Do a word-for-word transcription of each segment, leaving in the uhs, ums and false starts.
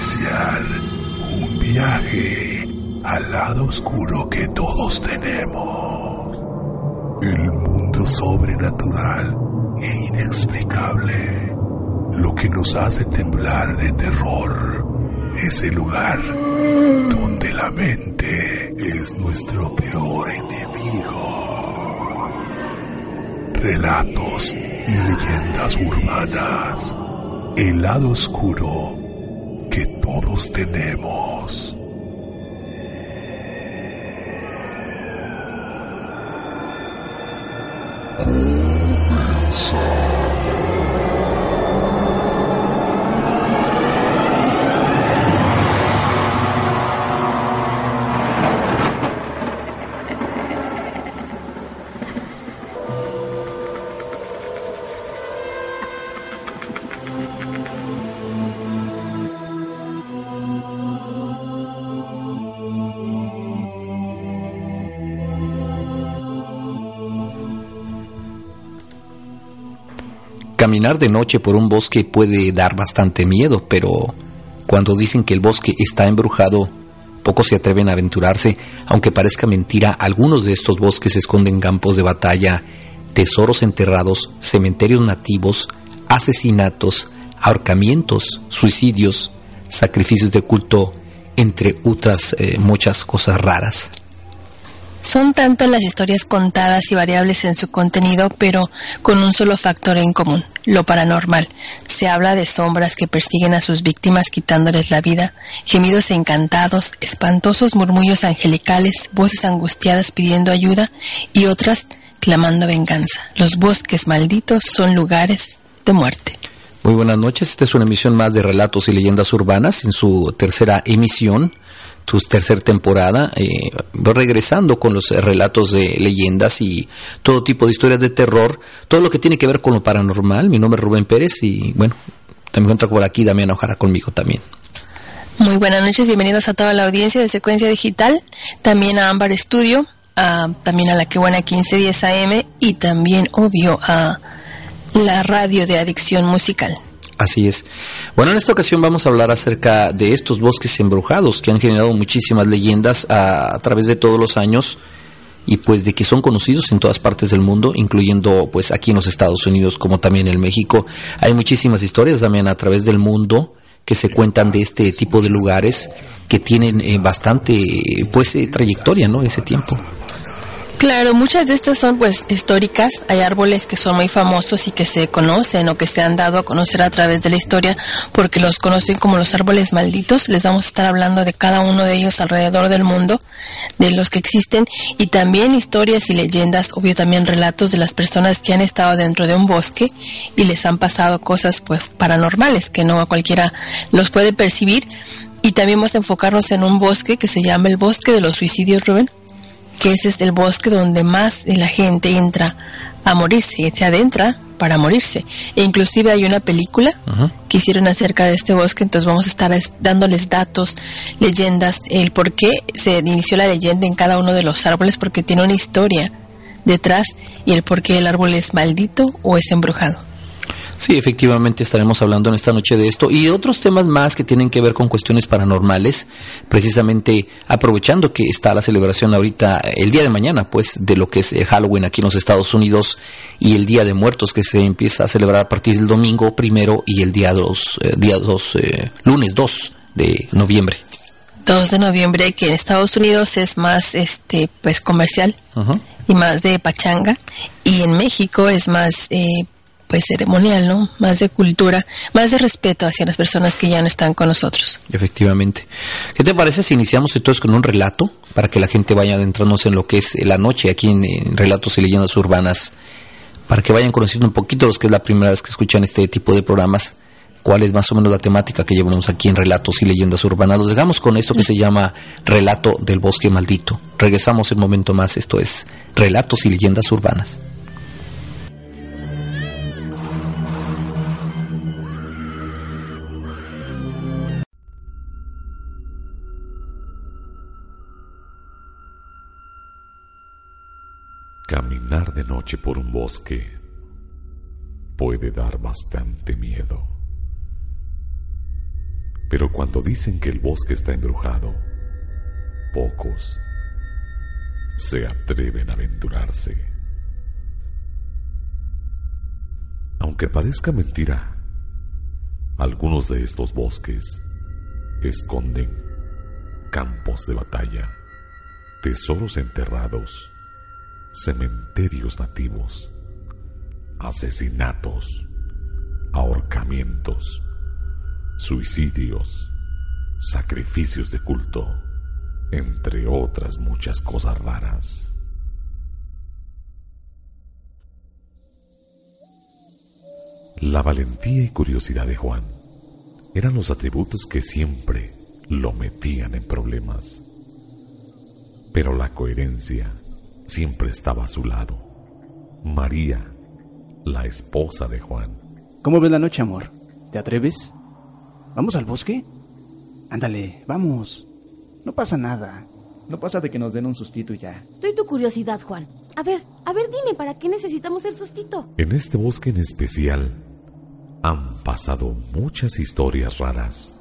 iniciar un viaje al lado oscuro que todos tenemos. El mundo sobrenatural e inexplicable. Lo que nos hace temblar de terror. Ese lugar donde la mente es nuestro peor enemigo. Relatos y leyendas urbanas. El lado oscuro que todos tenemos. Caminar de noche por un bosque puede dar bastante miedo, pero cuando dicen que el bosque está embrujado, pocos se atreven a aventurarse. Aunque parezca mentira, algunos de estos bosques esconden campos de batalla, tesoros enterrados, cementerios nativos, asesinatos, ahorcamientos, suicidios, sacrificios de culto, entre otras eh, muchas cosas raras. Son tantas las historias contadas y variables en su contenido, pero con un solo factor en común, lo paranormal. Se habla de sombras que persiguen a sus víctimas quitándoles la vida, gemidos encantados, espantosos murmullos angelicales, voces angustiadas pidiendo ayuda y otras clamando venganza. Los bosques malditos son lugares de muerte. Muy buenas noches, esta es una emisión más de Relatos y Leyendas Urbanas, en su tercera emisión. Tu tercera temporada, eh, regresando con los relatos de leyendas y todo tipo de historias de terror, todo lo que tiene que ver con lo paranormal. Mi nombre es Rubén Pérez y bueno, también encuentro por aquí Damián Ojara conmigo también. Muy buenas noches, bienvenidos a toda la audiencia de Secuencia Digital, también a Ámbar Estudio, a, también a La Que Buena quince diez A M y también, obvio, a la radio de Adicción Musical. Así es. Bueno, en esta ocasión vamos a hablar acerca de estos bosques embrujados que han generado muchísimas leyendas a, a través de todos los años y pues de que son conocidos en todas partes del mundo, incluyendo pues aquí en los Estados Unidos como también en México. Hay muchísimas historias también a través del mundo que se cuentan de este tipo de lugares que tienen eh, bastante pues eh, trayectoria, ¿no? Ese tiempo. Claro, muchas de estas son pues históricas, hay árboles que son muy famosos y que se conocen o que se han dado a conocer a través de la historia porque los conocen como los árboles malditos. Les vamos a estar hablando de cada uno de ellos alrededor del mundo, de los que existen y también historias y leyendas, obvio también relatos de las personas que han estado dentro de un bosque y les han pasado cosas pues paranormales que no a cualquiera los puede percibir. Y también vamos a enfocarnos en un bosque que se llama el Bosque de los Suicidios, Rubén, que ese es el bosque donde más la gente entra a morirse, se adentra para morirse. E inclusive hay una película uh-huh. que hicieron acerca de este bosque, entonces vamos a estar dándoles datos, leyendas, el por qué se inició la leyenda en cada uno de los árboles, porque tiene una historia detrás y el por qué el árbol es maldito o es embrujado. Sí, efectivamente estaremos hablando en esta noche de esto y de otros temas más que tienen que ver con cuestiones paranormales, precisamente aprovechando que está la celebración ahorita, el día de mañana, pues, de lo que es el Halloween aquí en los Estados Unidos y el Día de Muertos que se empieza a celebrar a partir del domingo primero y el día dos, eh, día dos, eh, lunes dos de noviembre. dos de noviembre, que en Estados Unidos es más, este, pues, comercial uh-huh. y más de pachanga, y en México es más, eh, pues ceremonial, ¿no? Más de cultura, más de respeto hacia las personas que ya no están con nosotros. Efectivamente. ¿Qué te parece si iniciamos entonces con un relato para que la gente vaya adentrándose en lo que es la noche aquí en, en Relatos y Leyendas Urbanas, para que vayan conociendo un poquito los que es la primera vez que escuchan este tipo de programas, cuál es más o menos la temática que llevamos aquí en Relatos y Leyendas Urbanas? Los dejamos con esto que se llama Relato del Bosque Maldito. Regresamos en un momento más, esto es Relatos y Leyendas Urbanas. Caminar de noche por un bosque puede dar bastante miedo. Pero cuando dicen que el bosque está embrujado, pocos se atreven a aventurarse. Aunque parezca mentira, algunos de estos bosques esconden campos de batalla, tesoros enterrados, cementerios nativos, asesinatos, ahorcamientos, suicidios, sacrificios de culto, entre otras muchas cosas raras. La valentía y curiosidad de Juan eran los atributos que siempre lo metían en problemas. Pero la coherencia siempre estaba a su lado. María, la esposa de Juan. ¿Cómo ves la noche, amor? ¿Te atreves? ¿Vamos al bosque? Ándale, vamos. No pasa nada. No pasa de que nos den un sustito y ya. Doy tu curiosidad, Juan. A ver, a ver, dime, ¿para qué necesitamos el sustito? En este bosque en especial han pasado muchas historias raras,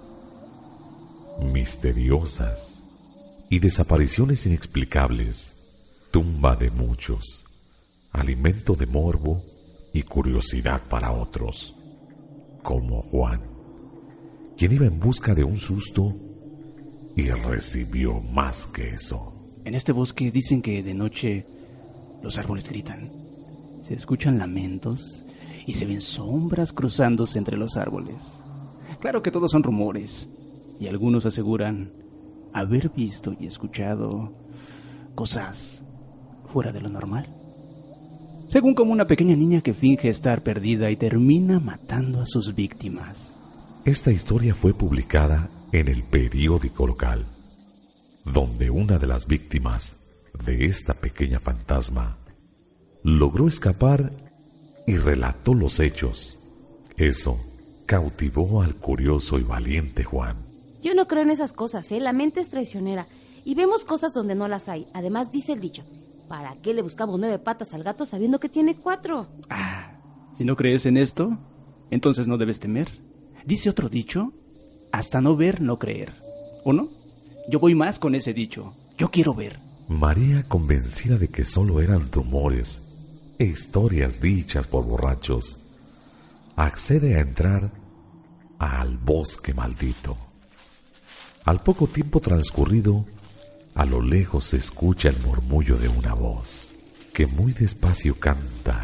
misteriosas y desapariciones inexplicables, tumba de muchos, alimento de morbo y curiosidad para otros, como Juan, quien iba en busca de un susto y recibió más que eso. En este bosque dicen que de noche los árboles gritan, se escuchan lamentos y se ven sombras cruzándose entre los árboles. Claro que todos son rumores, y algunos aseguran haber visto y escuchado cosas fuera de lo normal. Según como una pequeña niña que finge estar perdida y termina matando a sus víctimas. Esta historia fue publicada en el periódico local, donde una de las víctimas de esta pequeña fantasma logró escapar y relató los hechos. Eso cautivó al curioso y valiente Juan. Yo no creo en esas cosas, ¿eh? La mente es traicionera y vemos cosas donde no las hay. Además, dice el dicho, ¿para qué le buscamos nueve patas al gato sabiendo que tiene cuatro? Ah, si no crees en esto, entonces no debes temer. Dice otro dicho, hasta no ver, no creer. ¿O no? Yo voy más con ese dicho. Yo quiero ver. María, convencida de que solo eran rumores e historias dichas por borrachos, accede a entrar al bosque maldito. Al poco tiempo transcurrido, a lo lejos se escucha el murmullo de una voz que muy despacio canta.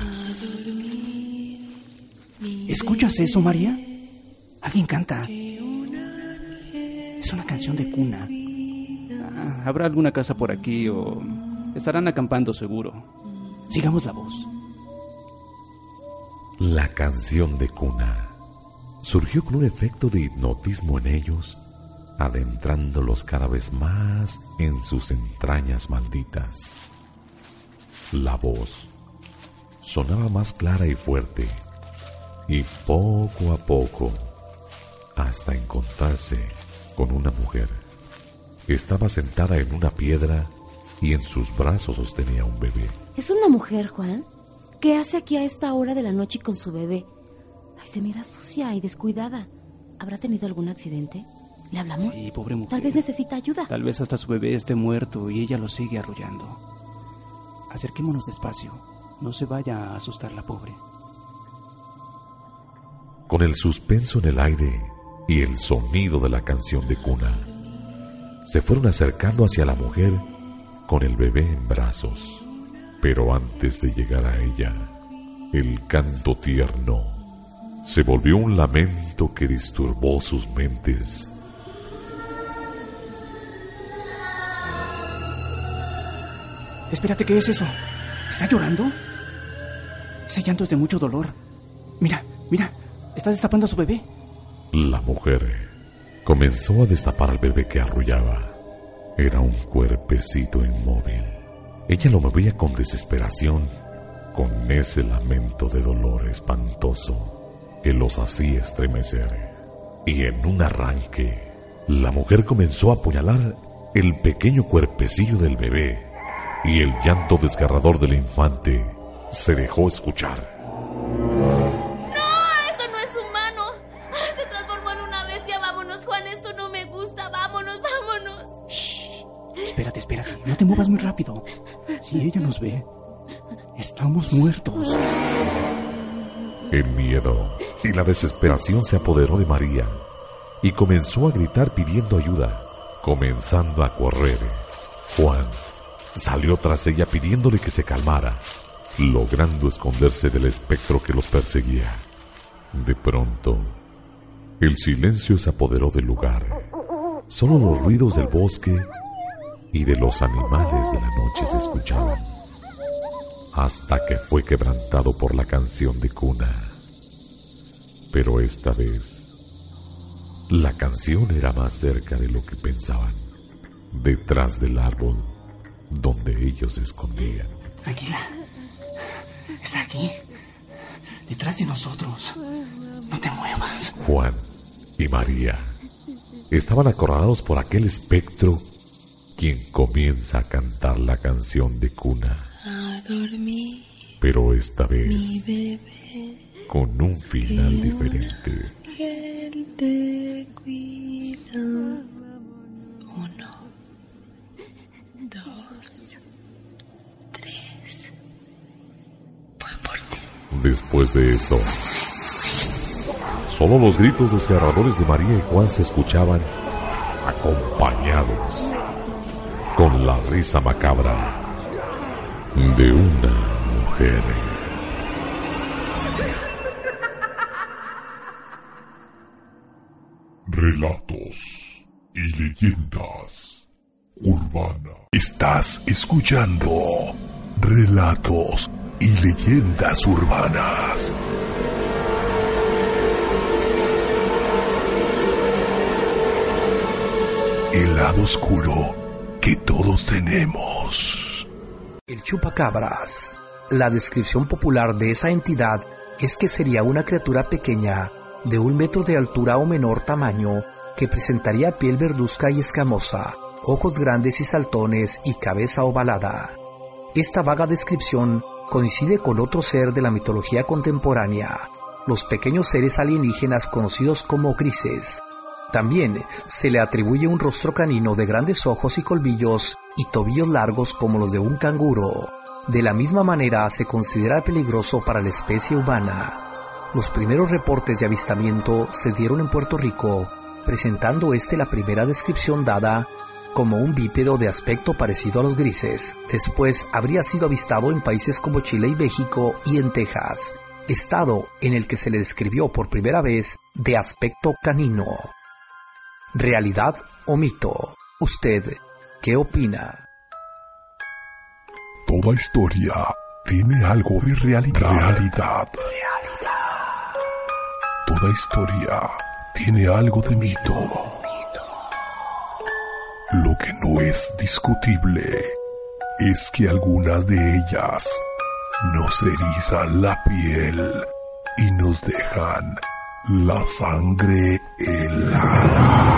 ¿Escuchas eso, María? Alguien canta. Es una canción de cuna. Ah, habrá alguna casa por aquí o estarán acampando seguro. Sigamos la voz. La canción de cuna surgió con un efecto de hipnotismo en ellos, adentrándolos cada vez más en sus entrañas malditas. La voz sonaba más clara y fuerte, y poco a poco, hasta encontrarse con una mujer. Estaba sentada en una piedra y en sus brazos sostenía un bebé. ¿Es una mujer, Juan? ¿Qué hace aquí a esta hora de la noche con su bebé? Ay, se mira sucia y descuidada. ¿Habrá tenido algún accidente? ¿Le hablamos? Sí, pobre mujer. Tal vez necesita ayuda. Tal vez hasta su bebé esté muerto y ella lo sigue arrullando. Acerquémonos despacio. No se vaya a asustar la pobre. Con el suspenso en el aire y el sonido de la canción de cuna, se fueron acercando hacia la mujer con el bebé en brazos. Pero antes de llegar a ella, el canto tierno se volvió un lamento que disturbó sus mentes. Espérate, ¿qué es eso? ¿Está llorando? Ese llanto es de mucho dolor. Mira, mira, está destapando a su bebé. La mujer comenzó a destapar al bebé que arrullaba. Era un cuerpecito inmóvil. Ella lo movía con desesperación, con ese lamento de dolor espantoso que los hacía estremecer. Y en un arranque, la mujer comenzó a apuñalar el pequeño cuerpecillo del bebé, y el llanto desgarrador del infante se dejó escuchar. ¡No! ¡Eso no es humano! ¡Se transformó en una bestia! ¡Vámonos, Juan! ¡Es Espérate, espérate. No te muevas muy rápido. Si ella nos ve, estamos muertos. El miedo y la desesperación se apoderó de María y comenzó a gritar pidiendo ayuda, comenzando a correr. Juan salió tras ella pidiéndole que se calmara, logrando esconderse del espectro que los perseguía. De pronto, el silencio se apoderó del lugar. Solo los ruidos del bosque y de los animales de la noche se escuchaban, hasta que fue quebrantado por la canción de cuna. Pero esta vez, la canción era más cerca de lo que pensaban, detrás del árbol donde ellos se escondían. Tranquila. Está aquí, detrás de nosotros. No te muevas. Juan y María estaban acorralados por aquel espectro, quien comienza a cantar la canción de cuna. A dormir, pero esta vez mi bebé, con un final diferente. que él te cuida. Uno, dos, tres. Voy por ti. Después de eso, solo los gritos desgarradores de María y Juan se escuchaban, acompañados con la risa macabra de una mujer. Relatos y leyendas urbanas. Estás escuchando Relatos y leyendas urbanas. El lado oscuro que todos tenemos. El chupacabras. La descripción popular de esa entidad es que sería una criatura pequeña, de un metro de altura o menor tamaño, que presentaría piel verduzca y escamosa, ojos grandes y saltones y cabeza ovalada. Esta vaga descripción coincide con otro ser de la mitología contemporánea, los pequeños seres alienígenas conocidos como grises. También se le atribuye un rostro canino de grandes ojos y colmillos y tobillos largos como los de un canguro. De la misma manera se considera peligroso para la especie humana. Los primeros reportes de avistamiento se dieron en Puerto Rico, presentando este la primera descripción dada como un bípedo de aspecto parecido a los grises. Después habría sido avistado en países como Chile y México y en Texas, estado en el que se le describió por primera vez de aspecto canino. ¿Realidad o mito? ¿Usted qué opina? Toda historia tiene algo de realidad. Realidad. Toda historia tiene algo de mito. Lo que no es discutible es que algunas de ellas nos erizan la piel y nos dejan la sangre helada.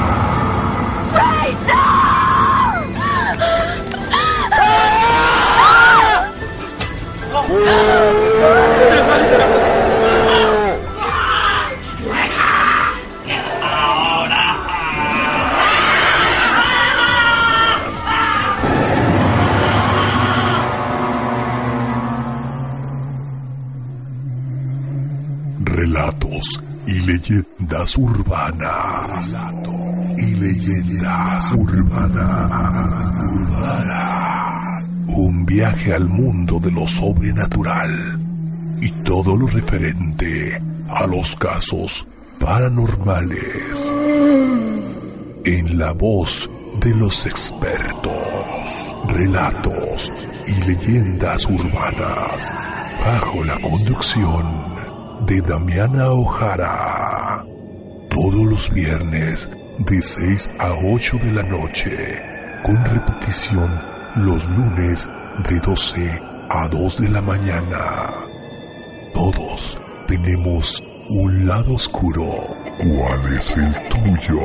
Relatos y leyendas urbanas. Y leyendas urbanas. urbanas. Un viaje al mundo de lo sobrenatural y todo lo referente a los casos paranormales. En la voz de los expertos. Relatos y leyendas urbanas. Bajo la conducción de Damiana Ojara. Todos los viernes de seis a ocho de la noche, con repetición los lunes de doce a dos de la mañana. Todos tenemos un lado oscuro. ¿Cuál es el tuyo?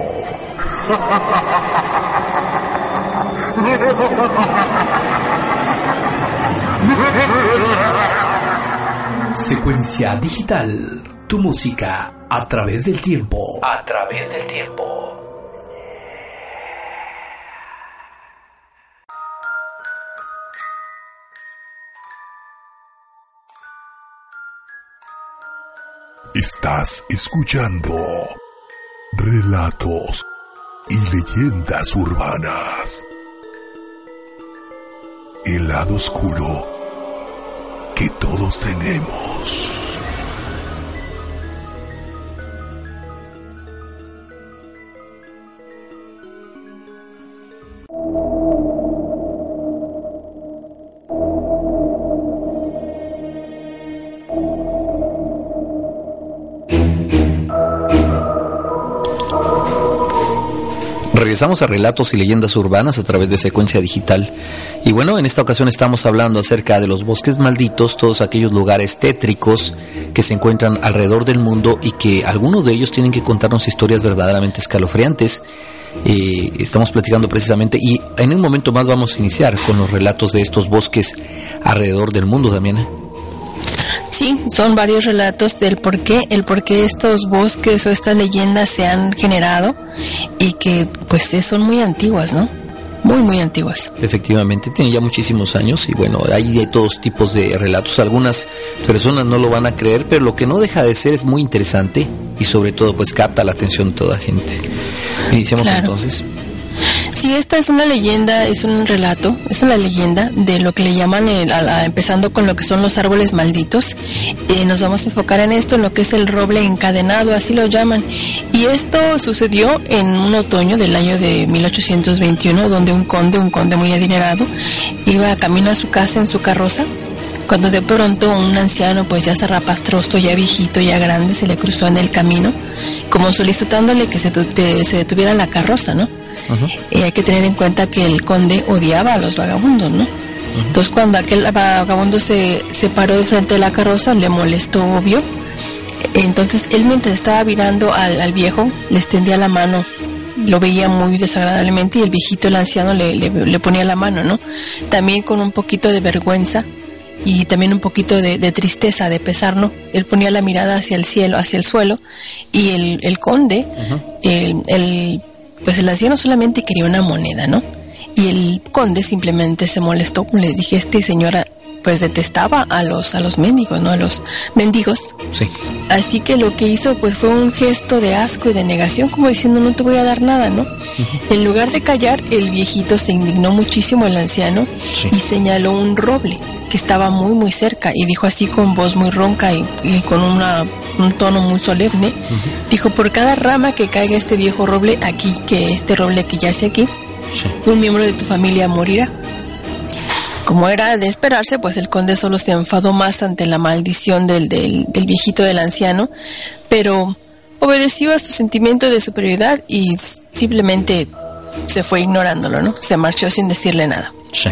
Secuencia digital. Tu música a través del tiempo. A través del tiempo. Estás escuchando relatos y leyendas urbanas. El lado oscuro que todos tenemos. Regresamos a Relatos y Leyendas Urbanas a través de Secuencia Digital. Y bueno, en esta ocasión estamos hablando acerca de los bosques malditos, todos aquellos lugares tétricos que se encuentran alrededor del mundo y que algunos de ellos tienen que contarnos historias verdaderamente escalofriantes. Eh, estamos platicando precisamente y en un momento más vamos a iniciar con los relatos de estos bosques alrededor del mundo, Damiana. Sí, son varios relatos del por qué, el por qué estos bosques o estas leyendas se han generado y que pues son muy antiguas, ¿no? Muy, muy antiguas. Efectivamente, tienen ya muchísimos años y bueno, hay de todos tipos de relatos. Algunas personas no lo van a creer, pero lo que no deja de ser es muy interesante y sobre todo pues capta la atención de toda gente. Iniciamos claro. Entonces. Sí, esta es una leyenda, es un relato, es una leyenda de lo que le llaman, el, a, a, empezando con lo que son los árboles malditos. Eh, nos vamos a enfocar en esto, en lo que es el roble encadenado, así lo llaman. Y esto sucedió en un otoño del año de mil ochocientos veintiuno, donde un conde, un conde muy adinerado, iba camino a su casa en su carroza, cuando de pronto un anciano, pues ya zarrapastroso, ya viejito, ya grande, se le cruzó en el camino, como solicitándole que se, te, se detuviera la carroza, ¿no? Uh-huh. Y hay que tener en cuenta que el conde odiaba a los vagabundos, ¿no? Uh-huh. Entonces cuando aquel vagabundo se, se paró de frente de la carroza, le molestó, obvio. Entonces él, mientras estaba mirando al, al viejo, le extendía la mano, lo veía muy desagradablemente y el viejito, el anciano, le, le, le ponía la mano, ¿no? También con un poquito de vergüenza y también un poquito de, de tristeza, de pesar, ¿no? Él ponía la mirada hacia el cielo, hacia el suelo, y el, el conde, uh-huh. el, el pues el anciano solamente quería una moneda, ¿no? Y el conde simplemente se molestó, como les dije, este señora pues detestaba a los a los mendigos, ¿no? A los mendigos. Sí. Así que lo que hizo pues fue un gesto de asco y de negación, como diciendo no te voy a dar nada, ¿no? Uh-huh. En lugar de callar, el viejito se indignó muchísimo, el anciano, sí. y señaló un roble que estaba muy muy cerca y dijo así con voz muy ronca y, y con una un tono muy solemne, uh-huh. dijo: por cada rama que caiga este viejo roble aquí, que este roble que yace aquí, sí. un miembro de tu familia morirá. Como era de esperarse, pues el conde solo se enfadó más ante la maldición del, del, del viejito, del anciano, pero obedeció a su sentimiento de superioridad y simplemente se fue ignorándolo, ¿no? Se marchó sin decirle nada. Sí.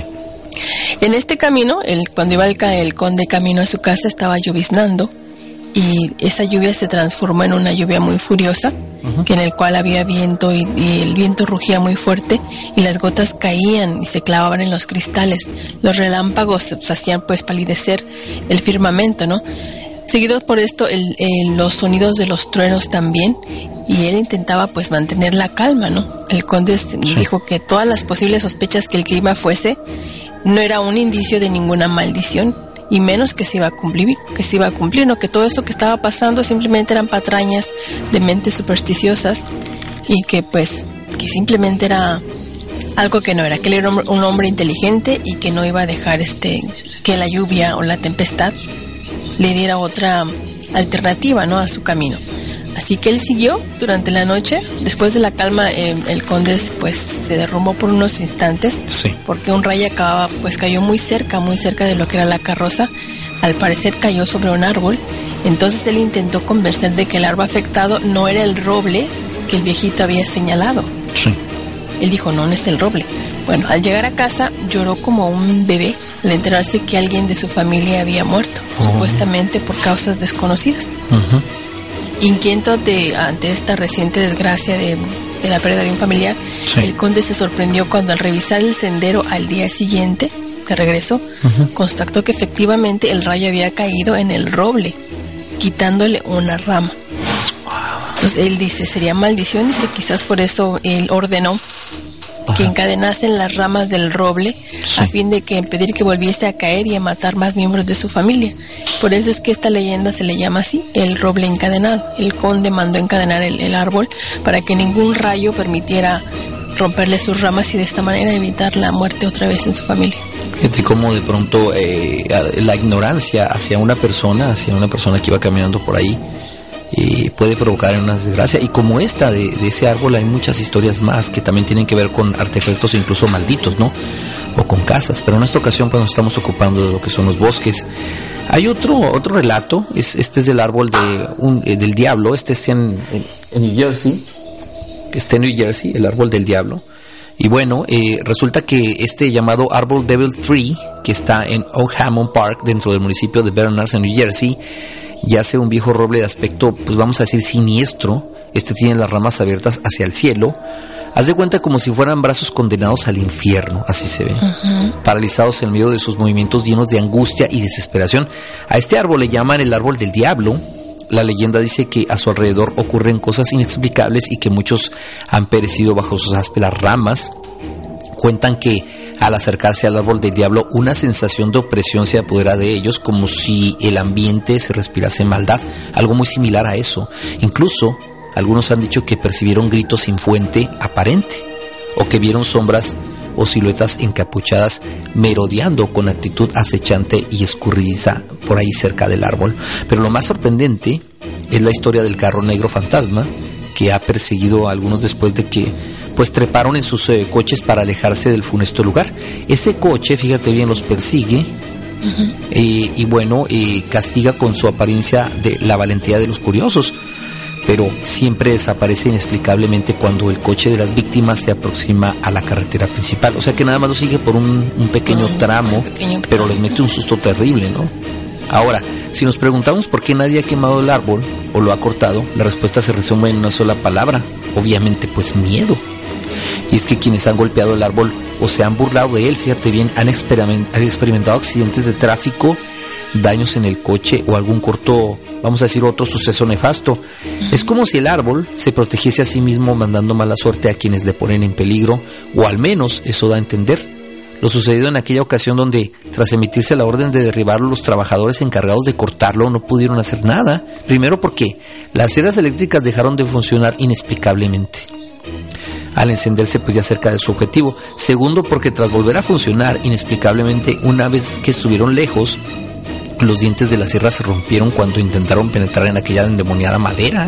En este camino, el, cuando iba el, el conde camino a su casa, estaba lloviznando y esa lluvia se transformó en una lluvia muy furiosa, uh-huh. que en el cual había viento y, y el viento rugía muy fuerte y las gotas caían y se clavaban en los cristales. Los relámpagos se hacían pues palidecer el firmamento, ¿no? Seguidos por esto el, el, los sonidos de los truenos también, y él intentaba pues mantener la calma, ¿no? El conde sí. dijo que todas las posibles sospechas que el clima fuese no era un indicio de ninguna maldición, y menos que se iba a cumplir, que se iba a cumplir, no, que todo eso que estaba pasando simplemente eran patrañas de mentes supersticiosas y que pues que simplemente era algo que no era, que él era un hombre inteligente y que no iba a dejar este que la lluvia o la tempestad le diera otra alternativa, ¿no?, a su camino. Así que él siguió durante la noche. Después de la calma, eh, el conde pues se derrumbó por unos instantes, sí. porque un rayo acababa, pues cayó muy cerca, muy cerca de lo que era la carroza. Al parecer cayó sobre un árbol. Entonces él intentó convencer de que el árbol afectado no era el roble que el viejito había señalado. Sí. Él dijo, no, no es el roble. Bueno, al llegar a casa lloró como un bebé al enterarse que alguien de su familia había muerto, uh-huh. supuestamente por causas desconocidas. Uh-huh. Inquieto de, ante esta reciente desgracia de, de la pérdida de un familiar, sí. el conde se sorprendió cuando al revisar el sendero al día siguiente, de regreso, uh-huh. constató que efectivamente el rayo había caído en el roble, quitándole una rama. Entonces él dice, sería maldición, y quizás por eso él ordenó Ajá. Que encadenasen las ramas del roble, sí, a fin de que impedir que volviese a caer y a matar más miembros de su familia. Por eso es que esta leyenda se le llama así, el roble encadenado. El conde mandó encadenar el, el árbol para que ningún rayo permitiera romperle sus ramas y de esta manera evitar la muerte otra vez en su familia. Fíjate cómo de pronto eh, la ignorancia hacia una persona, hacia una persona que iba caminando por ahí, eh, puede provocar una desgracia. Y como esta de, de ese árbol, hay muchas historias más que también tienen que ver con artefactos incluso malditos, ¿no? O con casas. Pero en esta ocasión pues nos estamos ocupando de lo que son los bosques. Hay otro otro relato, es, este es del árbol de un, eh, del diablo. Este es en, en, en New Jersey. Este en New Jersey, el árbol del diablo. Y bueno, eh, resulta que este llamado árbol Devil Tree, que está en Old Hammond Park, dentro del municipio de Bernards, en New Jersey, yace un viejo roble de aspecto, pues vamos a decir, siniestro. Este tiene las ramas abiertas hacia el cielo. Haz de cuenta como si fueran brazos condenados al infierno, así se ve. Uh-huh. Paralizados en medio de sus movimientos llenos de angustia y desesperación. A este árbol le llaman el árbol del diablo. La leyenda dice que a su alrededor ocurren cosas inexplicables y que muchos han perecido bajo sus ásperas ramas. Cuentan que al acercarse al árbol del diablo, una sensación de opresión se apodera de ellos, como si el ambiente se respirase maldad, algo muy similar a eso. Incluso algunos han dicho que percibieron gritos sin fuente aparente, o que vieron sombras o siluetas encapuchadas merodeando con actitud acechante y escurridiza por ahí cerca del árbol. Pero lo más sorprendente es la historia del carro negro fantasma que ha perseguido a algunos después de que pues treparon en sus eh, coches para alejarse del funesto lugar. Ese coche, fíjate bien, los persigue. Uh-huh. eh, y bueno, eh, castiga con su apariencia de la valentía de los curiosos, pero siempre desaparece inexplicablemente cuando el coche de las víctimas se aproxima a la carretera principal. O sea que nada más lo sigue por un, un pequeño un, tramo, un pequeño pero les mete un susto terrible, ¿no? Ahora, si nos preguntamos por qué nadie ha quemado el árbol o lo ha cortado, la respuesta se resume en una sola palabra. Obviamente, pues miedo. Y es que quienes han golpeado el árbol o se han burlado de él, fíjate bien, han, experiment- han experimentado accidentes de tráfico, daños en el coche o algún corto, vamos a decir, otro suceso nefasto. Es como si el árbol se protegiese a sí mismo mandando mala suerte a quienes le ponen en peligro, o al menos eso da a entender. Lo sucedido en aquella ocasión donde, tras emitirse la orden de derribarlo, los trabajadores encargados de cortarlo no pudieron hacer nada. Primero porque las cerdas eléctricas dejaron de funcionar inexplicablemente al encenderse pues ya cerca de su objetivo. Segundo porque tras volver a funcionar inexplicablemente una vez que estuvieron lejos, los dientes de la sierra se rompieron cuando intentaron penetrar en aquella endemoniada madera.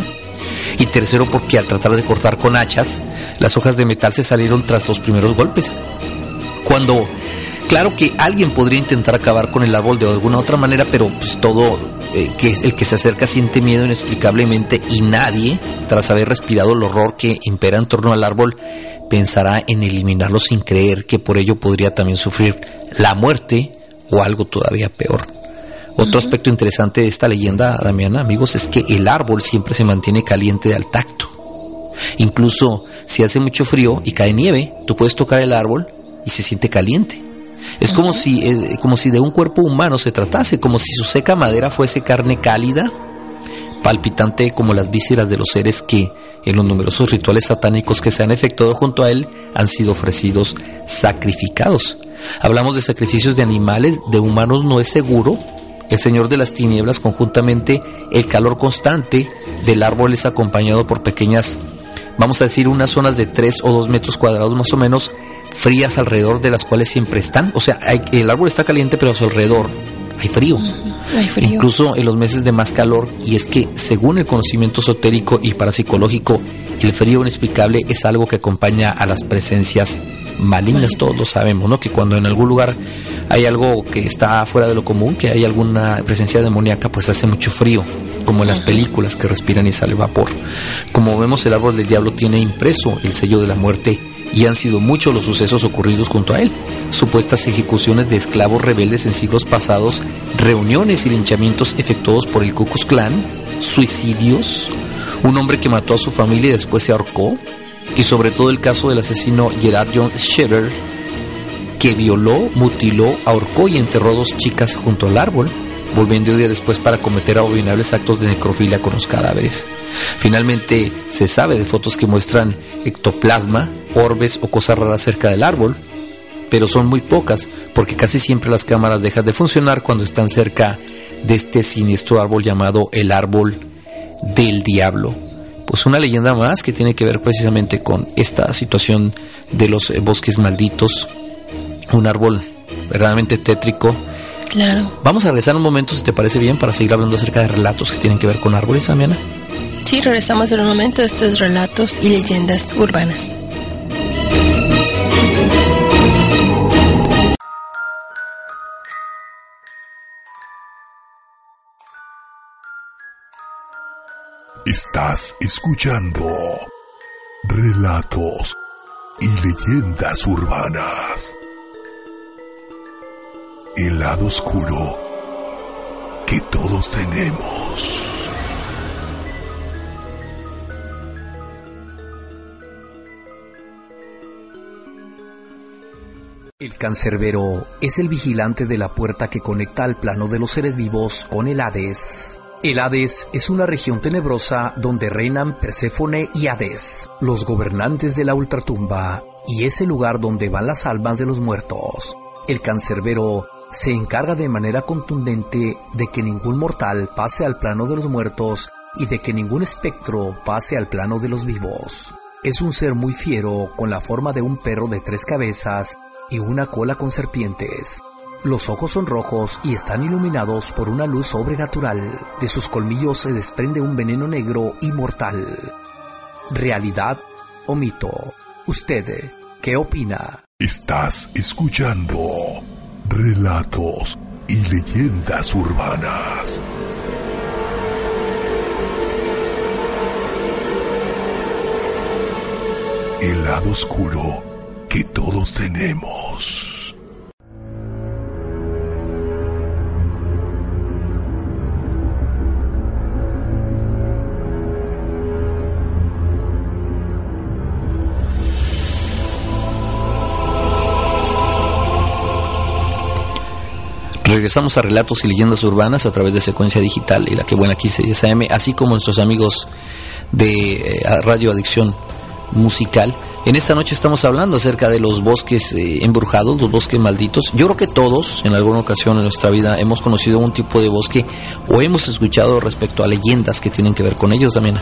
Y tercero porque al tratar de cortar con hachas, las hojas de metal se salieron tras los primeros golpes. Cuando, claro que alguien podría intentar acabar con el árbol de alguna otra manera, pero pues todo, eh, que es el que se acerca siente miedo inexplicablemente, y nadie, tras haber respirado el horror que impera en torno al árbol, pensará en eliminarlo sin creer que por ello podría también sufrir la muerte o algo todavía peor. Otro uh-huh. aspecto interesante de esta leyenda, Damiana, amigos, es que el árbol siempre se mantiene caliente al tacto. Incluso si hace mucho frío y cae nieve, tú puedes tocar el árbol y se siente caliente. Es uh-huh. como si eh, como si de un cuerpo humano se tratase, como si su seca madera fuese carne cálida, palpitante como las vísceras de los seres que, en los numerosos rituales satánicos que se han efectuado junto a él, han sido ofrecidos, sacrificados. Hablamos de sacrificios de animales, de humanos no es seguro. El Señor de las Tinieblas, conjuntamente el calor constante del árbol es acompañado por pequeñas, vamos a decir, unas zonas de tres o dos metros cuadrados más o menos, frías alrededor de las cuales siempre están. O sea, hay, el árbol está caliente, pero a su alrededor hay frío. Hay frío. Incluso en los meses de más calor, y es que según el conocimiento esotérico y parapsicológico, el frío inexplicable es algo que acompaña a las presencias malignas. Todos lo sabemos, ¿no? Que cuando en algún lugar hay algo que está fuera de lo común, que hay alguna presencia demoníaca, pues hace mucho frío, como en las películas que respiran y sale vapor. Como vemos, el árbol del diablo tiene impreso el sello de la muerte, y han sido muchos los sucesos ocurridos junto a él. Supuestas ejecuciones de esclavos rebeldes en siglos pasados, reuniones y linchamientos efectuados por el Ku Klux Klan, suicidios, un hombre que mató a su familia y después se ahorcó, y sobre todo el caso del asesino Gerard John Scherer, que violó, mutiló, ahorcó y enterró dos chicas junto al árbol. volviendo un día después para cometer abominables actos de necrofilia con los cadáveres. Finalmente se sabe de fotos que muestran ectoplasma, orbes o cosas raras cerca del árbol, pero son muy pocas porque casi siempre las cámaras dejan de funcionar cuando están cerca de este siniestro árbol llamado el árbol del diablo. Pues una leyenda más que tiene que ver precisamente con esta situación de los eh, bosques malditos, un árbol verdaderamente tétrico. Claro. Vamos a regresar un momento, si te parece bien, para seguir hablando acerca de relatos que tienen que ver con árboles, Damiana. Sí, regresamos en un momento. Esto es Relatos y Leyendas Urbanas. Estás escuchando Relatos y Leyendas Urbanas. El lado oscuro que todos tenemos. El cancerbero es el vigilante de la puerta que conecta al plano de los seres vivos con el Hades. El Hades es una región tenebrosa donde reinan Perséfone y Hades, los gobernantes de la ultratumba, y es el lugar donde van las almas de los muertos. El cancerbero se encarga de manera contundente de que ningún mortal pase al plano de los muertos y de que ningún espectro pase al plano de los vivos. Es un ser muy fiero con la forma de un perro de tres cabezas y una cola con serpientes. Los ojos son rojos y están iluminados por una luz sobrenatural. De sus colmillos se desprende un veneno negro y mortal. ¿Realidad o mito? ¿Usted qué opina? Estás escuchando Relatos y Leyendas Urbanas. El lado oscuro que todos tenemos. Regresamos a Relatos y Leyendas Urbanas a través de Secuencia Digital y la que buena quince diez A M, así como nuestros amigos de eh, Radio Adicción Musical. En esta noche estamos hablando acerca de los bosques eh, embrujados, los bosques malditos. Yo creo que todos en alguna ocasión en nuestra vida hemos conocido un tipo de bosque o hemos escuchado respecto a leyendas que tienen que ver con ellos, Damiana.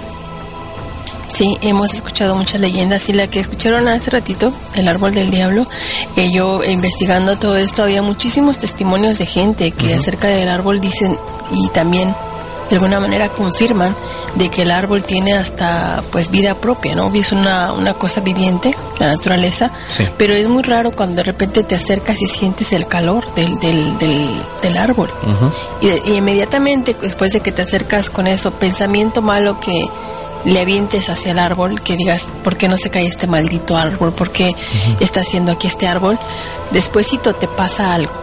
Sí, hemos escuchado muchas leyendas y la que escucharon hace ratito, el árbol del diablo, eh, yo investigando todo esto había muchísimos testimonios de gente que uh-huh. acerca del árbol dicen y también de alguna manera confirman de que el árbol tiene hasta pues vida propia, ¿no? Es una, una cosa viviente, la naturaleza, sí. Pero es muy raro cuando de repente te acercas y sientes el calor del, del, del, del árbol. Uh-huh. Y, y inmediatamente después de que te acercas con eso, pensamiento malo que le avientes hacia el árbol, que digas, ¿por qué no se cae este maldito árbol? ¿Por qué uh-huh. está haciendo aquí este árbol? Despuésito te pasa algo.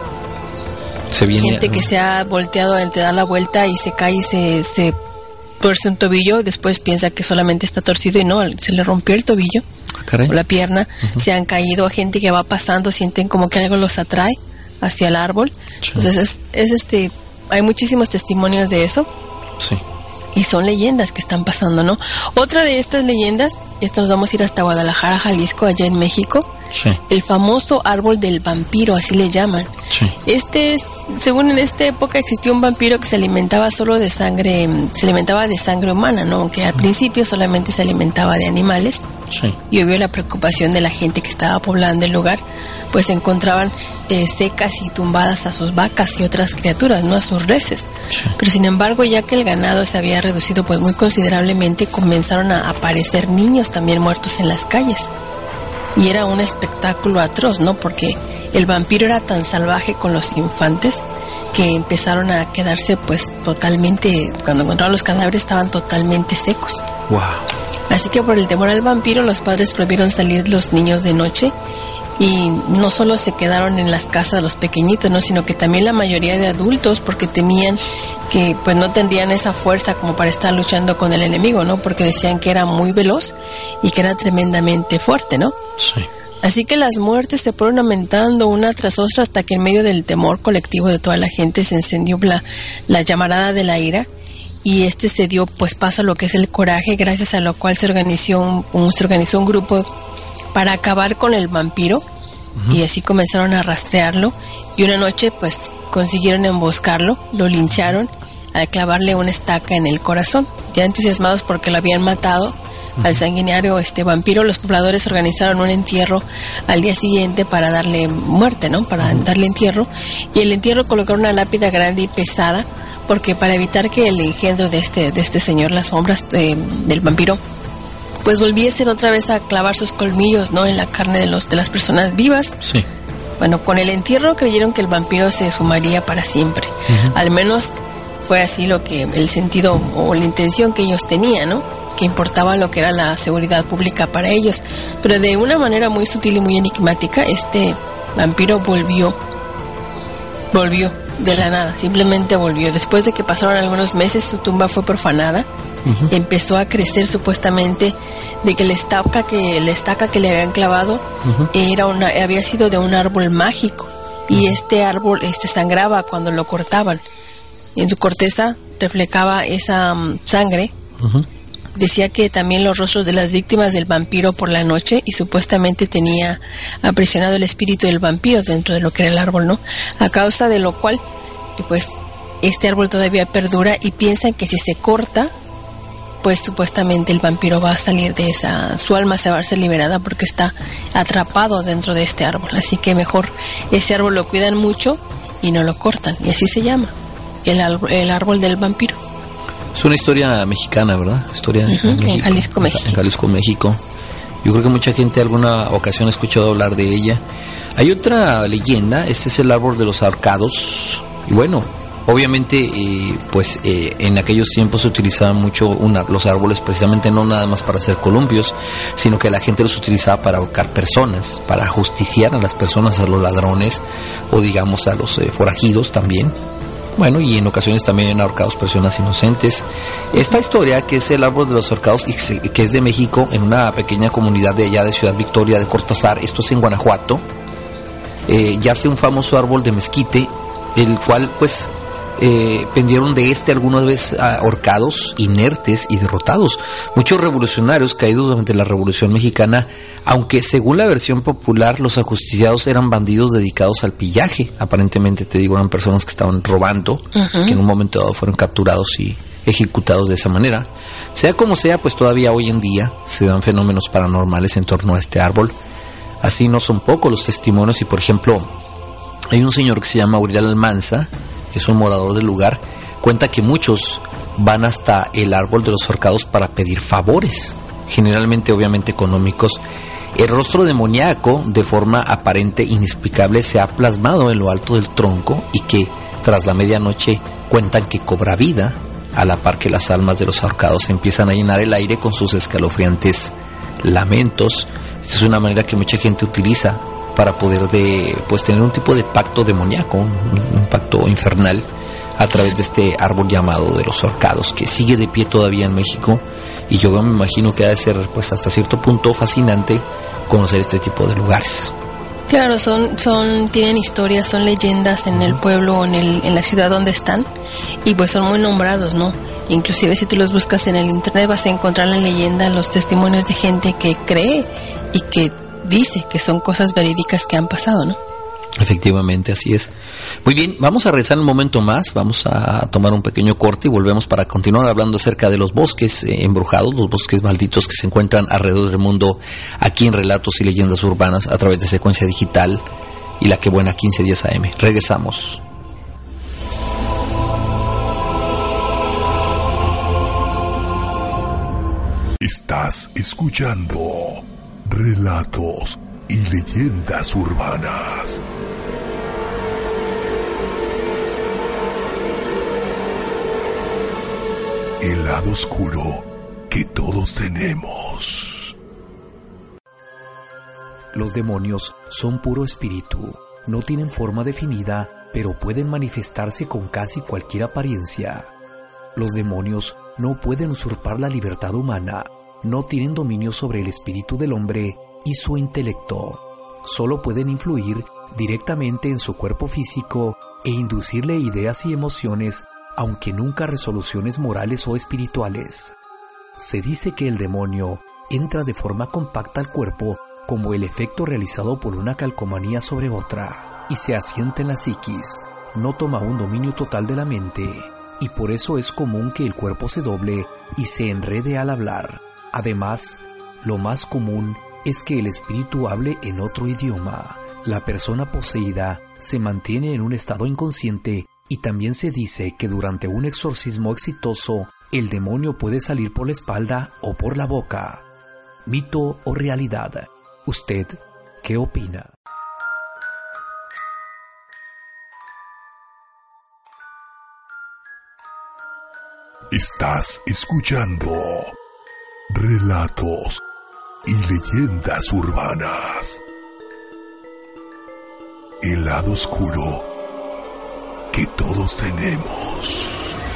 Se viene, gente que se ha volteado, él te da la vuelta y se cae y se, se torce un tobillo, después piensa que solamente está torcido y no, se le rompió el tobillo Caray. o la pierna, uh-huh. se han caído, gente que va pasando, sienten como que algo los atrae hacia el árbol. Sí. Entonces es, es este, hay muchísimos testimonios de eso. Sí. Y son leyendas que están pasando, ¿no? Otra de estas leyendas, esto nos vamos a ir hasta Guadalajara, Jalisco, allá en México. Sí. El famoso árbol del vampiro, así le llaman. Sí. Este es, según en esta época existió un vampiro que se alimentaba solo de sangre, se alimentaba de sangre humana, ¿no? Aunque al principio solamente se alimentaba de animales. Sí. Y obvio la preocupación de la gente que estaba poblando el lugar, pues encontraban eh, secas y tumbadas a sus vacas y otras criaturas, ¿no? A sus reses. Sí. Pero sin embargo, ya que el ganado se había reducido pues muy considerablemente, comenzaron a aparecer niños también muertos en las calles. Y era un espectáculo atroz, ¿no? Porque el vampiro era tan salvaje con los infantes que empezaron a quedarse pues totalmente, cuando encontraron los cadáveres estaban totalmente secos. Wow. Así que por el temor al vampiro, los padres prohibieron salir los niños de noche. Y no solo se quedaron en las casas los pequeñitos, ¿no? Sino que también la mayoría de adultos, porque temían que pues no tendrían esa fuerza como para estar luchando con el enemigo, ¿no? Porque decían que era muy veloz y que era tremendamente fuerte, ¿no? Sí. Así que las muertes se fueron aumentando una tras otra hasta que en medio del temor colectivo de toda la gente se encendió la, la llamarada de la ira, y este se dio pues paso a lo que es el coraje, gracias a lo cual se organizó un, un, se organizó un grupo para acabar con el vampiro. Uh-huh. Y así comenzaron a rastrearlo, y una noche pues consiguieron emboscarlo, lo lincharon al clavarle una estaca en el corazón. Ya entusiasmados porque lo habían matado al sanguinario este vampiro, los pobladores organizaron un entierro al día siguiente para darle muerte, ¿no? Para uh-huh. darle entierro, y el entierro colocaron una lápida grande y pesada, porque para evitar que el engendro de este de este señor, las sombras de, del vampiro, pues volviesen otra vez a clavar sus colmillos, ¿no? En la carne de los de las personas vivas. Sí. Bueno, con el entierro creyeron que el vampiro se esfumaría para siempre. Uh-huh. Al menos fue así lo que el sentido o la intención que ellos tenían, ¿no? Que importaba lo que era la seguridad pública para ellos. Pero de una manera muy sutil y muy enigmática, este vampiro volvió, volvió de la nada, simplemente volvió. Después de que pasaron algunos meses, su tumba fue profanada. Uh-huh. Empezó a crecer supuestamente de que la estaca que la estaca que le habían clavado uh-huh. era una, había sido de un árbol mágico, y este árbol este sangraba cuando lo cortaban. En su corteza reflejaba esa um, sangre. Uh-huh. Decía que también los rostros de las víctimas del vampiro por la noche, y supuestamente tenía aprisionado el espíritu del vampiro dentro de lo que era el árbol, ¿no? A causa de lo cual, pues, este árbol todavía perdura, y piensan que si se corta, pues supuestamente el vampiro va a salir de esa, su alma se va a ser liberada porque está atrapado dentro de este árbol. Así que mejor ese árbol lo cuidan mucho y no lo cortan, y así se llama, el, el árbol del vampiro. Es una historia mexicana, ¿verdad? Historia uh-huh, en, en Jalisco, México. En Jalisco, México. Yo creo que mucha gente alguna ocasión ha escuchado hablar de ella. Hay otra leyenda, este es el árbol de los ahorcados. Y bueno, obviamente, eh, pues eh, en aquellos tiempos se utilizaban mucho una, los árboles, precisamente no nada más para hacer columpios, sino que la gente los utilizaba para ahorcar personas, para justiciar a las personas, a los ladrones, o digamos a los eh, forajidos también. Bueno, y en ocasiones también ahorcados personas inocentes. Esta historia, que es el árbol de los ahorcados, y que es de México, en una pequeña comunidad de allá de Ciudad Victoria de Cortázar, esto es en Guanajuato, eh, yace un famoso árbol de mezquite, el cual pues eh, pendieron de este algunas veces ahorcados, inertes y derrotados. Muchos revolucionarios caídos durante la Revolución Mexicana, aunque según la versión popular los ajusticiados eran bandidos dedicados al pillaje, aparentemente, te digo, eran personas que estaban robando, uh-huh. que en un momento dado fueron capturados y ejecutados de esa manera. Sea como sea, pues todavía hoy en día se dan fenómenos paranormales en torno a este árbol. Así no son pocos los testimonios, y por ejemplo hay un señor que se llama Uriel Almanza, que es un morador del lugar, cuenta que muchos van hasta el árbol de los ahorcados para pedir favores, generalmente obviamente económicos. El rostro demoníaco, de forma aparente inexplicable, se ha plasmado en lo alto del tronco, y que tras la medianoche cuentan que cobra vida, a la par que las almas de los ahorcados empiezan a llenar el aire con sus escalofriantes lamentos. Esta es una manera que mucha gente utiliza para poder de pues tener un tipo de pacto demoníaco, un, un pacto infernal, a través de este árbol llamado de los ahorcados, que sigue de pie todavía en México. Y yo me imagino que ha de ser pues hasta cierto punto fascinante conocer este tipo de lugares. Claro, son son tienen historias, son leyendas en el pueblo o en el en la ciudad donde están, y pues son muy nombrados, ¿no? Inclusive si tú los buscas en el internet vas a encontrar la leyenda, los testimonios de gente que cree y que dice que son cosas verídicas que han pasado, ¿no? Efectivamente, así es. Muy bien, vamos a regresar un momento más, vamos a tomar un pequeño corte y volvemos para continuar hablando acerca de los bosques eh, embrujados, los bosques malditos que se encuentran alrededor del mundo, aquí en Relatos y Leyendas Urbanas, a través de Secuencia Digital y La Que Buena quince diez A M. Regresamos. Estás escuchando Relatos y Leyendas Urbanas. El lado oscuro que todos tenemos. Los demonios son puro espíritu, no tienen forma definida, pero pueden manifestarse con casi cualquier apariencia. Los demonios no pueden usurpar la libertad humana, no tienen dominio sobre el espíritu del hombre y su intelecto. solo pueden influir directamente en su cuerpo físico e inducirle ideas y emociones, aunque nunca resoluciones morales o espirituales. Se dice que el demonio entra de forma compacta al cuerpo como el efecto realizado por una calcomanía sobre otra, y se asienta en la psiquis. No toma un dominio total de la mente, y por eso es común que el cuerpo se doble y se enrede al hablar. Además, lo más común es que el espíritu hable en otro idioma. La persona poseída se mantiene en un estado inconsciente, y también se dice que durante un exorcismo exitoso, el demonio puede salir por la espalda o por la boca. ¿Mito o realidad? ¿Usted qué opina? Estás escuchando relatos y leyendas urbanas. El lado oscuro que todos tenemos.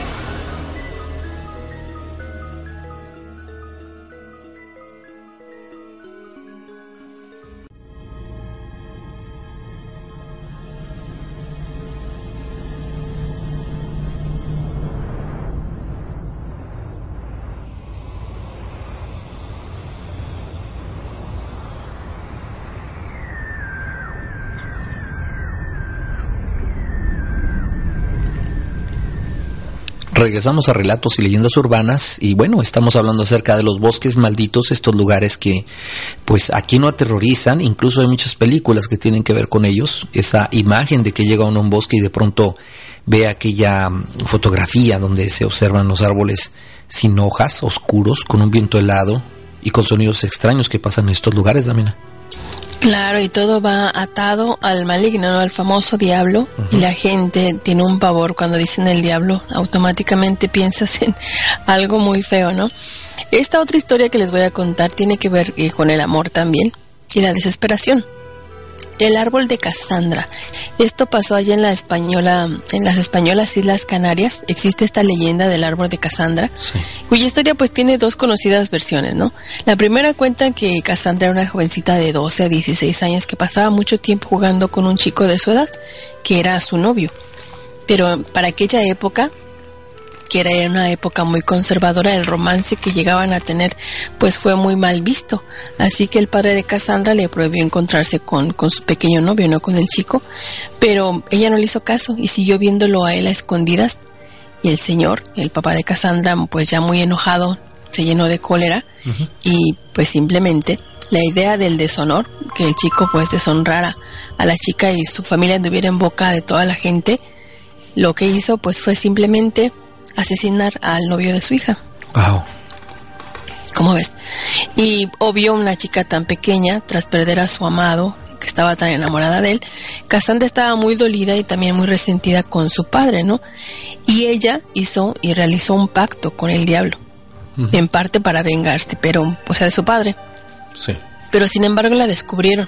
Regresamos a Relatos y Leyendas Urbanas y bueno, estamos hablando acerca de los bosques malditos, estos lugares que pues aquí no aterrorizan, incluso hay muchas películas que tienen que ver con ellos, esa imagen de que llega uno a un bosque y de pronto ve aquella fotografía donde se observan los árboles sin hojas, oscuros, con un viento helado y con sonidos extraños que pasan en estos lugares, Damiana. Claro, y todo va atado al maligno, ¿no? Al famoso diablo. Uh-huh. Y la gente tiene un pavor cuando dicen el diablo, automáticamente piensas en algo muy feo, ¿no? Esta otra historia que les voy a contar tiene que ver eh, con el amor también y la desesperación. El árbol de Casandra. Esto pasó allá en la española, en las españolas Islas Canarias. Existe esta leyenda del árbol de Casandra, sí, cuya historia pues tiene dos conocidas versiones, ¿no? La primera cuenta que Casandra era una jovencita de doce a dieciséis años que pasaba mucho tiempo jugando con un chico de su edad, que era su novio. Pero para aquella época, que era una época muy conservadora, el romance que llegaban a tener pues fue muy mal visto, así que el padre de Casandra le prohibió encontrarse con, con su pequeño novio, no con el chico, pero ella no le hizo caso y siguió viéndolo a él a escondidas, y el señor, el papá de Casandra, pues ya muy enojado, se llenó de cólera. Uh-huh. Y pues simplemente la idea del deshonor, que el chico pues deshonrara a la chica y su familia anduviera en boca de toda la gente, lo que hizo pues fue simplemente asesinar al novio de su hija. Wow. ¿Cómo ves? Y obvio, una chica tan pequeña, tras perder a su amado, que estaba tan enamorada de él, Casandra estaba muy dolida y también muy resentida con su padre, ¿no? Y ella hizo y realizó un pacto con el diablo, uh-huh, en parte para vengarse, pero, o sea, de su padre. Sí. Pero sin embargo la descubrieron.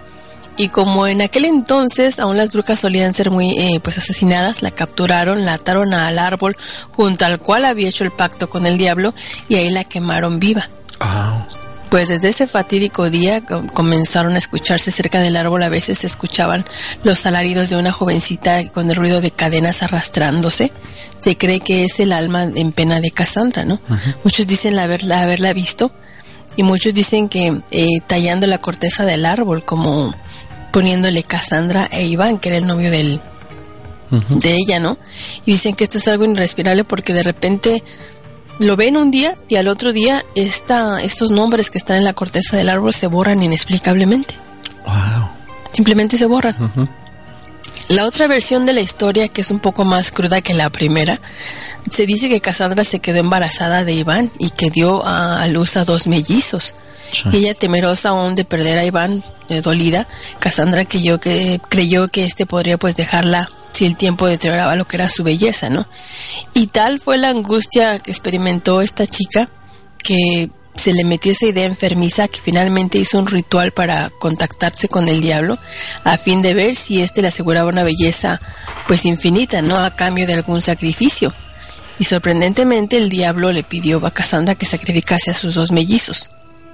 Y como en aquel entonces aún las brujas solían ser muy eh, pues asesinadas, la capturaron, la ataron al árbol junto al cual había hecho el pacto con el diablo y ahí la quemaron viva. Ah. Pues desde ese fatídico día comenzaron a escucharse cerca del árbol, a veces se escuchaban los alaridos de una jovencita con el ruido de cadenas arrastrándose. Se cree que es el alma en pena de Casandra, ¿no? Uh-huh. Muchos dicen haberla, haberla visto y muchos dicen que eh, tallando la corteza del árbol, como poniéndole Casandra e Iván, que era el novio del, uh-huh, de ella, ¿no? Y dicen que esto es algo irrespirable porque de repente lo ven un día y al otro día esta, estos nombres que están en la corteza del árbol se borran inexplicablemente. Wow. Simplemente se borran. Uh-huh. La otra versión de la historia, que es un poco más cruda que la primera, se dice que Casandra se quedó embarazada de Iván y que dio a luz a dos mellizos. Sí. Y ella, temerosa aún de perder a Iván, eh, dolida, Casandra creyó que, creyó que este podría pues dejarla si el tiempo deterioraba lo que era su belleza, ¿no? Y tal fue la angustia que experimentó esta chica que se le metió esa idea enfermiza que finalmente hizo un ritual para contactarse con el diablo a fin de ver si éste le aseguraba una belleza pues infinita, ¿no? A cambio de algún sacrificio. Y sorprendentemente el diablo le pidió a Casandra que sacrificase a sus dos mellizos.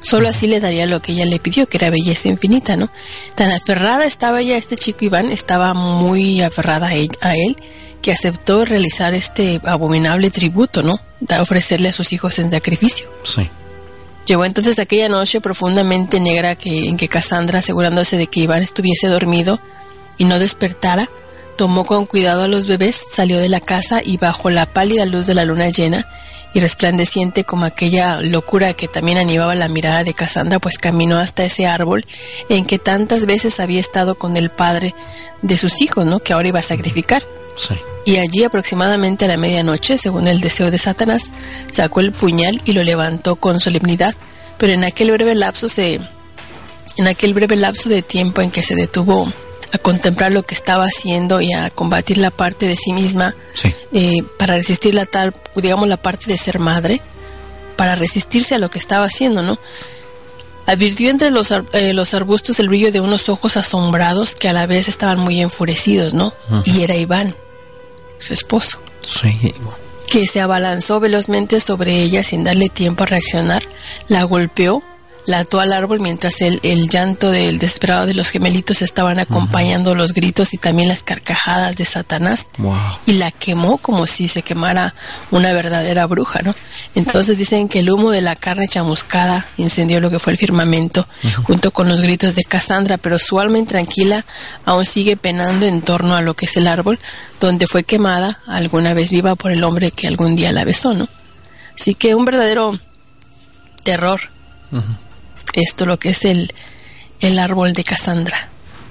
Solo así le daría lo que ella le pidió, que era belleza infinita, ¿no? Tan aferrada estaba ella, este chico Iván, estaba muy aferrada a él, a él que aceptó realizar este abominable tributo, ¿no? Dar, ofrecerle a sus hijos en sacrificio. Sí. Llegó entonces aquella noche profundamente negra que, en que Casandra, asegurándose de que Iván estuviese dormido y no despertara, tomó con cuidado a los bebés, salió de la casa y bajo la pálida luz de la luna llena y resplandeciente como aquella locura que también animaba la mirada de Casandra, pues caminó hasta ese árbol en que tantas veces había estado con el padre de sus hijos, ¿no? Que ahora iba a sacrificar. Sí. Y allí aproximadamente a la medianoche, según el deseo de Satanás, sacó el puñal y lo levantó con solemnidad, pero en aquel breve lapso se, en aquel breve lapso de tiempo en que se detuvo a contemplar lo que estaba haciendo y a combatir la parte de sí misma, sí. eh, para resistir la tal, digamos, la parte de ser madre, para resistirse a lo que estaba haciendo, ¿no? Advirtió entre los, eh, los arbustos el brillo de unos ojos asombrados que a la vez estaban muy enfurecidos, ¿no? Uh-huh. Y era Iván, su esposo, sí. que se abalanzó velozmente sobre ella sin darle tiempo a reaccionar, la golpeó, la ató al árbol mientras el, el llanto del desesperado de los gemelitos estaban acompañando uh-huh. los gritos y también las carcajadas de Satanás. Wow. Y la quemó como si se quemara una verdadera bruja, ¿no? Entonces dicen que el humo de la carne chamuscada incendió lo que fue el firmamento uh-huh. junto con los gritos de Casandra, pero su alma intranquila aún sigue penando en torno a lo que es el árbol donde fue quemada alguna vez viva por el hombre que algún día la besó, ¿no? Así que un verdadero terror. Uh-huh. Esto lo que es el, el árbol de Casandra.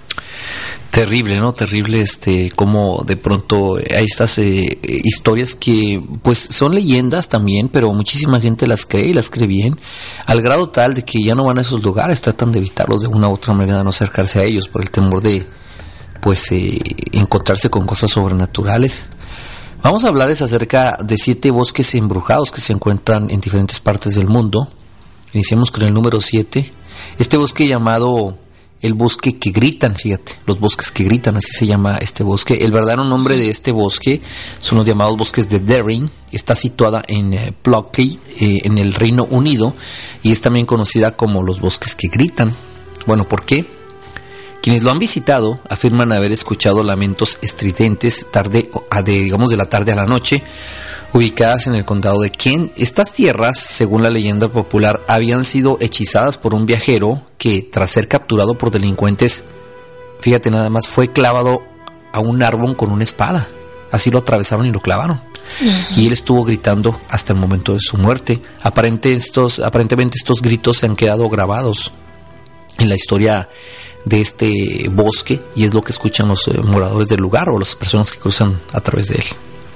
Terrible, ¿no? Terrible, este, como de pronto hay estas eh, historias que, pues, son leyendas también, pero muchísima gente las cree y las cree bien, al grado tal de que ya no van a esos lugares, tratan de evitarlos de una u otra manera, de no acercarse a ellos por el temor de, pues, eh, encontrarse con cosas sobrenaturales. Vamos a hablarles acerca de siete bosques embrujados que se encuentran en diferentes partes del mundo. Iniciamos con el número siete. Este bosque llamado el bosque que gritan, fíjate, los bosques que gritan, así se llama este bosque. El verdadero nombre de este bosque son los llamados bosques de Deering. Está situada en eh, Blockley, eh, en el Reino Unido, y es también conocida como los bosques que gritan. Bueno, ¿por qué? Quienes lo han visitado afirman haber escuchado lamentos estridentes tarde, de, digamos de la tarde a la noche, ubicadas en el condado de Kent. Estas tierras, según la leyenda popular, habían sido hechizadas por un viajero que, tras ser capturado por delincuentes, fíjate nada más, fue clavado a un árbol con una espada. Así lo atravesaron y lo clavaron. Uh-huh. Y él estuvo gritando hasta el momento de su muerte. Aparente estos, aparentemente estos gritos se han quedado grabados en la historia de este bosque, y es lo que escuchan los eh, moradores del lugar o las personas que cruzan a través de él.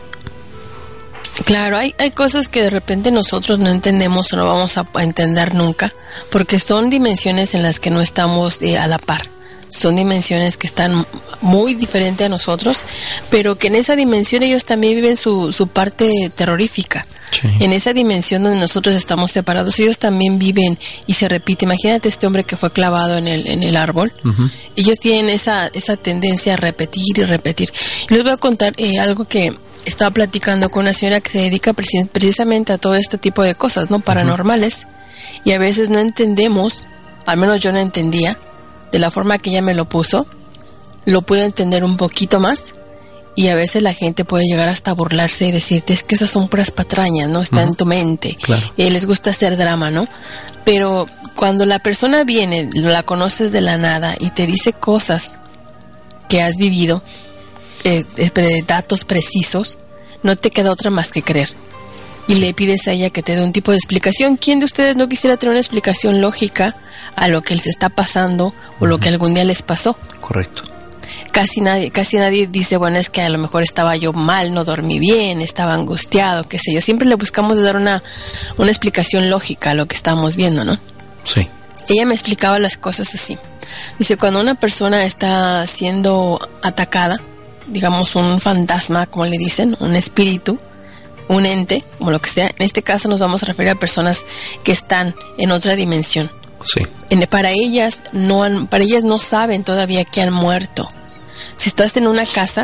Claro, hay, hay cosas que de repente nosotros no entendemos o no vamos a, a entender nunca, porque son dimensiones en las que no estamos eh, a la par. Son dimensiones que están muy diferentes a nosotros, pero que en esa dimensión ellos también viven su, su parte terrorífica. Sí. En esa dimensión donde nosotros estamos separados, ellos también viven y se repite. Imagínate este hombre que fue clavado en el, en el árbol. Uh-huh. Ellos tienen esa, esa tendencia a repetir y repetir. Y les voy a contar eh, algo que estaba platicando con una señora que se dedica precisamente a todo este tipo de cosas, ¿no? Paranormales. Uh-huh. Y a veces no entendemos, al menos yo no entendía, de la forma que ella me lo puso, lo puedo entender un poquito más, y a veces la gente puede llegar hasta burlarse y decirte, es que esas son puras patrañas, ¿no? Está uh-huh. en tu mente. Claro. Eh, les gusta hacer drama, ¿no? Pero cuando la persona viene, la conoces de la nada y te dice cosas que has vivido, eh, eh, datos precisos, no te queda otra más que creer. Y le pides a ella que te dé un tipo de explicación. ¿Quién de ustedes no quisiera tener una explicación lógica a lo que les está pasando o uh-huh. lo que algún día les pasó? Correcto. Casi nadie, casi nadie dice, bueno, es que a lo mejor estaba yo mal, no dormí bien, estaba angustiado, qué sé yo. Siempre le buscamos dar una, una explicación lógica a lo que estamos viendo, ¿no? Sí. Ella me explicaba las cosas así. Dice, cuando una persona está siendo atacada, digamos un fantasma, como le dicen, un espíritu, un ente, como lo que sea, en este caso nos vamos a referir a personas que están en otra dimensión. Sí. En, para ellas no han, para ellas no saben todavía que han muerto. Si estás en una casa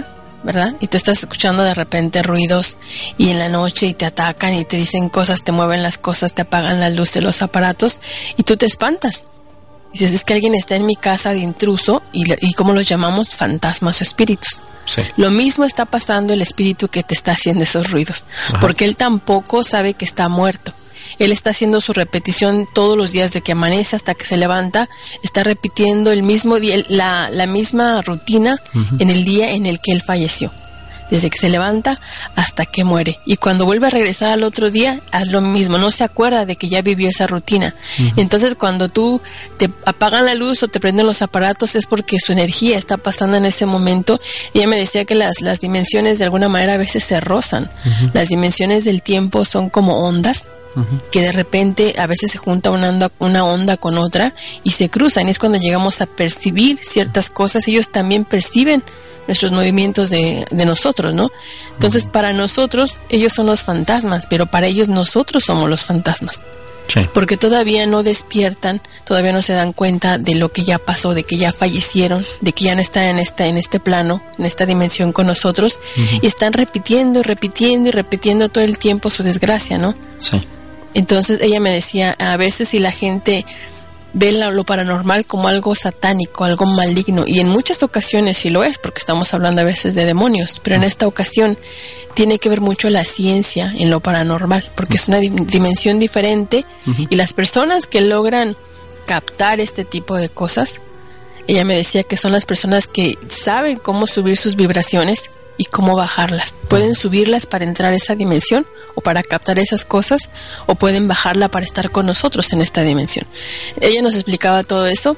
¿verdad? Y tú estás escuchando de repente ruidos y en la noche y te atacan y te dicen cosas, te mueven las cosas, te apagan la luz de los aparatos y tú te espantas. Dices, es que alguien está en mi casa de intruso y, y ¿cómo los llamamos? Fantasmas o espíritus. Sí. Lo mismo está pasando el espíritu que te está haciendo esos ruidos. Ajá. Porque él tampoco sabe que está muerto. Él está haciendo su repetición todos los días de que amanece hasta que se levanta. Está repitiendo el mismo día, la, la misma rutina uh-huh. en el día en el que él falleció. Desde que se levanta hasta que muere. Y cuando vuelve a regresar al otro día, haz lo mismo. No se acuerda de que ya vivió esa rutina. Uh-huh. Entonces, cuando tú te apagan la luz o te prenden los aparatos, es porque su energía está pasando en ese momento. Ella me decía que las, las dimensiones de alguna manera a veces se rozan. Uh-huh. Las dimensiones del tiempo son como ondas. Uh-huh. Que de repente a veces se junta una onda, una onda con otra y se cruzan. Y es cuando llegamos a percibir ciertas cosas. Ellos también perciben nuestros movimientos de, de nosotros, ¿no? Entonces, uh-huh. para nosotros, ellos son los fantasmas, pero para ellos nosotros somos los fantasmas. Sí. Porque todavía no despiertan, todavía no se dan cuenta de lo que ya pasó, de que ya fallecieron, de que ya no están en esta, en este plano, en esta dimensión con nosotros, uh-huh. y están repitiendo y repitiendo y repitiendo todo el tiempo su desgracia, ¿no? Sí. Entonces ella me decía, a veces si la gente ve lo, lo paranormal como algo satánico, algo maligno, y en muchas ocasiones sí lo es, porque estamos hablando a veces de demonios, pero en esta ocasión tiene que ver mucho la ciencia en lo paranormal, porque es una di- dimensión diferente, uh-huh. y las personas que logran captar este tipo de cosas, ella me decía que son las personas que saben cómo subir sus vibraciones y cómo bajarlas. Pueden subirlas para entrar a esa dimensión o para captar esas cosas, o pueden bajarla para estar con nosotros en esta dimensión. Ella nos explicaba todo eso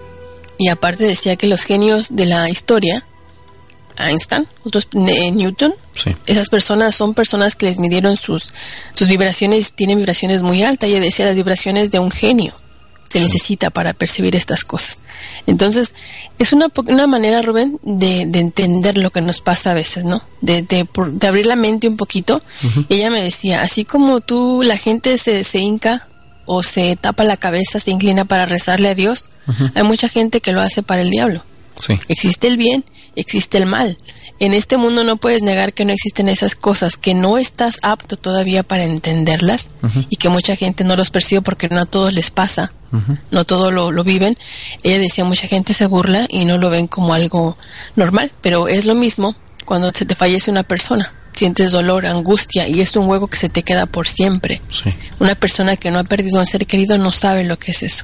y aparte decía que los genios de la historia, Einstein, otros eh, Newton, sí. esas personas son personas que les midieron sus, sus vibraciones, tienen vibraciones muy altas. Ella decía las vibraciones de un genio se necesita para percibir estas cosas. Entonces, es una, una manera, Rubén, de, de entender lo que nos pasa a veces, ¿no? De, de, por, de abrir la mente un poquito. Uh-huh. Ella me decía, así como tú, la gente se, se hinca o se tapa la cabeza, se inclina para rezarle a Dios, uh-huh. hay mucha gente que lo hace para el diablo. Sí. Existe el bien, existe el mal. En este mundo no puedes negar que no existen esas cosas, que no estás apto todavía para entenderlas, uh-huh. y que mucha gente no los percibe porque no a todos les pasa, uh-huh. no todos lo, lo viven. Ella decía, mucha gente se burla y no lo ven como algo normal, pero es lo mismo cuando se te fallece una persona. Sientes dolor, angustia, y es un hueco que se te queda por siempre. Sí. Una persona que no ha perdido un ser querido no sabe lo que es eso.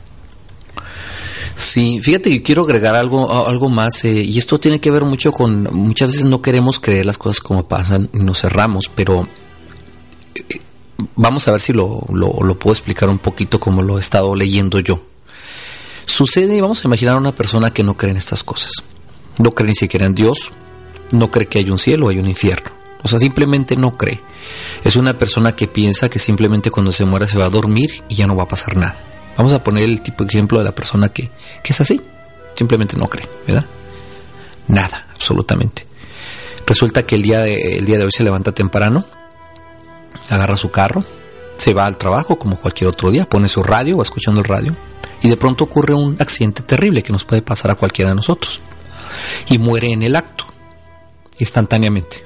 Sí, fíjate que quiero agregar algo algo más, eh, y esto tiene que ver mucho con, muchas veces no queremos creer las cosas como pasan y nos cerramos, pero eh, vamos a ver si lo, lo, lo puedo explicar un poquito como lo he estado leyendo yo. Sucede, vamos a imaginar a una persona que no cree en estas cosas, no cree ni siquiera en Dios, no cree que hay un cielo o hay un infierno, o sea, simplemente no cree. Es una persona que piensa que simplemente cuando se muera se va a dormir y ya no va a pasar nada. Vamos a poner el tipo de ejemplo de la persona que, que es así, simplemente no cree, ¿verdad? Nada, absolutamente. Resulta que el día de, el día de hoy se levanta temprano, agarra su carro, se va al trabajo como cualquier otro día, pone su radio, va escuchando el radio, y de pronto ocurre un accidente terrible que nos puede pasar a cualquiera de nosotros, y muere en el acto, instantáneamente.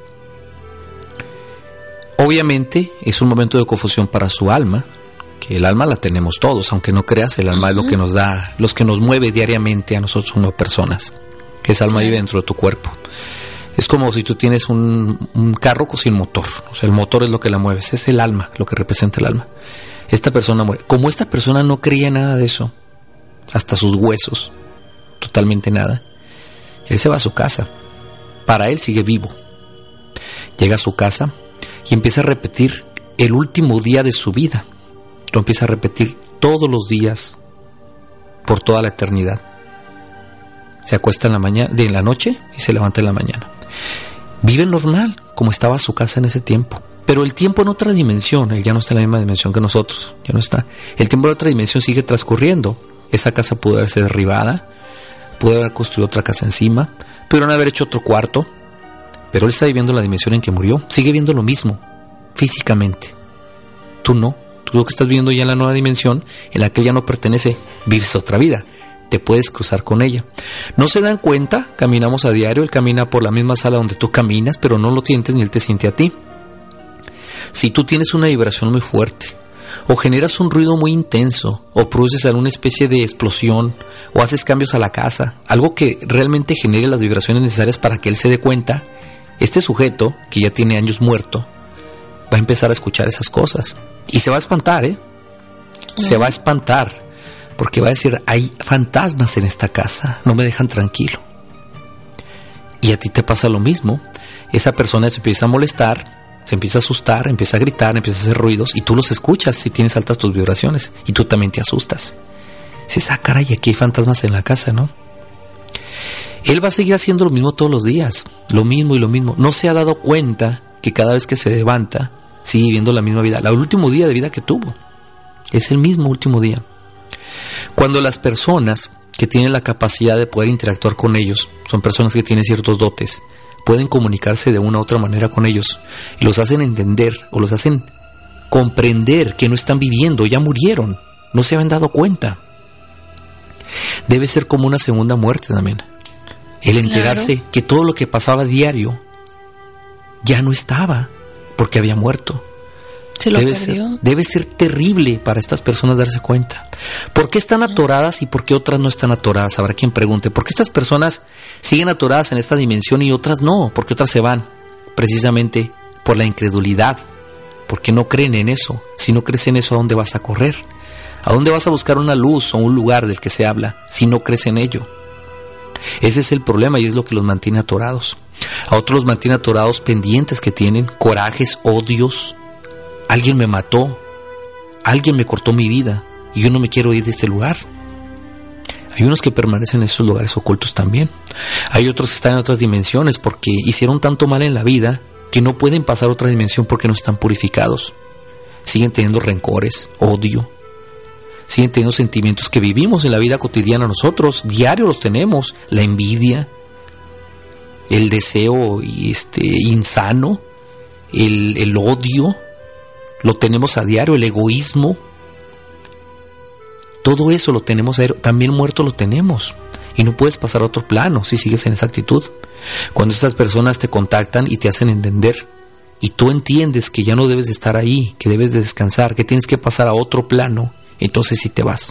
Obviamente es un momento de confusión para su alma, que el alma la tenemos todos, aunque no creas, el alma uh-huh. es lo que nos da, los que nos mueve diariamente a nosotros como personas. Esa alma vive dentro de tu cuerpo. Es como si tú tienes un, un carro sin motor, o sea, el motor es lo que la mueve, es el alma, lo que representa el alma. Esta persona muere. Como esta persona no creía nada de eso, hasta sus huesos, totalmente nada, él se va a su casa. Para él sigue vivo. Llega a su casa y empieza a repetir el último día de su vida. Lo empieza a repetir todos los días por toda la eternidad. Se acuesta en la mañana, en la noche y se levanta en la mañana. Vive normal, como estaba su casa en ese tiempo. Pero el tiempo en otra dimensión, él ya no está en la misma dimensión que nosotros, ya no está. El tiempo en otra dimensión sigue transcurriendo. Esa casa pudo haberse derribada, pudo haber construido otra casa encima, pudieron haber hecho otro cuarto, pero él está viviendo la dimensión en que murió. Sigue viendo lo mismo, físicamente. Tú no. Tú lo que estás viendo ya en la nueva dimensión, en la que él ya no pertenece, vives otra vida. te puedes cruzar con ella. No se dan cuenta, caminamos a diario, él camina por la misma sala donde tú caminas, pero no lo sientes ni él te siente a ti. Si tú tienes una vibración muy fuerte, o generas un ruido muy intenso, o produces alguna especie de explosión, o haces cambios a la casa, algo que realmente genere las vibraciones necesarias para que él se dé cuenta, este sujeto, que ya tiene años muerto, va a empezar a escuchar esas cosas. Y se va a espantar, ¿eh? Se va a espantar, porque va a decir, hay fantasmas en esta casa, no me dejan tranquilo. Y a ti te pasa lo mismo. Esa persona se empieza a molestar, se empieza a asustar, empieza a gritar, empieza a hacer ruidos, y tú los escuchas si tienes altas tus vibraciones, y tú también te asustas. Dices, ah, caray, aquí hay fantasmas en la casa, ¿no? Él va a seguir haciendo lo mismo todos los días, lo mismo y lo mismo. No se ha dado cuenta que cada vez que se levanta, sigue viviendo la misma vida. El último día de vida que tuvo es el mismo último día. Cuando las personas que tienen la capacidad de poder interactuar con ellos, son personas que tienen ciertos dotes, pueden comunicarse de una u otra manera con ellos, y los hacen entender o los hacen comprender que no están viviendo, ya murieron, no se habían dado cuenta. Debe ser como una segunda muerte también. El enterarse claro. que todo lo que pasaba diario ya no estaba, porque había muerto. Se lo debe perdió. Ser, debe ser terrible para estas personas darse cuenta. ¿Por qué están atoradas y por qué otras no están atoradas? Habrá quien pregunte. ¿Por qué estas personas siguen atoradas en esta dimensión y otras no? ¿Por qué otras se van? Precisamente por la incredulidad. Porque no creen en eso. Si no crees en eso, ¿a dónde vas a correr? ¿A dónde vas a buscar una luz o un lugar del que se habla si no crees en ello? Ese es el problema y es lo que los mantiene atorados. A otros los mantiene atorados pendientes que tienen, corajes, odios. Alguien me mató, alguien me cortó mi vida y yo no me quiero ir de este lugar. Hay unos que permanecen en esos lugares ocultos también. Hay otros que están en otras dimensiones porque hicieron tanto mal en la vida que no pueden pasar a otra dimensión porque no están purificados. Siguen teniendo rencores, odio. Siguen teniendo sentimientos que vivimos en la vida cotidiana nosotros. Diario los tenemos. La envidia, el deseo este, insano, el, el odio. Lo tenemos a diario, el egoísmo. Todo eso lo tenemos a diario. También muerto lo tenemos. Y no puedes pasar a otro plano si sigues en esa actitud. Cuando estas personas te contactan y te hacen entender, y tú entiendes que ya no debes de estar ahí, que debes de descansar, que tienes que pasar a otro plano, entonces sí te vas.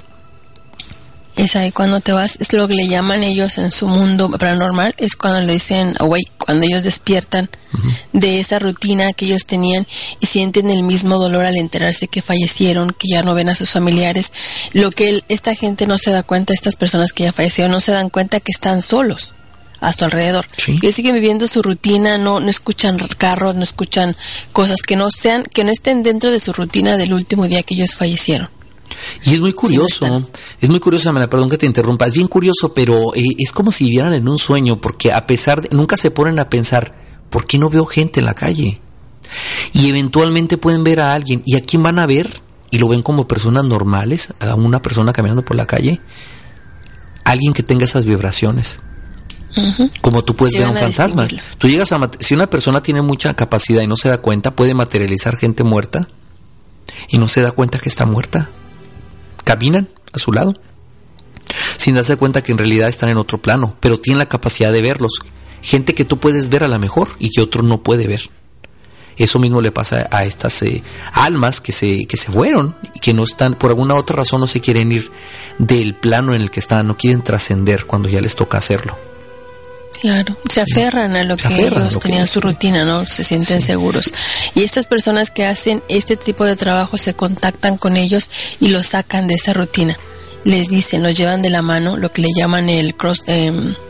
Es ahí cuando te vas, es lo que le llaman ellos en su mundo paranormal, es cuando le dicen awake, cuando ellos despiertan uh-huh. de esa rutina que ellos tenían y sienten el mismo dolor al enterarse que fallecieron, que ya no ven a sus familiares. Lo que el, esta gente no se da cuenta, estas personas que ya fallecieron, no se dan cuenta que están solos a su alrededor. Sí. Ellos siguen viviendo su rutina, no, no escuchan carros, no escuchan cosas que no sean, que no estén dentro de su rutina del último día que ellos fallecieron. Y es muy curioso, sí, es muy curioso, Amela, perdón que te interrumpa, es bien curioso, pero eh, es como si vivieran en un sueño, porque a pesar de, nunca se ponen a pensar, ¿por qué no veo gente en la calle? Y eventualmente pueden ver a alguien, ¿y a quién van a ver? Y lo ven como personas normales, a una persona caminando por la calle, alguien que tenga esas vibraciones. Uh-huh. Como tú puedes sí, ver a un fantasma. Tú llegas a, si una persona tiene mucha capacidad y no se da cuenta, puede materializar gente muerta y no se da cuenta que está muerta. Caminan a su lado sin darse cuenta que en realidad están en otro plano, pero tienen la capacidad de verlos. Gente que tú puedes ver a la mejor y que otro no puede ver. Eso mismo le pasa a estas eh, almas que se, que se fueron y que no están, por alguna otra razón no se quieren ir del plano en el que están, no quieren trascender cuando ya les toca hacerlo. Claro, se aferran a lo se que ellos lo tenían que su rutina, ¿no? Se sienten sí. seguros. Y estas personas que hacen este tipo de trabajo se contactan con ellos y los sacan de esa rutina. Les dicen, los llevan de la mano, lo que le llaman el cross... Eh,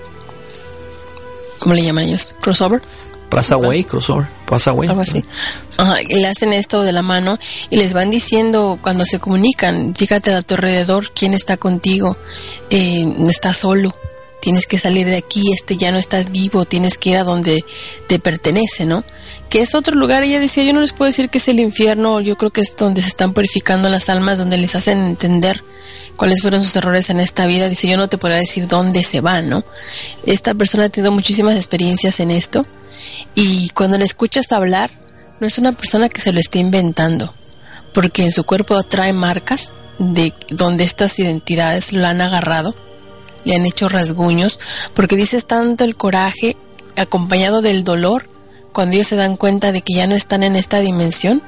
¿Cómo le llaman ellos? ¿Crossover? Passaway, crossover, passaway. Algo así. Ajá, y le hacen esto de la mano y les van diciendo cuando se comunican, fíjate a tu alrededor, quién está contigo, eh, no estás solo. Tienes que salir de aquí, este ya no estás vivo, tienes que ir a donde te pertenece, ¿no? Que es otro lugar. Ella decía, yo no les puedo decir que es el infierno, yo creo que es donde se están purificando las almas, donde les hacen entender cuáles fueron sus errores en esta vida. Dice, yo no te podría decir dónde se van, ¿no? Esta persona ha tenido muchísimas experiencias en esto y cuando le escuchas hablar, no es una persona que se lo esté inventando, porque en su cuerpo trae marcas de donde estas identidades lo han agarrado le han hecho rasguños, porque dices tanto el coraje acompañado del dolor cuando ellos se dan cuenta de que ya no están en esta dimensión,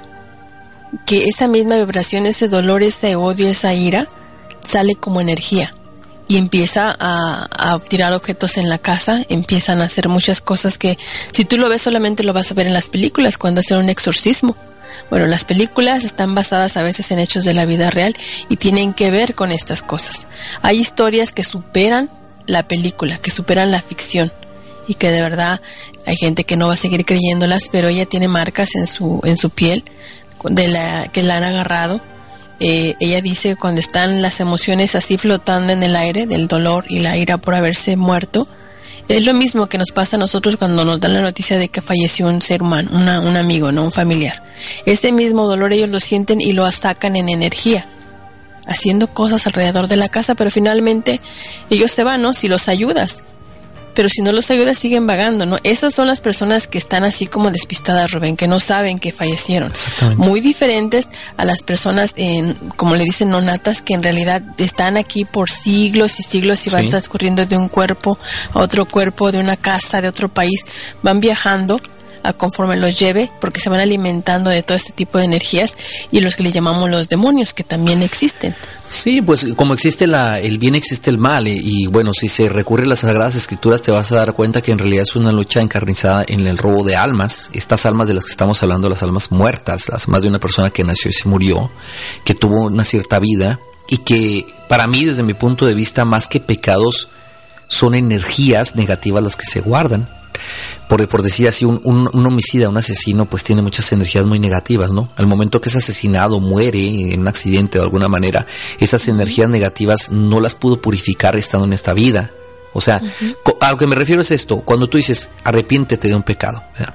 que esa misma vibración, ese dolor, ese odio, esa ira sale como energía y empieza a, a tirar objetos en la casa, empiezan a hacer muchas cosas que si tú lo ves solamente lo vas a ver en las películas cuando hacen un exorcismo. Bueno, las películas están basadas a veces en hechos de la vida real y tienen que ver con estas cosas. Hay historias que superan la película, que superan la ficción y que de verdad hay gente que no va a seguir creyéndolas, pero ella tiene marcas en su en su piel de la que la han agarrado. Eh, ella dice que cuando están las emociones así flotando en el aire del dolor y la ira por haberse muerto, es lo mismo que nos pasa a nosotros cuando nos dan la noticia de que falleció un ser humano, una, un amigo, no un familiar. Ese mismo dolor ellos lo sienten y lo sacan en energía, haciendo cosas alrededor de la casa, pero finalmente ellos se van, ¿no? Si los ayudas. Pero si no los ayudas siguen vagando, ¿no? Esas son las personas que están así como despistadas, Rubén, que no saben que fallecieron. Muy diferentes a las personas, en, como le dicen, no natas, que en realidad están aquí por siglos y siglos y van sí. transcurriendo de un cuerpo a otro cuerpo, de una casa, de otro país, van viajando a conforme los lleve, porque se van alimentando de todo este tipo de energías y los que le llamamos los demonios, que también existen. Sí, pues como existe la, el bien, existe el mal, y, y bueno, si se recurre a las Sagradas Escrituras te vas a dar cuenta que en realidad es una lucha encarnizada en el robo de almas, estas almas de las que estamos hablando, las almas muertas, las almas de una persona que nació y se murió, que tuvo una cierta vida y que para mí, desde mi punto de vista, más que pecados, son energías negativas las que se guardan. Por, por decir así, un, un, un homicida, un asesino, pues tiene muchas energías muy negativas, ¿no? Al momento que es asesinado, muere en un accidente de alguna manera, esas energías negativas no las pudo purificar estando en esta vida. O sea, uh-huh. a lo que me refiero es esto, cuando tú dices, arrepiéntete de un pecado, ¿verdad?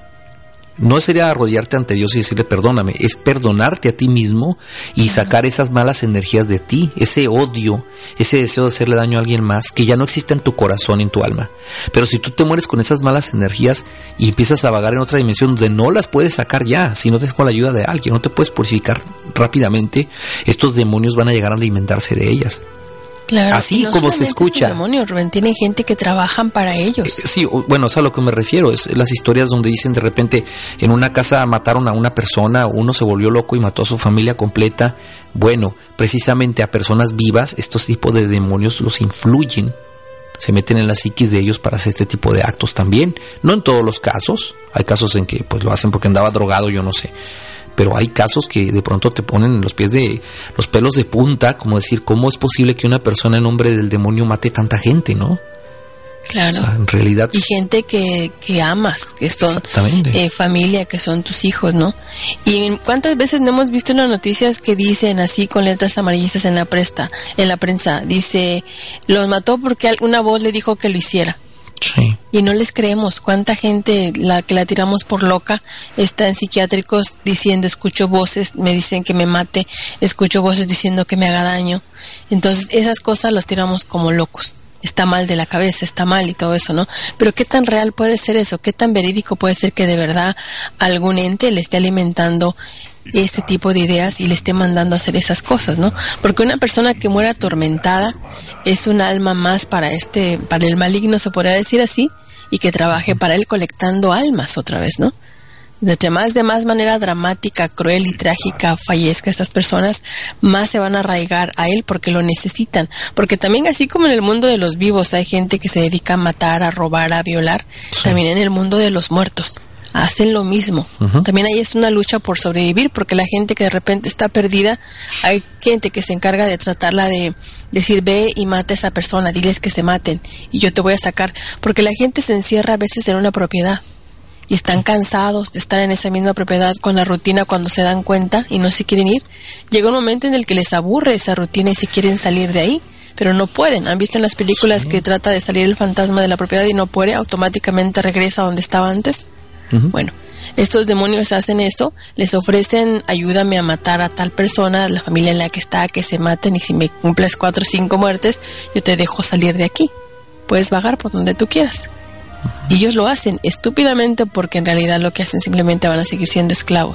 No sería arrodillarte ante Dios y decirle perdóname, es perdonarte a ti mismo y sacar esas malas energías de ti, ese odio, ese deseo de hacerle daño a alguien más que ya no existe en tu corazón y en tu alma. Pero si tú te mueres con esas malas energías y empiezas a vagar en otra dimensión donde no las puedes sacar ya, si no te es con la ayuda de alguien, no te puedes purificar rápidamente, estos demonios van a llegar a alimentarse de ellas. Claro, así no como se escucha. Demonios, Rubén, tienen gente que trabajan para ellos. Eh, sí, bueno, es a lo que me refiero, es las historias donde dicen de repente en una casa mataron a una persona, uno se volvió loco y mató a su familia completa. Bueno, precisamente a personas vivas, estos tipos de demonios los influyen, se meten en la psiquis de ellos para hacer este tipo de actos también. No en todos los casos, hay casos en que pues lo hacen porque andaba drogado, yo no sé. Pero hay casos que de pronto te ponen los pies de los pelos de punta, como decir, ¿cómo es posible que una persona en nombre del demonio mate tanta gente, no? Claro. O sea, en realidad. Y gente que, que amas, que son eh, familia, que son tus hijos, ¿no? Y cuántas veces no hemos visto en las noticias que dicen así con letras amarillistas en la presta, en la prensa, dice, los mató porque una voz le dijo que lo hiciera. Sí. Y no les creemos. Cuánta gente la que la tiramos por loca está en psiquiátricos diciendo, escucho voces, me dicen que me mate, escucho voces diciendo que me haga daño. Entonces esas cosas las tiramos como locos. Está mal de la cabeza, está mal y todo eso, ¿no? Pero qué tan real puede ser eso, qué tan verídico puede ser que de verdad algún ente le esté alimentando ese tipo de ideas y le esté mandando a hacer esas cosas, ¿no? Porque una persona que muera atormentada es un alma más para este, para el maligno, se podría decir así, y que trabaje para él colectando almas otra vez, ¿no? De más de más manera dramática, cruel y trágica fallezca estas personas, más se van a arraigar a él porque lo necesitan. Porque también, así como en el mundo de los vivos hay gente que se dedica a matar, a robar, a violar, sí. También en el mundo de los muertos hacen lo mismo. Uh-huh. También ahí es una lucha por sobrevivir, porque la gente que de repente está perdida, hay gente que se encarga de tratarla de decir, ve y mata a esa persona, diles que se maten y yo te voy a sacar, porque la gente se encierra a veces en una propiedad y están cansados de estar en esa misma propiedad con la rutina. Cuando se dan cuenta y no se quieren ir, llega un momento en el que les aburre esa rutina y se quieren salir de ahí, pero no pueden. ¿Han visto en las películas sí. que trata de salir el fantasma de la propiedad y no puede, automáticamente regresa a donde estaba antes? Uh-huh. Bueno, estos demonios hacen eso, les ofrecen, ayúdame a matar a tal persona, la familia en la que está, que se maten, y si me cumples cuatro o cinco muertes, yo te dejo salir de aquí, puedes vagar por donde tú quieras. Uh-huh. Y ellos lo hacen estúpidamente, porque en realidad lo que hacen, simplemente van a seguir siendo esclavos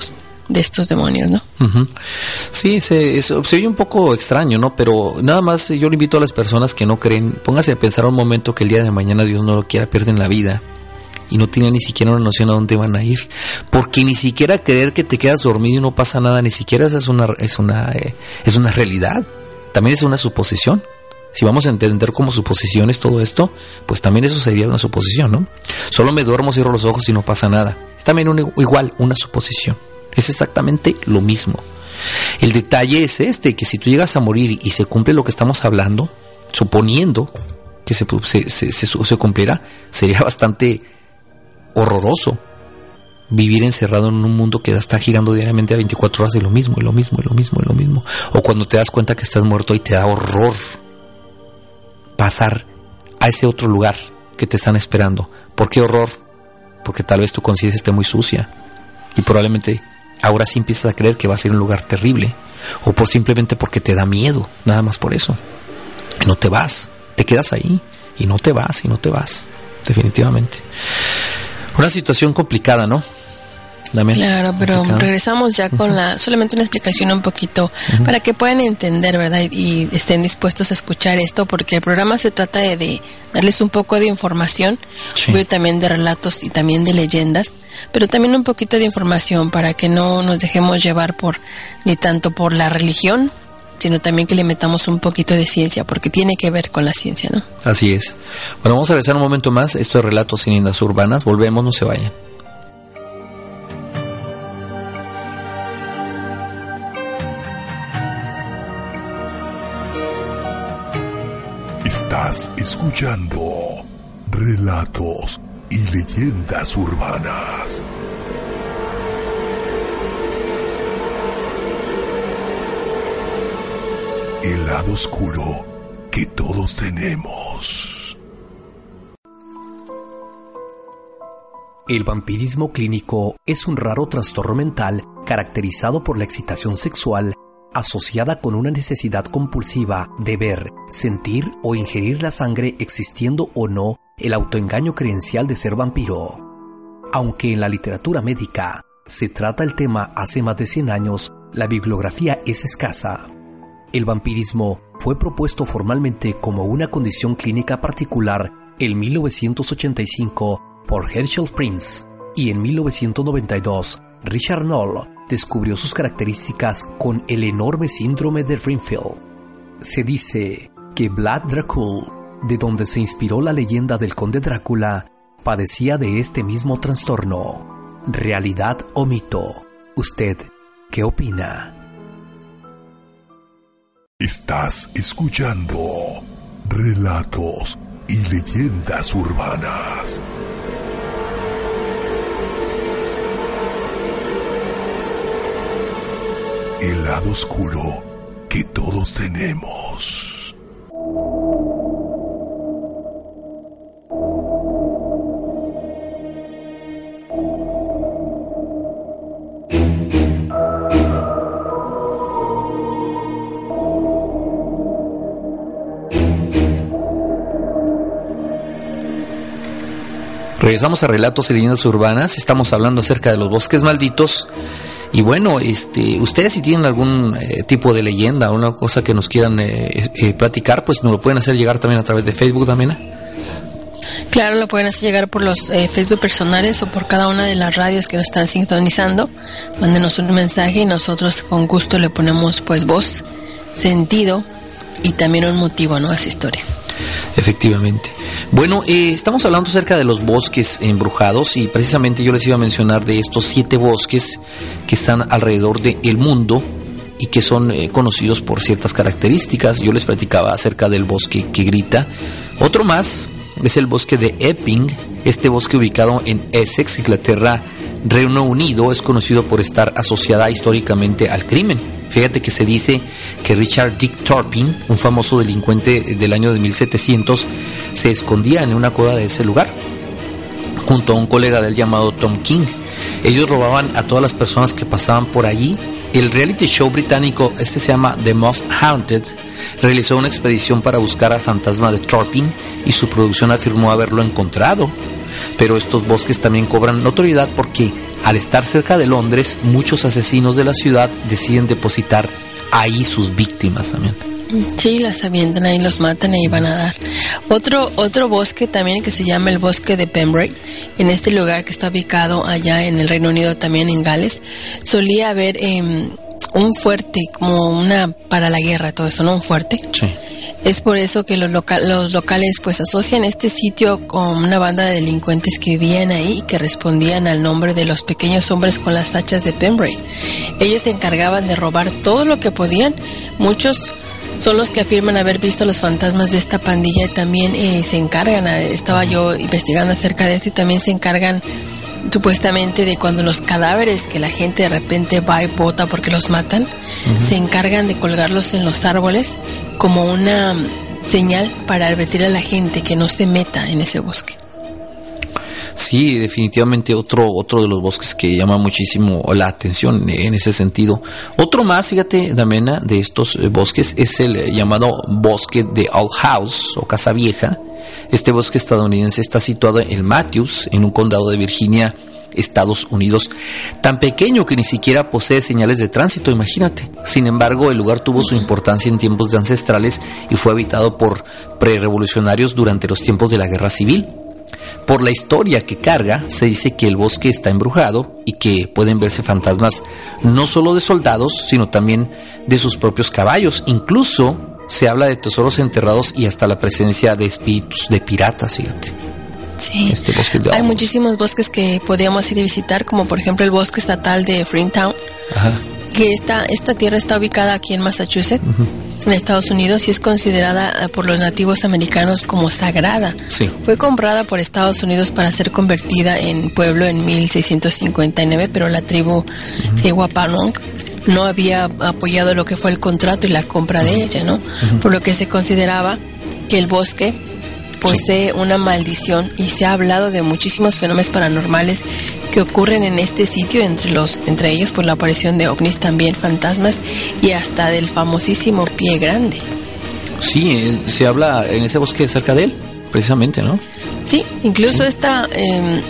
de estos demonios, ¿no? Uh-huh. Sí, se, se, se oye un poco extraño, ¿no? Pero nada más yo le invito a las personas que no creen, póngase a pensar un momento que el día de mañana Dios no lo quiera, pierden la vida y no tienen ni siquiera una noción a dónde van a ir, porque ni siquiera creer que te quedas dormido y no pasa nada, ni siquiera esa es una es una eh, es una realidad, también es una suposición. Si vamos a entender como suposiciones todo esto, pues también eso sería una suposición, ¿no? Solo me duermo, cierro los ojos y no pasa nada. Es también un, igual una suposición. Es exactamente lo mismo. El detalle es este, que si tú llegas a morir y se cumple lo que estamos hablando, suponiendo que se, se, se, se, se cumpliera, sería bastante horroroso vivir encerrado en un mundo que está girando diariamente a veinticuatro horas de lo mismo, y lo mismo, y lo mismo, y lo mismo. O cuando te das cuenta que estás muerto y te da horror pasar a ese otro lugar que te están esperando. ¿Por qué horror? Porque tal vez tu conciencia esté muy sucia y probablemente ahora sí empiezas a creer que va a ser un lugar terrible, o por simplemente porque te da miedo, nada más por eso. Y no te vas, te quedas ahí y no te vas y no te vas, definitivamente. Una situación complicada, ¿no? Dame. Claro, pero complicado. Regresamos ya con uh-huh. la solamente una explicación un poquito uh-huh. para que puedan entender, ¿verdad? Y, y estén dispuestos a escuchar esto, porque el programa se trata de, de darles un poco de información, sí. Obvio también de relatos y también de leyendas, pero también un poquito de información para que no nos dejemos llevar por ni tanto por la religión, sino también que le metamos un poquito de ciencia, porque tiene que ver con la ciencia, ¿no? Así es. Bueno, vamos a regresar un momento más. Esto es Relatos y Leyendas Urbanas. Volvemos, no se vayan. Estás escuchando Relatos y Leyendas Urbanas. El lado oscuro que todos tenemos. El vampirismo clínico es un raro trastorno mental caracterizado por la excitación sexual asociada con una necesidad compulsiva de ver, sentir o ingerir la sangre, existiendo o no el autoengaño creencial de ser vampiro. Aunque en la literatura médica se trata el tema hace más de cien años, la bibliografía es escasa. El vampirismo fue propuesto formalmente como una condición clínica particular en mil novecientos ochenta y cinco por Herschel Prince, y en mil novecientos noventa y dos Richard Knoll descubrió sus características con el enorme síndrome de Renfield. Se dice que Vlad Dracul, de donde se inspiró la leyenda del conde Drácula, padecía de este mismo trastorno. ¿Realidad o mito? ¿Usted qué opina? Estás escuchando Relatos y Leyendas Urbanas. El lado oscuro que todos tenemos. Regresamos a Relatos y Leyendas Urbanas. Estamos hablando acerca de los bosques malditos. Y bueno, este, ustedes si tienen algún eh, tipo de leyenda o una cosa que nos quieran eh, eh, platicar, pues nos lo pueden hacer llegar también a través de Facebook, Damena. Claro, lo pueden hacer llegar por los eh, Facebook personales o por cada una de las radios que nos están sintonizando. Mándenos un mensaje y nosotros con gusto le ponemos pues voz, sentido y también un motivo, ¿no?, a su historia. Efectivamente. Bueno, eh, estamos hablando acerca de los bosques embrujados y precisamente yo les iba a mencionar de estos siete bosques que están alrededor del mundo y que son eh, conocidos por ciertas características. Yo les platicaba acerca del bosque que grita. Otro más es el bosque de Epping. Este bosque, ubicado en Essex, Inglaterra, Reino Unido, es conocido por estar asociada históricamente al crimen. Fíjate que se dice que Richard Dick Turpin, un famoso delincuente del año de mil setecientos, se escondía en una cueva de ese lugar, junto a un colega de él llamado Tom King. Ellos robaban a todas las personas que pasaban por allí. El reality show británico, este se llama The Most Haunted, realizó una expedición para buscar al fantasma de Turpin y su producción afirmó haberlo encontrado. Pero estos bosques también cobran notoriedad porque al estar cerca de Londres, muchos asesinos de la ciudad deciden depositar ahí sus víctimas también. Sí, las avientan ahí, los matan y ahí van a dar. Otro otro bosque también que se llama el bosque de Pembroke, en este lugar que está ubicado allá en el Reino Unido, también en Gales, solía haber eh, un fuerte, como una para la guerra, todo eso, ¿no? Un fuerte. Sí. Es por eso que los, loca- los locales pues asocian este sitio con una banda de delincuentes que vivían ahí y que respondían al nombre de los pequeños hombres con las hachas de Pembroke. Ellos se encargaban de robar todo lo que podían. Muchos son los que afirman haber visto los fantasmas de esta pandilla y también eh, se encargan, eh, estaba yo investigando acerca de eso, y también se encargan supuestamente de cuando los cadáveres que la gente de repente va y bota porque los matan, uh-huh. se encargan de colgarlos en los árboles como una señal para advertir a la gente que no se meta en ese bosque. Sí, definitivamente otro otro de los bosques que llama muchísimo la atención en ese sentido. Otro más, fíjate, Damena, de estos eh, bosques es el llamado bosque de Old House o Casa Vieja. Este bosque estadounidense está situado en Matthews, en un condado de Virginia, Estados Unidos, tan pequeño que ni siquiera posee señales de tránsito, imagínate. Sin embargo, el lugar tuvo su importancia en tiempos de ancestrales y fue habitado por prerevolucionarios durante los tiempos de la Guerra Civil. Por la historia que carga, se dice que el bosque está embrujado y que pueden verse fantasmas no solo de soldados, sino también de sus propios caballos. Incluso se habla de tesoros enterrados y hasta la presencia de espíritus de piratas, fíjate. Sí, este bosque de hay muchísimos bosques que podríamos ir a visitar, como por ejemplo el bosque estatal de Freetown. Ajá. Que esta, esta tierra está ubicada aquí en Massachusetts, uh-huh. en Estados Unidos, y es considerada por los nativos americanos como sagrada. Sí. Fue comprada por Estados Unidos para ser convertida en pueblo en mil seiscientos cincuenta y nueve, pero la tribu uh-huh. eh, Wampanoag no había apoyado lo que fue el contrato y la compra de ella, ¿no? Uh-huh. Por lo que se consideraba que el bosque posee sí. una maldición, y se ha hablado de muchísimos fenómenos paranormales que ocurren en este sitio, entre los entre ellos por la aparición de ovnis, también fantasmas y hasta del famosísimo Pie Grande. Sí, eh, se habla en ese bosque cerca de él, precisamente, ¿no? Sí, incluso sí. esta eh,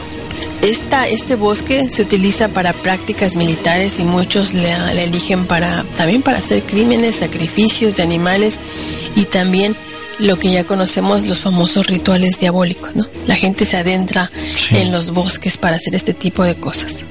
esta este bosque se utiliza para prácticas militares y muchos le, le eligen para también para hacer crímenes, sacrificios de animales y también lo que ya conocemos, los famosos rituales diabólicos, ¿no? La gente se adentra sí. en los bosques para hacer este tipo de cosas.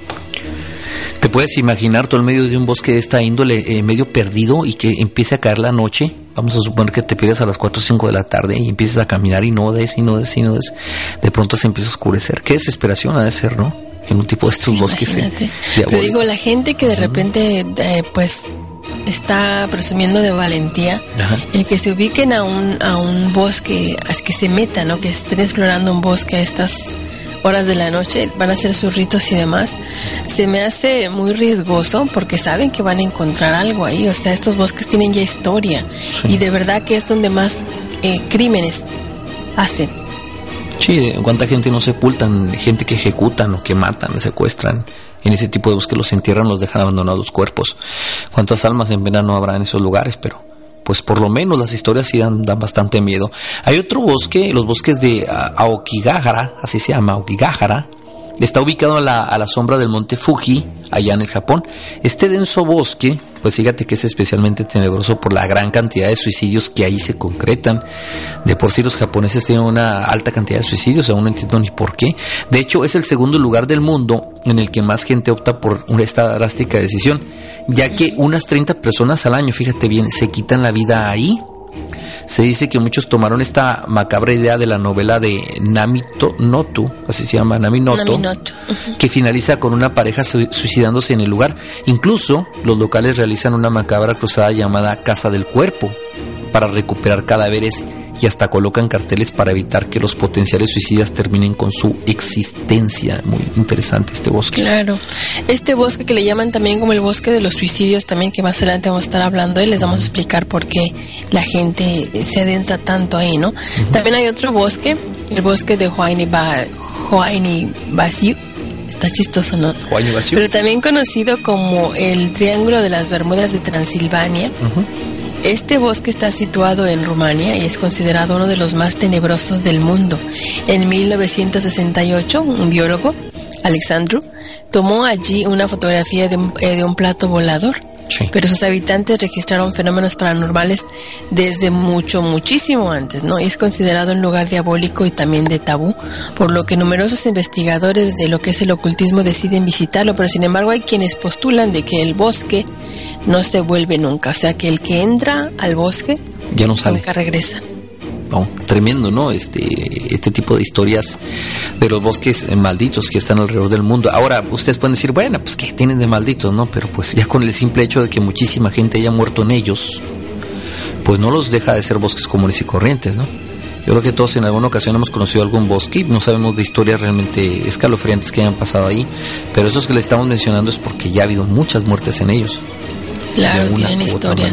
¿Te puedes imaginar tú en medio de un bosque de esta índole, eh, medio perdido, y que empiece a caer la noche? Vamos a suponer que te pierdes a las cuatro o cinco de la tarde y empiezas a caminar y no des, y no des, y no des. De pronto se empieza a oscurecer. Qué desesperación ha de ser, ¿no? En un tipo de estos sí, bosques. Eh, Pero digo, la gente que de repente, eh, pues... está presumiendo de valentía, ajá. el que se ubiquen a un a un bosque, es que se metan, ¿no? Que estén explorando un bosque a estas horas de la noche, van a hacer sus ritos y demás, se me hace muy riesgoso porque saben que van a encontrar algo ahí. O sea, estos bosques tienen ya historia sí. y de verdad que es donde más eh, crímenes hacen. Sí, cuánta gente no sepultan, gente que ejecutan o que matan, secuestran. En ese tipo de bosques los entierran, los dejan abandonados los cuerpos. Cuántas almas en pena no habrá en esos lugares, pero pues por lo menos las historias sí dan, dan bastante miedo. Hay otro bosque, los bosques de uh, Aokigahara, así se llama, Aokigahara. Está ubicado a la, a la sombra del monte Fuji, allá en el Japón. Este denso bosque, pues fíjate que es especialmente tenebroso por la gran cantidad de suicidios que ahí se concretan. De por sí los japoneses tienen una alta cantidad de suicidios, aún no entiendo ni por qué. De hecho, es el segundo lugar del mundo en el que más gente opta por esta drástica decisión, ya que unas treinta personas al año, fíjate bien, se quitan la vida ahí. Se dice que muchos tomaron esta macabra idea de la novela de Namito Notu, así se llama, Naminoto, Naminoto. Uh-huh. que finaliza con una pareja su- suicidándose en el lugar. Incluso los locales realizan una macabra cruzada llamada Casa del Cuerpo para recuperar cadáveres y hasta colocan carteles para evitar que los potenciales suicidas terminen con su existencia. Muy interesante este bosque. Claro, este bosque que le llaman también como el bosque de los suicidios, también que más adelante vamos a estar hablando y les vamos a explicar por qué la gente se adentra tanto ahí, ¿no? Uh-huh. También hay otro bosque, el bosque de Huayni ba- Basiu. Está chistoso, ¿no? Huayni Basiu. Pero también conocido como el Triángulo de las Bermudas de Transilvania. Uh-huh. Este bosque está situado en Rumania y es considerado uno de los más tenebrosos del mundo. En mil novecientos sesenta y ocho, un biólogo, Alexandru, tomó allí una fotografía de un, eh, de un plato volador. Sí. Pero sus habitantes registraron fenómenos paranormales desde mucho, muchísimo antes, ¿no? Es considerado un lugar diabólico y también de tabú, por lo que numerosos investigadores de lo que es el ocultismo deciden visitarlo, pero sin embargo hay quienes postulan de que el bosque no se vuelve nunca, o sea que el que entra al bosque ya no sale. Nunca regresa. Oh, tremendo, ¿no? Este, este tipo de historias de los bosques malditos que están alrededor del mundo. Ahora, ustedes pueden decir, bueno, pues ¿qué tienen de malditos, no? Pero pues ya con el simple hecho de que muchísima gente haya muerto en ellos, pues no los deja de ser bosques comunes y corrientes, ¿no? Yo creo que todos en alguna ocasión hemos conocido algún bosque y no sabemos de historias realmente escalofriantes que hayan pasado ahí, pero esos que les estamos mencionando es porque ya ha habido muchas muertes en ellos. Claro, tienen historia.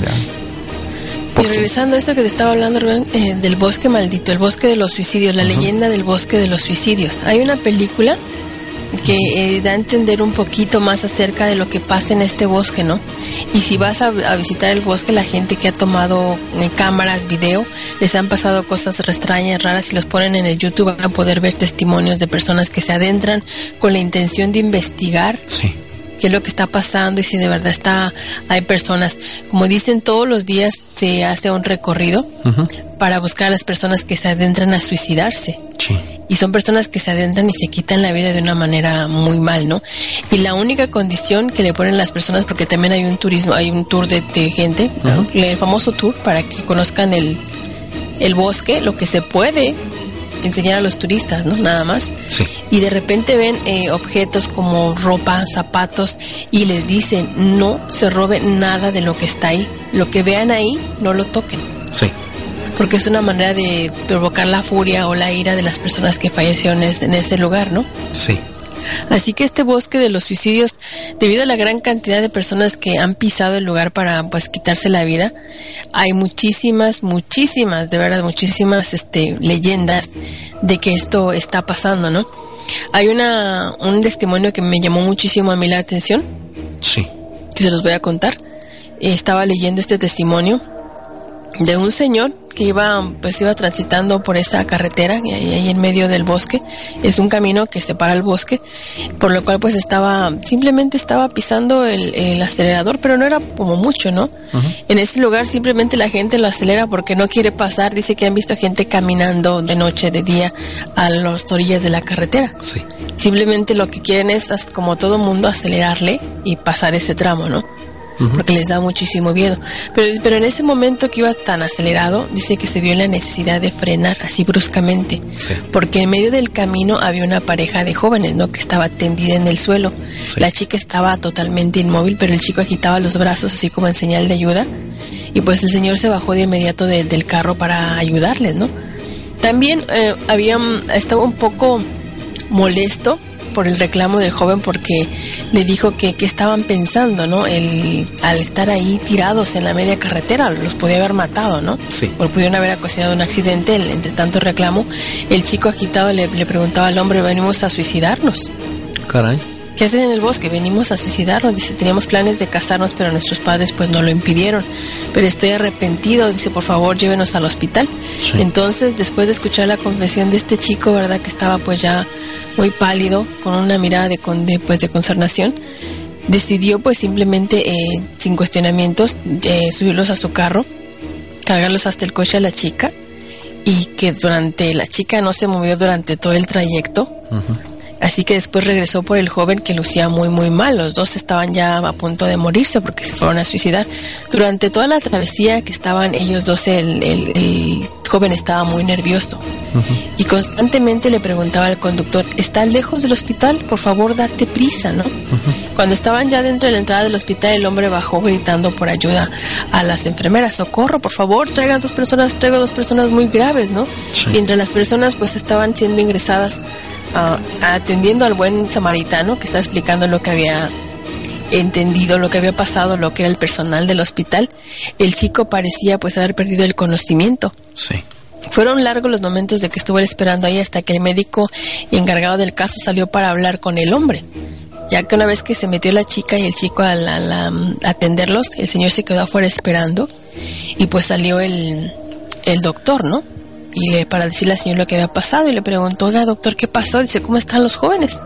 Y regresando a esto que te estaba hablando, Rubén, eh, del bosque maldito, el bosque de los suicidios, la uh-huh. leyenda del bosque de los suicidios. Hay una película que eh, da a entender un poquito más acerca de lo que pasa en este bosque, ¿no? Y si vas a, a visitar el bosque, la gente que ha tomado eh, cámaras, video, les han pasado cosas extrañas, raras, y los ponen en el YouTube, van a poder ver testimonios de personas que se adentran con la intención de investigar. Sí. Qué es lo que está pasando y si de verdad está hay personas, como dicen, todos los días se hace un recorrido uh-huh. para buscar a las personas que se adentran a suicidarse. Sí. Y son personas que se adentran y se quitan la vida de una manera muy mal, ¿no? Y la única condición que le ponen las personas, porque también hay un turismo, hay un tour de, de gente, ¿no? Uh-huh. El famoso tour para que conozcan el, el bosque, lo que se puede enseñar a los turistas, ¿no? Nada más. Sí. Y de repente ven eh, objetos como ropa, zapatos, y les dicen, no se roben nada de lo que está ahí. Lo que vean ahí, no lo toquen. Sí. Porque es una manera de provocar la furia o la ira de las personas que fallecieron en ese lugar, ¿no? Sí. Así que este bosque de los suicidios, debido a la gran cantidad de personas que han pisado el lugar para pues quitarse la vida, hay muchísimas, muchísimas, de verdad, muchísimas este, leyendas de que esto está pasando, ¿no? Hay una un testimonio que me llamó muchísimo a mí la atención. Sí. Que se los voy a contar. Eh, estaba leyendo este testimonio de un señor que iba pues iba transitando por esa carretera y ahí, ahí en medio del bosque. Es un camino que separa el bosque, por lo cual pues estaba simplemente estaba pisando el, el acelerador, pero no era como mucho, ¿no? Uh-huh. En ese lugar simplemente la gente lo acelera porque no quiere pasar. Dice que han visto gente caminando de noche, de día a las orillas de la carretera. Sí. Simplemente lo que quieren es, como todo mundo, acelerarle y pasar ese tramo, ¿no? Uh-huh. Porque les da muchísimo miedo. Pero, pero en ese momento que iba tan acelerado, dice que se vio la necesidad de frenar así bruscamente. Sí. Porque en medio del camino había una pareja de jóvenes, ¿no? Que estaba tendida en el suelo. Sí. La chica estaba totalmente inmóvil, pero el chico agitaba los brazos así como en señal de ayuda. Y pues el señor se bajó de inmediato de, del carro para ayudarles, ¿no? También eh, había, estaba un poco molesto por el reclamo del joven, porque le dijo que, que estaban pensando, ¿no? El, al estar ahí tirados en la media carretera, los podía haber matado, ¿no? Sí. O pudieron haber ocasionado un accidente. El, entre tanto reclamo, el chico agitado le, le preguntaba al hombre, venimos a suicidarnos. Caray. ¿Qué hacen en el bosque? Venimos a suicidarnos. Dice, teníamos planes de casarnos, pero nuestros padres pues no lo impidieron. Pero estoy arrepentido. Dice, por favor, llévenos al hospital. Sí. Entonces, después de escuchar la confesión de este chico, ¿verdad? Que estaba pues ya muy pálido, con una mirada de, de, pues, de consternación, decidió pues simplemente, eh, sin cuestionamientos, eh, subirlos a su carro, cargarlos hasta el coche a la chica, y que durante, la chica no se movió durante todo el trayecto. Uh-huh. Así que después regresó por el joven, que lucía muy muy mal. Los dos estaban ya a punto de morirse porque se fueron a suicidar. Durante toda la travesía que estaban ellos dos, el, el, el joven estaba muy nervioso. Uh-huh. Y constantemente le preguntaba al conductor, ¿estás lejos del hospital? Por favor, date prisa, ¿no? Uh-huh. Cuando estaban ya dentro de la entrada del hospital, el hombre bajó gritando por ayuda a las enfermeras. Socorro, por favor, traigan dos personas, traigo dos personas muy graves, ¿no? Sí. Mientras las personas pues estaban siendo ingresadas, Uh, atendiendo al buen samaritano que estaba explicando lo que había entendido, lo que había pasado, lo que era el personal del hospital, el chico parecía pues haber perdido el conocimiento. Sí. Fueron largos los momentos de que estuvo esperando ahí hasta que el médico encargado del caso salió para hablar con el hombre. Ya que una vez que se metió la chica y el chico a, la, a, la, a atenderlos, el señor se quedó afuera esperando y pues salió el, el doctor, ¿no? Y le, para decirle al señor lo que había pasado, y le preguntó, oiga, doctor, ¿qué pasó? Dice, ¿cómo están los jóvenes?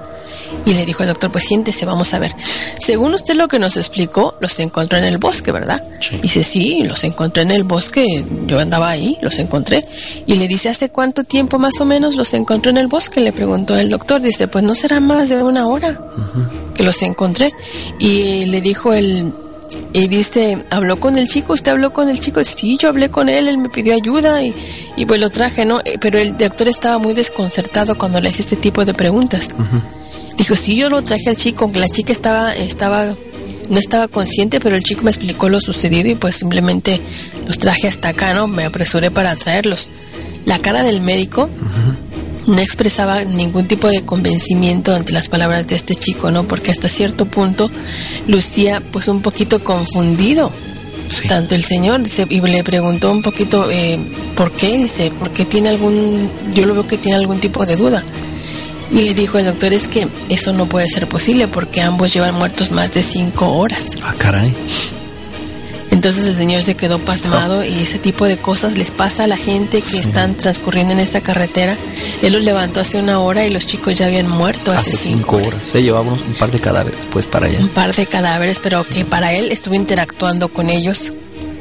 Y le dijo el doctor, pues siéntese, vamos a ver. Según usted lo que nos explicó, los encontró en el bosque, ¿verdad? Sí. Y dice, sí, los encontré en el bosque, yo andaba ahí, los encontré. Y le dice, ¿hace cuánto tiempo más o menos los encontró en el bosque? Le preguntó el doctor, dice, pues no será más de una hora uh-huh. que los encontré. Y le dijo el... Y dice, ¿habló con el chico? ¿Usted habló con el chico? Sí, yo hablé con él, él me pidió ayuda y, y pues lo traje, ¿no? Pero el doctor estaba muy desconcertado cuando le hice este tipo de preguntas. Uh-huh. Dijo, sí, yo lo traje al chico, la chica estaba, estaba, no estaba consciente, pero el chico me explicó lo sucedido y pues simplemente los traje hasta acá, ¿no? Me apresuré para traerlos. La cara del médico uh-huh. no expresaba ningún tipo de convencimiento ante las palabras de este chico, ¿no? Porque hasta cierto punto lucía pues un poquito confundido. Sí. Tanto el señor, dice, y le preguntó un poquito eh, ¿por qué? Dice, porque tiene algún, yo lo veo que tiene algún tipo de duda. Y le dijo el doctor, es que eso no puede ser posible porque ambos llevan muertos más de cinco horas. Ah, caray. Entonces el señor se quedó pasmado y ese tipo de cosas les pasa a la gente que sí. están transcurriendo en esta carretera. Él los levantó hace una hora y los chicos ya habían muerto hace, hace cinco, cinco horas. horas. Se llevaba un par de cadáveres pues para allá. Un par de cadáveres, pero que para él estuvo interactuando con ellos.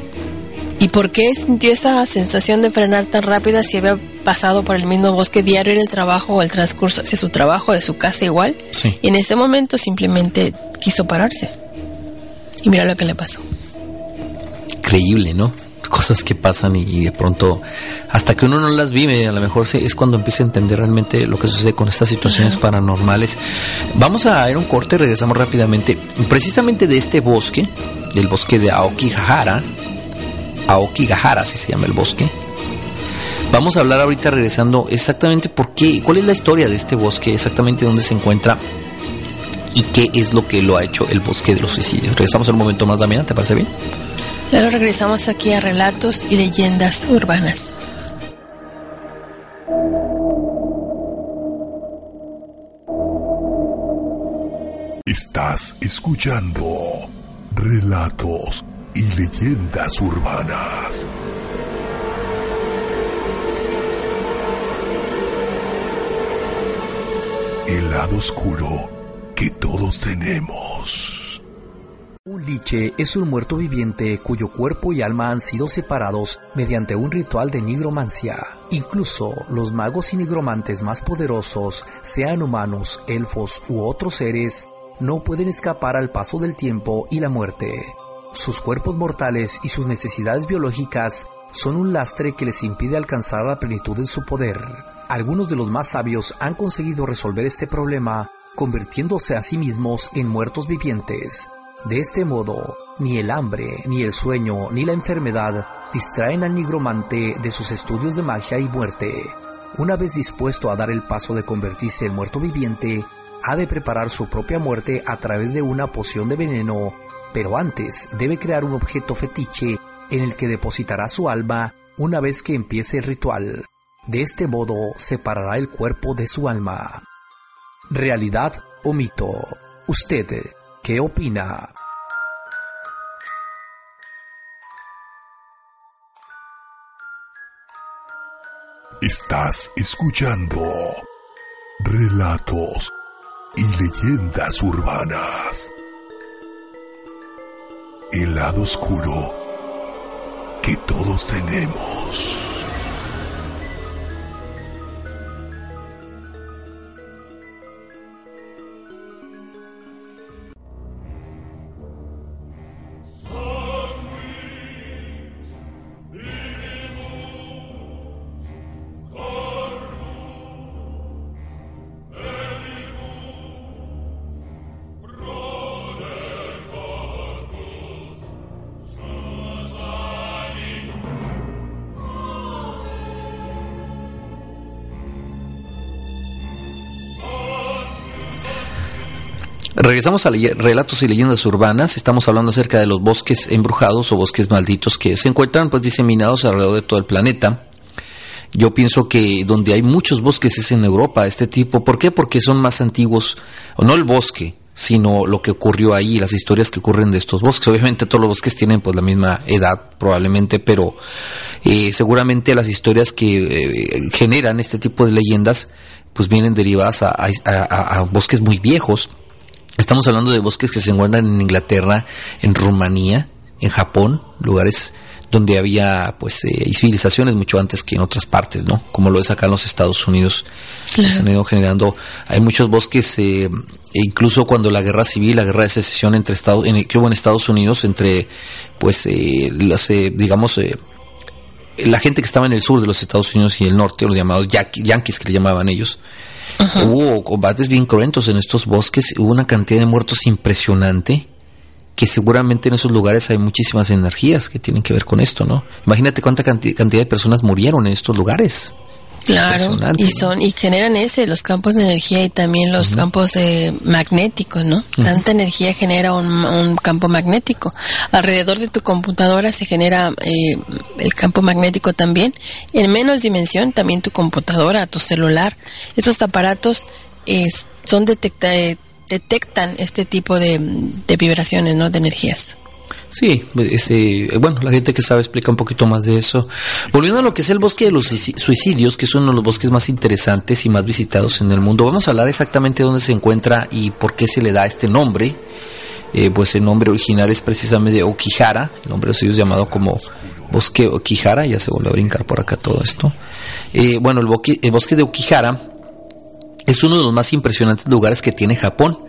¿Y por qué sintió esa sensación de frenar tan rápida si había pasado por el mismo bosque diario en el trabajo o el transcurso hacia su trabajo, de su casa igual? Sí. Y en ese momento simplemente quiso pararse. Y mira lo que le pasó. Increíble, ¿no? Cosas que pasan y, y de pronto, hasta que uno no las vive, a lo mejor se, es cuando empieza a entender realmente lo que sucede con estas situaciones uh-huh. paranormales. Vamos a ir a un corte y regresamos rápidamente. Precisamente de este bosque, del bosque de Aokigahara, Aokigahara, así se llama el bosque. Vamos a hablar ahorita regresando exactamente por qué, cuál es la historia de este bosque, exactamente dónde se encuentra y qué es lo que lo ha hecho el bosque de los suicidios. Regresamos en un momento más, Damiana, ¿te parece bien? Claro, regresamos aquí a Relatos y Leyendas Urbanas. Estás escuchando Relatos y Leyendas Urbanas. El lado oscuro que todos tenemos. Un liche es un muerto viviente cuyo cuerpo y alma han sido separados mediante un ritual de nigromancia. Incluso los magos y nigromantes más poderosos, sean humanos, elfos u otros seres, no pueden escapar al paso del tiempo y la muerte. Sus cuerpos mortales y sus necesidades biológicas son un lastre que les impide alcanzar la plenitud de su poder. Algunos de los más sabios han conseguido resolver este problema, convirtiéndose a sí mismos en muertos vivientes. De este modo, ni el hambre, ni el sueño, ni la enfermedad distraen al nigromante de sus estudios de magia y muerte. Una vez dispuesto a dar el paso de convertirse en muerto viviente, ha de preparar su propia muerte a través de una poción de veneno, pero antes debe crear un objeto fetiche en el que depositará su alma una vez que empiece el ritual. De este modo, separará el cuerpo de su alma. ¿Realidad o mito? ¿Usted qué opina? Estás escuchando Relatos y Leyendas Urbanas. El lado oscuro que todos tenemos. Regresamos a le- Relatos y Leyendas Urbanas. Estamos hablando acerca de los bosques embrujados o bosques malditos que se encuentran pues diseminados alrededor de todo el planeta. Yo pienso que donde hay muchos bosques es en Europa, este tipo. ¿Por qué? Porque son más antiguos, o no el bosque, sino lo que ocurrió ahí, las historias que ocurren de estos bosques. Obviamente todos los bosques tienen pues la misma edad probablemente, pero eh, seguramente las historias que eh, generan este tipo de leyendas pues vienen derivadas a, a, a, a bosques muy viejos. Estamos hablando de bosques que se encuentran en Inglaterra, en Rumanía, en Japón, lugares donde había pues eh, civilizaciones mucho antes que en otras partes, ¿no? Como lo es acá en los Estados Unidos. Claro. Se han ido generando, hay muchos bosques, eh, incluso cuando la guerra civil, la guerra de secesión entre Estados, en, que hubo en Estados Unidos entre, pues, eh, los, eh, digamos, eh, la gente que estaba en el sur de los Estados Unidos y el norte, los llamados yanquis, que le llamaban ellos. Ajá. Hubo combates bien cruentos en estos bosques, hubo una cantidad de muertos impresionante, que seguramente en esos lugares hay muchísimas energías que tienen que ver con esto, ¿no? Imagínate cuánta canti- cantidad de personas murieron en estos lugares. Claro, y son y generan ese, los campos de energía y también los uh-huh. campos eh, magnéticos, ¿no? Uh-huh. Tanta energía genera un, un campo magnético. Alrededor de tu computadora se genera eh, el campo magnético también. En menos dimensión también tu computadora, tu celular. Esos aparatos eh, son detecta, eh, detectan este tipo de, de vibraciones, ¿no? De energías. Sí, ese, bueno, la gente que sabe explica un poquito más de eso. Volviendo a lo que es el bosque de los suicidios, que es uno de los bosques más interesantes y más visitados en el mundo, vamos a hablar exactamente dónde se encuentra y por qué se le da este nombre. Eh, pues el nombre original es precisamente Aokigahara, el nombre de los suyos llamado como bosque Aokigahara, ya se volvió a brincar por acá todo esto. Eh, bueno, el bosque, el bosque de Aokigahara es uno de los más impresionantes lugares que tiene Japón.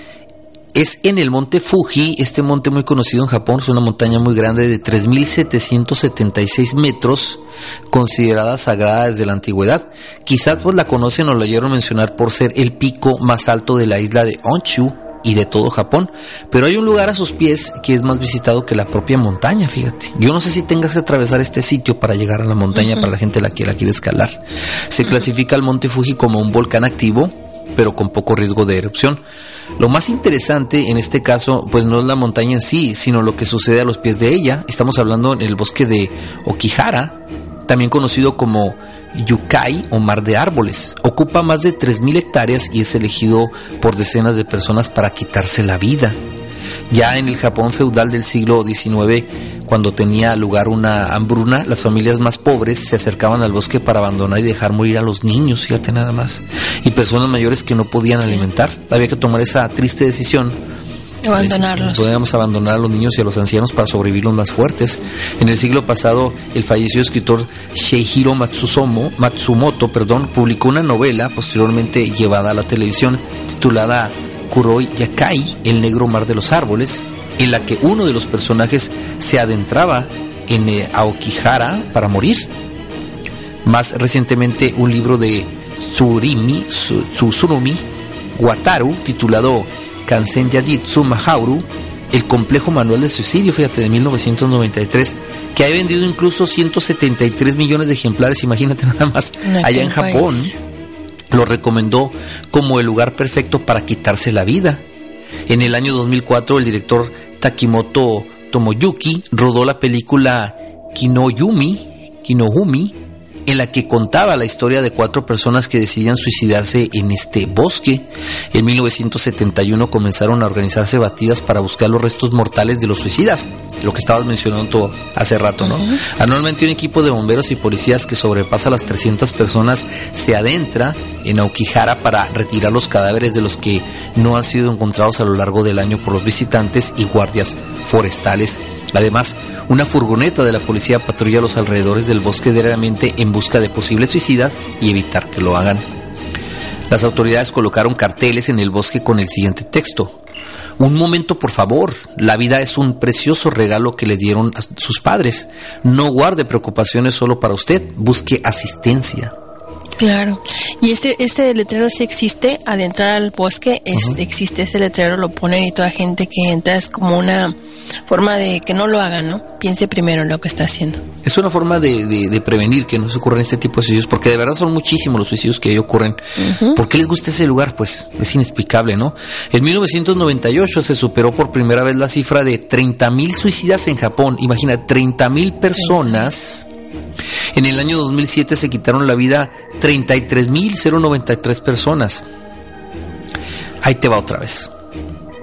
Es en el monte Fuji, este monte muy conocido en Japón, es una montaña muy grande de tres mil setecientos setenta y seis metros, considerada sagrada desde la antigüedad. Quizás pues la conocen o la oyeron mencionar por ser el pico más alto de la isla de Honshu y de todo Japón, pero hay un lugar a sus pies que es más visitado que la propia montaña, fíjate. Yo no sé si tengas que atravesar este sitio para llegar a la montaña, uh-huh. para la gente la que la quiere escalar. Se uh-huh. clasifica el monte Fuji como un volcán activo, pero con poco riesgo de erupción. Lo más interesante en este caso, pues no es la montaña en sí, sino lo que sucede a los pies de ella. Estamos hablando en el bosque de Aokigahara, también conocido como Yukai o Mar de Árboles. Ocupa más de tres mil hectáreas y es elegido por decenas de personas para quitarse la vida. Ya en el Japón feudal del siglo diecinueve, cuando tenía lugar una hambruna, las familias más pobres se acercaban al bosque para abandonar y dejar morir a los niños, fíjate nada más, y personas mayores que no podían sí. alimentar. Había que tomar esa triste decisión. Abandonarlos. Podíamos abandonar a los niños y a los ancianos para sobrevivir los más fuertes. En el siglo pasado, el fallecido escritor Seihiro Matsumoto, Matsumoto perdón, publicó una novela posteriormente llevada a la televisión titulada Kuroi Yakai, el negro mar de los árboles, en la que uno de los personajes se adentraba en eh, Aokigahara para morir. Más recientemente, un libro de Tsurimi, Tsurumi Wataru, titulado Kansen Yajitsu Mahauru, el complejo manual de suicidio, fíjate, de mil novecientos noventa y tres, que ha vendido incluso ciento setenta y tres millones de ejemplares, imagínate nada más, allá en Japón. País. Lo recomendó como el lugar perfecto para quitarse la vida. En el año dos mil cuatro, el director Takimoto Tomoyuki rodó la película Kinoyumi, Kinohumi, en la que contaba la historia de cuatro personas que decidían suicidarse en este bosque. En mil novecientos setenta y uno comenzaron a organizarse batidas para buscar los restos mortales de los suicidas, lo que estabas mencionando hace rato, ¿no? Uh-huh. Anualmente un equipo de bomberos y policías que sobrepasa las trescientas personas se adentra en Aokigahara para retirar los cadáveres de los que no han sido encontrados a lo largo del año por los visitantes y guardias forestales. Además, una furgoneta de la policía patrulla los alrededores del bosque diariamente en busca de posibles suicidas y evitar que lo hagan. Las autoridades colocaron carteles en el bosque con el siguiente texto: un momento, por favor, la vida es un precioso regalo que le dieron a sus padres. No guarde preocupaciones solo para usted, busque asistencia. Claro, y ese ese letrero sí existe. Al entrar al bosque es, uh-huh. existe ese letrero, lo ponen, y toda gente que entra es como una forma de que no lo hagan, ¿no? Piense primero en lo que está haciendo. Es una forma de, de, de prevenir que no se ocurran este tipo de suicidios, porque de verdad son muchísimos los suicidios que ahí ocurren. Uh-huh. ¿Por qué les gusta ese lugar? Pues es inexplicable, ¿no? En mil novecientos noventa y ocho se superó por primera vez la cifra de treinta mil suicidas en Japón. Imagina, treinta mil personas. En el año dos mil siete se quitaron la vida treinta y tres mil noventa y tres personas. Ahí te va otra vez.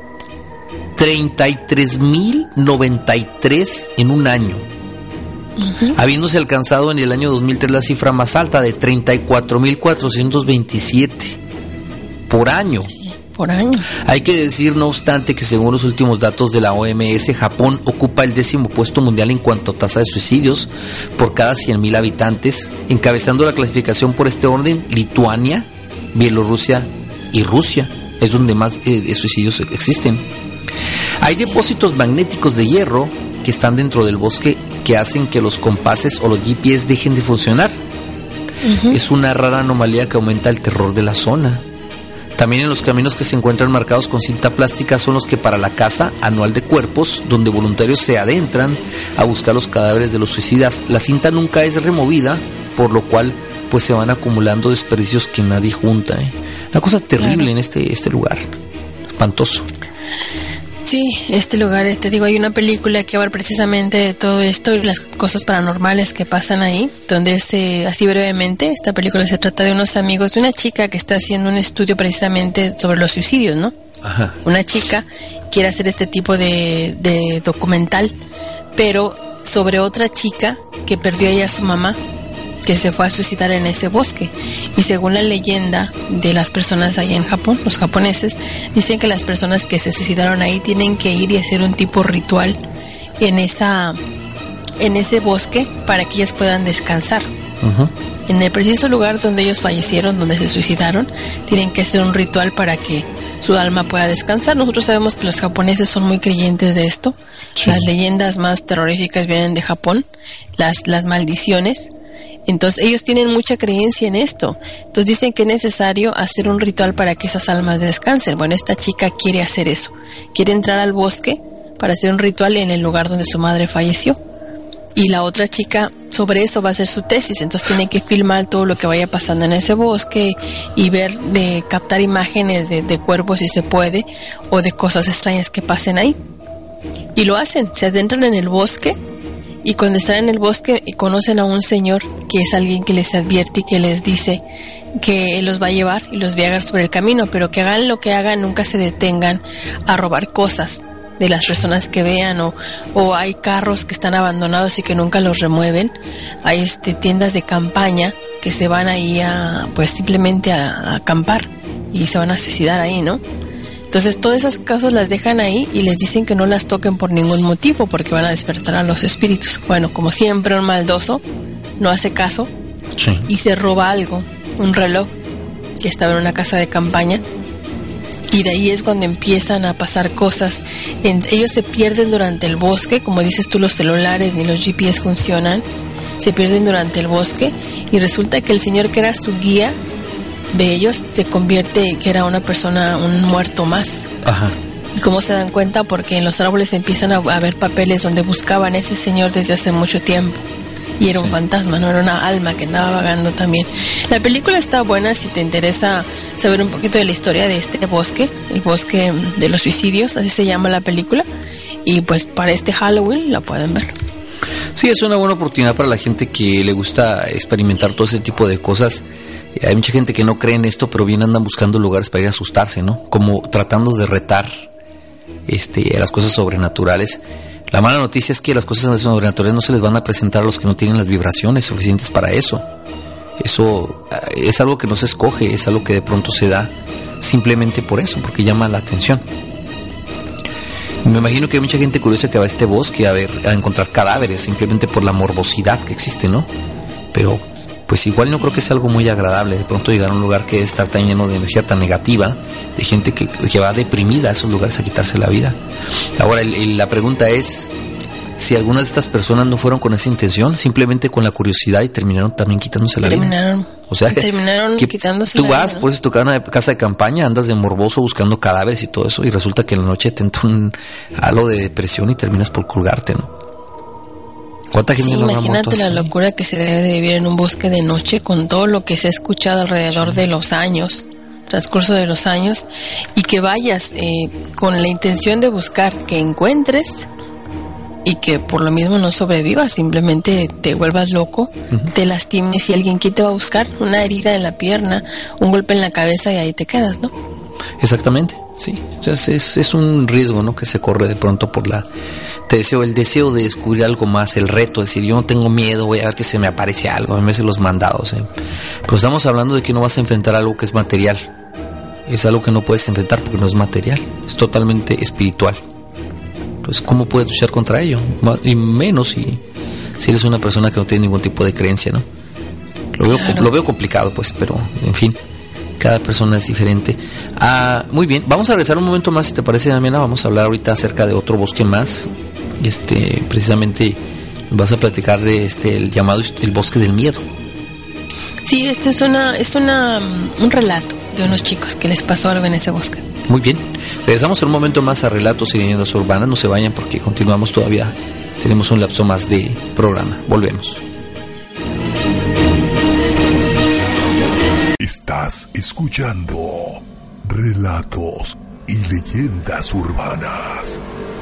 treinta y tres mil noventa y tres en un año, uh-huh. habiéndose alcanzado en el año dos mil tres la cifra más alta de treinta y cuatro mil cuatrocientos veintisiete por año. Sí, por año. Hay que decir, no obstante, que según los últimos datos de la O M S, Japón ocupa el décimo puesto mundial en cuanto a tasa de suicidios por cada cien mil habitantes, encabezando la clasificación por este orden Lituania, Bielorrusia y Rusia. Es donde más eh, suicidios existen. Hay depósitos magnéticos de hierro que están dentro del bosque que hacen que los compases o los G P S dejen de funcionar. Uh-huh. Es una rara anomalía que aumenta el terror de la zona. También en los caminos que se encuentran marcados con cinta plástica son los que para la caza anual de cuerpos, donde voluntarios se adentran a buscar los cadáveres de los suicidas. La cinta nunca es removida, por lo cual pues se van acumulando desperdicios que nadie junta. ¿eh? Una cosa terrible, claro, en este, este lugar. Espantoso. Sí, este lugar, te digo, hay una película que habla precisamente de todo esto y las cosas paranormales que pasan ahí, donde se, así brevemente, esta película se trata de unos amigos de una chica que está haciendo un estudio precisamente sobre los suicidios, ¿no? Ajá. Una chica quiere hacer este tipo de, de documental, pero sobre otra chica que perdió a ella a su mamá, que se fue a suicidar en ese bosque. Y según la leyenda de las personas ahí en Japón, los japoneses dicen que las personas que se suicidaron ahí tienen que ir y hacer un tipo ritual en esa en ese bosque para que ellas puedan descansar. Uh-huh. En el preciso lugar donde ellos fallecieron, donde se suicidaron, tienen que hacer un ritual para que su alma pueda descansar. Nosotros sabemos que los japoneses son muy creyentes de esto. Sí. Las leyendas más terroríficas vienen de Japón, las, las maldiciones. Entonces ellos tienen mucha creencia en esto. Entonces dicen que es necesario hacer un ritual para que esas almas descansen. Bueno, esta chica quiere hacer eso. Quiere entrar al bosque para hacer un ritual en el lugar donde su madre falleció. Y la otra chica sobre eso va a hacer su tesis. Entonces tiene que filmar todo lo que vaya pasando en ese bosque y ver, de captar imágenes de, de cuerpos si se puede, o de cosas extrañas que pasen ahí. Y lo hacen, se adentran en el bosque. Y cuando están en el bosque conocen a un señor que es alguien que les advierte y que les dice que él los va a llevar y los va a guiar sobre el camino, pero que hagan lo que hagan, nunca se detengan a robar cosas de las personas que vean, o, o hay carros que están abandonados y que nunca los remueven. Hay este tiendas de campaña que se van ahí a, pues simplemente a, a acampar y se van a suicidar ahí, ¿no? Entonces todas esas cosas las dejan ahí y les dicen que no las toquen por ningún motivo porque van a despertar a los espíritus. Bueno, como siempre, un maldoso no hace caso, sí, y se roba algo, un reloj que estaba en una casa de campaña, y de ahí es cuando empiezan a pasar cosas. En, ellos se pierden durante el bosque, como dices tú, los celulares ni los G P S funcionan, se pierden durante el bosque y resulta que el señor que era su guía de ellos se convierte que era una persona, un muerto más. Ajá. ¿Y cómo se dan cuenta? Porque en los árboles empiezan a, a ver papeles donde buscaban a ese señor desde hace mucho tiempo. Y era un sí. fantasma, no era una alma que andaba vagando también. La película está buena si te interesa saber un poquito de la historia de este bosque, el bosque de los suicidios, así se llama la película. Y pues para este Halloween la pueden ver. Sí, es una buena oportunidad para la gente que le gusta experimentar todo ese tipo de cosas. Hay mucha gente que no cree en esto, pero bien andan buscando lugares para ir a asustarse, ¿no? Como tratando de retar este, las cosas sobrenaturales. La mala noticia es que las cosas sobrenaturales no se les van a presentar a los que no tienen las vibraciones suficientes para eso. Eso es algo que no se escoge, es algo que de pronto se da simplemente por eso, porque llama la atención. Me imagino que hay mucha gente curiosa que va a este bosque a ver, a encontrar cadáveres, simplemente por la morbosidad que existe, ¿no? Pero pues igual no creo que sea algo muy agradable de pronto llegar a un lugar que debe estar tan lleno de energía tan negativa, de gente que, que va deprimida a esos lugares a quitarse la vida. Ahora el, el, la pregunta es si algunas de estas personas no fueron con esa intención, simplemente con la curiosidad, y terminaron también quitándose la terminaron, vida. O sea, terminaron que quitándose tú la vas, vida, ¿no? Por eso tu casa de campaña, andas de morboso buscando cadáveres y todo eso, y resulta que en la noche te entra un halo de depresión y terminas por colgarte, ¿no? ¿Cuánta gente sí, no imagínate la locura que se debe de vivir en un bosque de noche con todo lo que se ha escuchado alrededor sí. de los años, transcurso de los años, y que vayas eh, con la intención de buscar, que encuentres y que por lo mismo no sobrevivas, simplemente te vuelvas loco, uh-huh. te lastimes y alguien que te va a buscar, una herida en la pierna, un golpe en la cabeza y ahí te quedas, ¿no? Exactamente, sí. Entonces es, es un riesgo, ¿no?, que se corre de pronto por la te deseo, el deseo de descubrir algo más, el reto, es decir, yo no tengo miedo, voy a ver que se me aparece algo, a mí me hacen los mandados, ¿eh? Pero estamos hablando de que no vas a enfrentar algo que es material, es algo que no puedes enfrentar porque no es material, es totalmente espiritual. Entonces, ¿cómo puedes luchar contra ello? Y menos si, si eres una persona que no tiene ningún tipo de creencia, ¿no? Lo veo, claro. lo veo complicado, pues, pero en fin, cada persona es diferente. Ah, muy bien, vamos a regresar un momento más, si te parece, Damiana. Vamos a hablar ahorita acerca de otro bosque más. Este, precisamente vas a platicar de este el llamado el bosque del miedo. Sí, este es una es una un relato de unos chicos que les pasó algo en ese bosque. Muy bien, regresamos en un momento más a Relatos y Leyendas Urbanas. No se vayan porque continuamos todavía, tenemos un lapso más de programa. Volvemos. Estás escuchando Relatos y Leyendas Urbanas.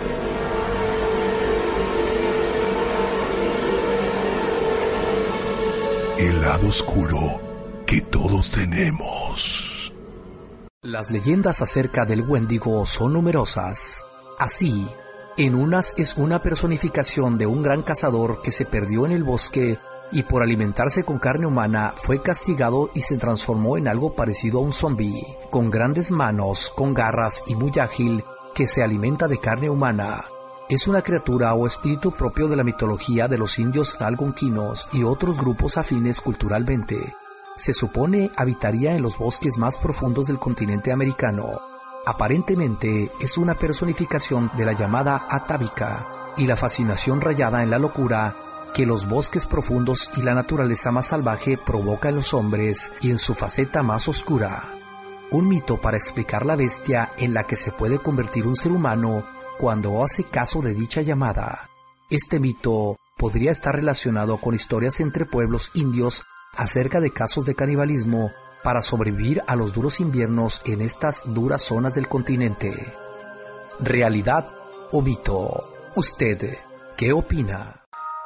El lado oscuro que todos tenemos. Las leyendas acerca del Wendigo son numerosas. Así, en unas es una personificación de un gran cazador que se perdió en el bosque y por alimentarse con carne humana fue castigado y se transformó en algo parecido a un zombi, con grandes manos, con garras y muy ágil, que se alimenta de carne humana. Es una criatura o espíritu propio de la mitología de los indios algonquinos y otros grupos afines culturalmente. Se supone habitaría en los bosques más profundos del continente americano. Aparentemente es una personificación de la llamada atávica y la fascinación rayada en la locura que los bosques profundos y la naturaleza más salvaje provoca en los hombres y en su faceta más oscura. Un mito para explicar la bestia en la que se puede convertir un ser humano cuando hace caso de dicha llamada. Este mito podría estar relacionado con historias entre pueblos indios acerca de casos de canibalismo para sobrevivir a los duros inviernos en estas duras zonas del continente. ¿Realidad o mito? ¿Usted qué opina?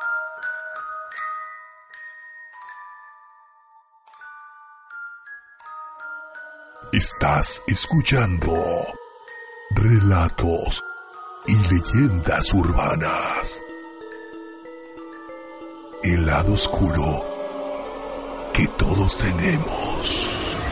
Estás escuchando Relatos y Leyendas Urbanas. El lado oscuro que todos tenemos.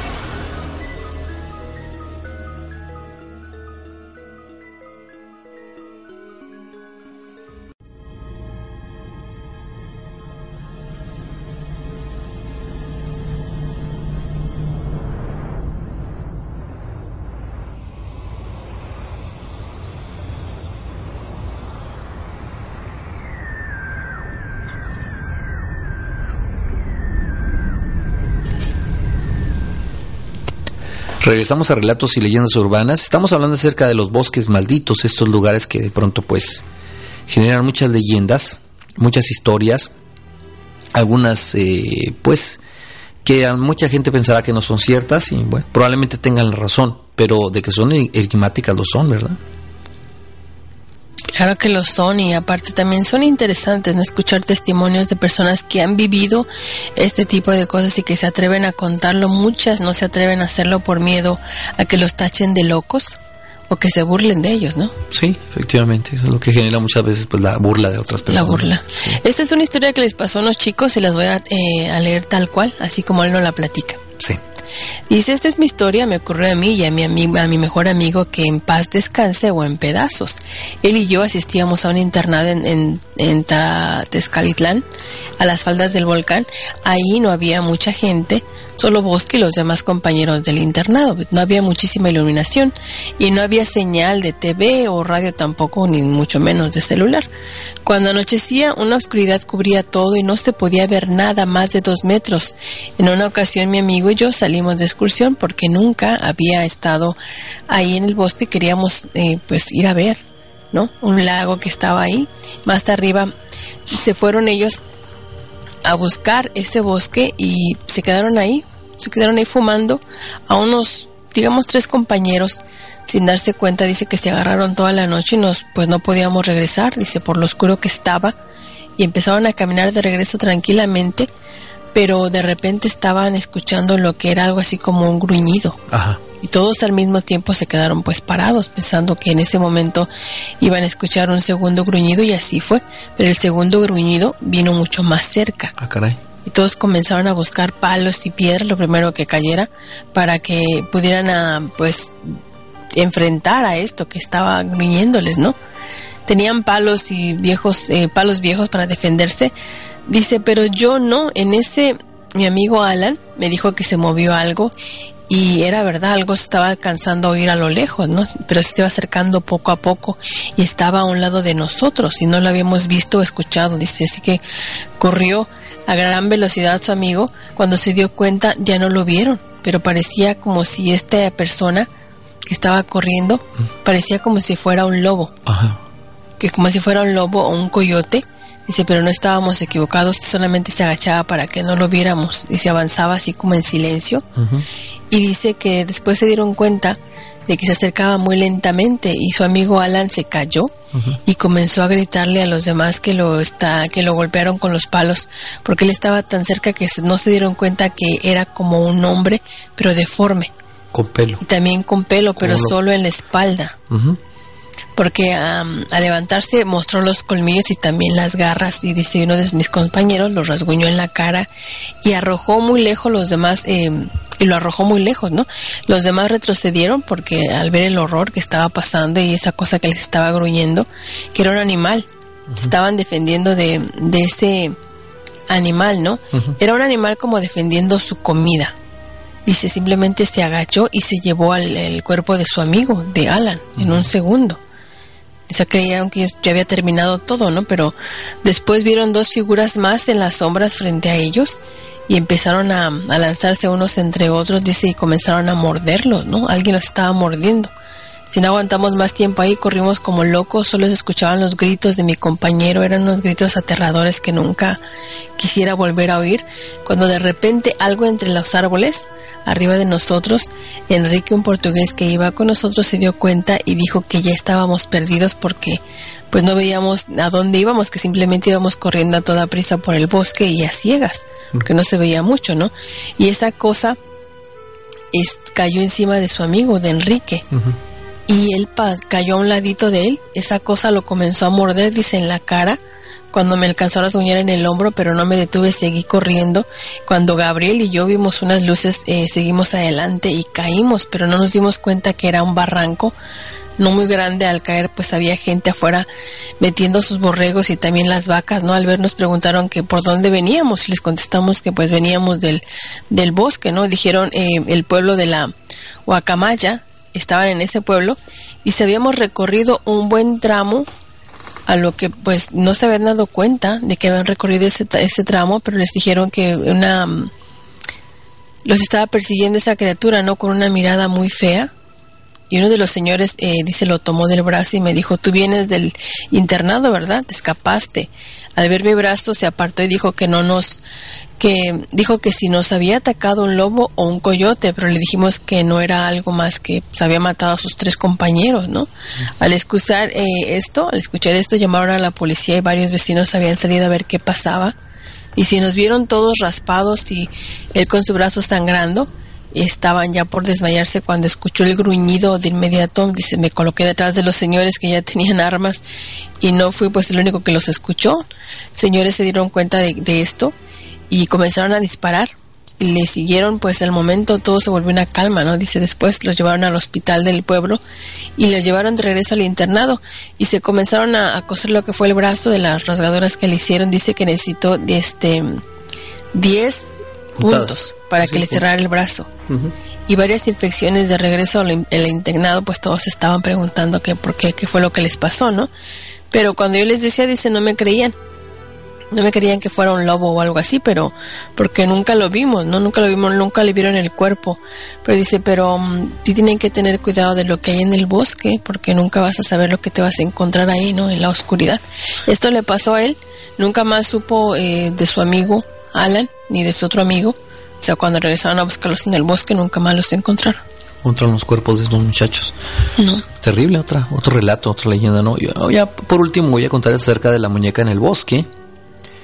Regresamos a Relatos y Leyendas Urbanas. Estamos hablando acerca de los bosques malditos, estos lugares que de pronto pues generan muchas leyendas, muchas historias, algunas eh, pues que a mucha gente pensará que no son ciertas y bueno, probablemente tengan la razón, pero de que son enigmáticas lo son, ¿verdad? Claro que lo son, y aparte también son interesantes, ¿no?, escuchar testimonios de personas que han vivido este tipo de cosas y que se atreven a contarlo. Muchas no se atreven a hacerlo por miedo a que los tachen de locos o que se burlen de ellos, ¿no? Sí, efectivamente, eso es lo que genera muchas veces pues la burla de otras personas. La burla. Sí. Esta es una historia que les pasó a unos chicos y las voy a, eh, a leer tal cual, así como él nos la platica. Sí. Dice, esta es mi historia, me ocurrió a mí y a mi, ami- a mi mejor amigo, que en paz descanse o en pedazos. Él y yo asistíamos a un internado en, en, en Tezcalitlán, a las faldas del volcán. Ahí no había mucha gente, solo bosque y los demás compañeros del internado. No había muchísima iluminación y no había señal de T V o radio tampoco, ni mucho menos de celular. Cuando anochecía, una oscuridad cubría todo y no se podía ver nada más de dos metros. En una ocasión mi amigo y yo salimos de excursión porque nunca había estado ahí en el bosque. Queríamos eh, pues ir a ver, ¿no?, un lago que estaba ahí. Más arriba se fueron ellos a buscar ese bosque y se quedaron ahí, se quedaron ahí fumando a unos, digamos, tres compañeros. Sin darse cuenta, dice que se agarraron toda la noche y nos, pues no podíamos regresar, dice, por lo oscuro que estaba, y empezaron a caminar de regreso tranquilamente, pero de repente estaban escuchando lo que era algo así como un gruñido. Ajá. Y todos al mismo tiempo se quedaron pues parados, pensando que en ese momento iban a escuchar un segundo gruñido, y así fue. Pero el segundo gruñido vino mucho más cerca. Ah, caray. Y todos comenzaron a buscar palos y piedras, lo primero que cayera, para que pudieran a, pues enfrentar a esto que estaba gruñéndoles, ¿no? Tenían palos y viejos, eh, palos viejos para defenderse. Dice, pero yo no, en ese, mi amigo Alan me dijo que se movió algo. Y era verdad, algo se estaba alcanzando a oír a lo lejos, ¿no? Pero se iba acercando poco a poco y estaba a un lado de nosotros y no lo habíamos visto o escuchado, dice. Así que corrió a gran velocidad su amigo. Cuando se dio cuenta ya no lo vieron, pero parecía como si esta persona que estaba corriendo, parecía como si fuera un lobo. Ajá. Que como si fuera un lobo o un coyote. Dice, pero no estábamos equivocados, solamente se agachaba para que no lo viéramos y se avanzaba así como en silencio. Uh-huh. Y dice que después se dieron cuenta de que se acercaba muy lentamente y su amigo Alan se cayó uh-huh. y comenzó a gritarle a los demás que lo está que lo golpearon con los palos, porque él estaba tan cerca que no se dieron cuenta que era como un hombre, pero deforme. Con pelo. Y también con pelo, pero lo... solo en la espalda. Uh-huh. Porque um, al levantarse mostró los colmillos y también las garras, y dice, uno de mis compañeros lo rasguñó en la cara y arrojó muy lejos los demás, eh, y lo arrojó muy lejos, ¿no? Los demás retrocedieron porque al ver el horror que estaba pasando y esa cosa que les estaba gruñendo, que era un animal, uh-huh. estaban defendiendo de, de ese animal, ¿no? Uh-huh. Era un animal como defendiendo su comida. Dice, simplemente se agachó y se llevó al el cuerpo de su amigo, de Alan, uh-huh. en un segundo. O sea, creyeron que ya había terminado todo, ¿no? Pero después vieron dos figuras más en las sombras frente a ellos y empezaron a, a lanzarse unos entre otros, dice, y comenzaron a morderlos, ¿no? Alguien los estaba mordiendo. Si no aguantamos más tiempo ahí, corrimos como locos, solo se escuchaban los gritos de mi compañero, eran unos gritos aterradores que nunca quisiera volver a oír, cuando de repente algo entre los árboles, arriba de nosotros, Enrique, un portugués que iba con nosotros, se dio cuenta y dijo que ya estábamos perdidos porque pues no veíamos a dónde íbamos, que simplemente íbamos corriendo a toda prisa por el bosque y a ciegas, porque no se veía mucho, ¿no? Y esa cosa es, cayó encima de su amigo, de Enrique. Uh-huh. Y él pa- cayó a un ladito de él, esa cosa lo comenzó a morder, dice, en la cara, cuando me alcanzó a rasguñar en el hombro, pero no me detuve, seguí corriendo. Cuando Gabriel y yo vimos unas luces, eh, seguimos adelante y caímos, pero no nos dimos cuenta que era un barranco, no muy grande. Al caer, pues había gente afuera metiendo sus borregos y también las vacas, ¿no? Al ver nos preguntaron que por dónde veníamos y les contestamos que pues veníamos del, del bosque, ¿no? Dijeron eh, el pueblo de la Guacamaya, estaban en ese pueblo, y se habíamos recorrido un buen tramo, a lo que pues no se habían dado cuenta de que habían recorrido ese, ese tramo, pero les dijeron que una los estaba persiguiendo esa criatura, ¿no? Con una mirada muy fea. Y uno de los señores, eh, dice, lo tomó del brazo y me dijo, tú vienes del internado, ¿verdad? Te escapaste. Al ver mi brazo se apartó y dijo que no nos, que dijo que si nos había atacado un lobo o un coyote, pero le dijimos que no era algo más, que se había matado a sus tres compañeros, ¿no? Al escuchar eh, esto, al escuchar esto, llamaron a la policía y varios vecinos habían salido a ver qué pasaba. Y si nos vieron todos raspados y él con su brazo sangrando, estaban ya por desmayarse cuando escuchó el gruñido de inmediato. Dice, me coloqué detrás de los señores que ya tenían armas y no fui pues el único que los escuchó. Señores se dieron cuenta de, de esto y comenzaron a disparar y le siguieron. Pues al momento todo se volvió una calma, ¿no? Dice, después los llevaron al hospital del pueblo y los llevaron de regreso al internado y se comenzaron a, a coser lo que fue el brazo de las rasgadoras que le hicieron. Dice que necesitó de este diez puntos para que le cerrara el brazo. Uh-huh. Y varias infecciones. De regreso al, al internado, pues todos estaban preguntando que por qué, qué fue lo que les pasó, ¿no? Pero cuando yo les decía, dice, no me creían. No me creían que fuera un lobo o algo así, pero porque nunca lo vimos, ¿no? Nunca lo vimos, nunca le vieron el cuerpo. Pero dice, pero um, sí tienen que tener cuidado de lo que hay en el bosque, porque nunca vas a saber lo que te vas a encontrar ahí, ¿no? En la oscuridad. Esto le pasó a él. Nunca más supo eh, de su amigo Alan, ni de su otro amigo. O sea, cuando regresaron a buscarlos en el bosque, nunca más los encontraron. Encontraron los cuerpos de estos muchachos. No. Terrible, otra, otro relato, otra leyenda, ¿no? Yo, ya por último voy a contar acerca de la muñeca en el bosque.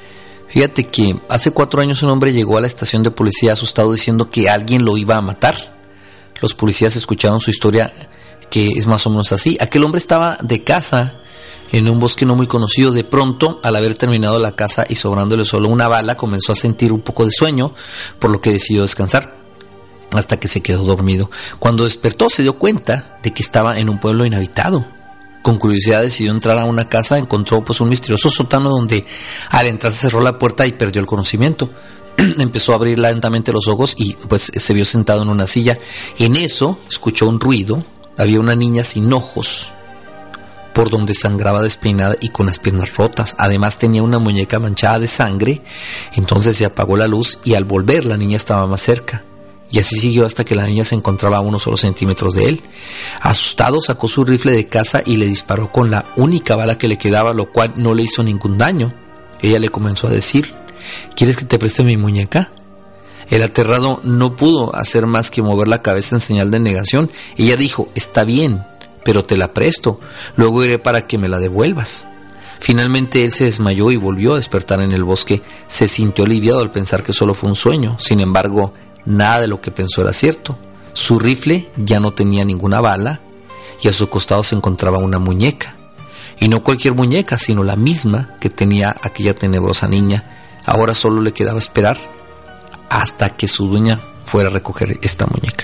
Fíjate que hace cuatro años un hombre llegó a la estación de policía asustado diciendo que alguien lo iba a matar. Los policías escucharon su historia, que es más o menos así. Aquel hombre estaba de caza en un bosque no muy conocido. De pronto, al haber terminado la caza y sobrándole solo una bala, comenzó a sentir un poco de sueño, por lo que decidió descansar, hasta que se quedó dormido. Cuando despertó se dio cuenta de que estaba en un pueblo inhabitado. Con curiosidad decidió entrar a una casa, encontró pues un misterioso sótano donde al entrar se cerró la puerta y perdió el conocimiento. Empezó a abrir lentamente los ojos y pues se vio sentado en una silla. En eso escuchó un ruido. Había una niña sin ojos, por donde sangraba despeinada y con las piernas rotas. Además tenía una muñeca manchada de sangre. Entonces se apagó la luz y al volver la niña estaba más cerca. Y así siguió hasta que la niña se encontraba a unos solos centímetros de él. Asustado sacó su rifle de caza y le disparó con la única bala que le quedaba, lo cual no le hizo ningún daño. Ella le comenzó a decir: ¿quieres que te preste mi muñeca? El aterrado no pudo hacer más que mover la cabeza en señal de negación. Ella dijo: está bien, pero te la presto, luego iré para que me la devuelvas. Finalmente él se desmayó y volvió a despertar en el bosque. Se sintió aliviado al pensar que solo fue un sueño. Sin embargo, nada de lo que pensó era cierto. Su rifle ya no tenía ninguna bala y a su costado se encontraba una muñeca. Y no cualquier muñeca, sino la misma que tenía aquella tenebrosa niña. Ahora solo le quedaba esperar hasta que su dueña fuera a recoger esta muñeca.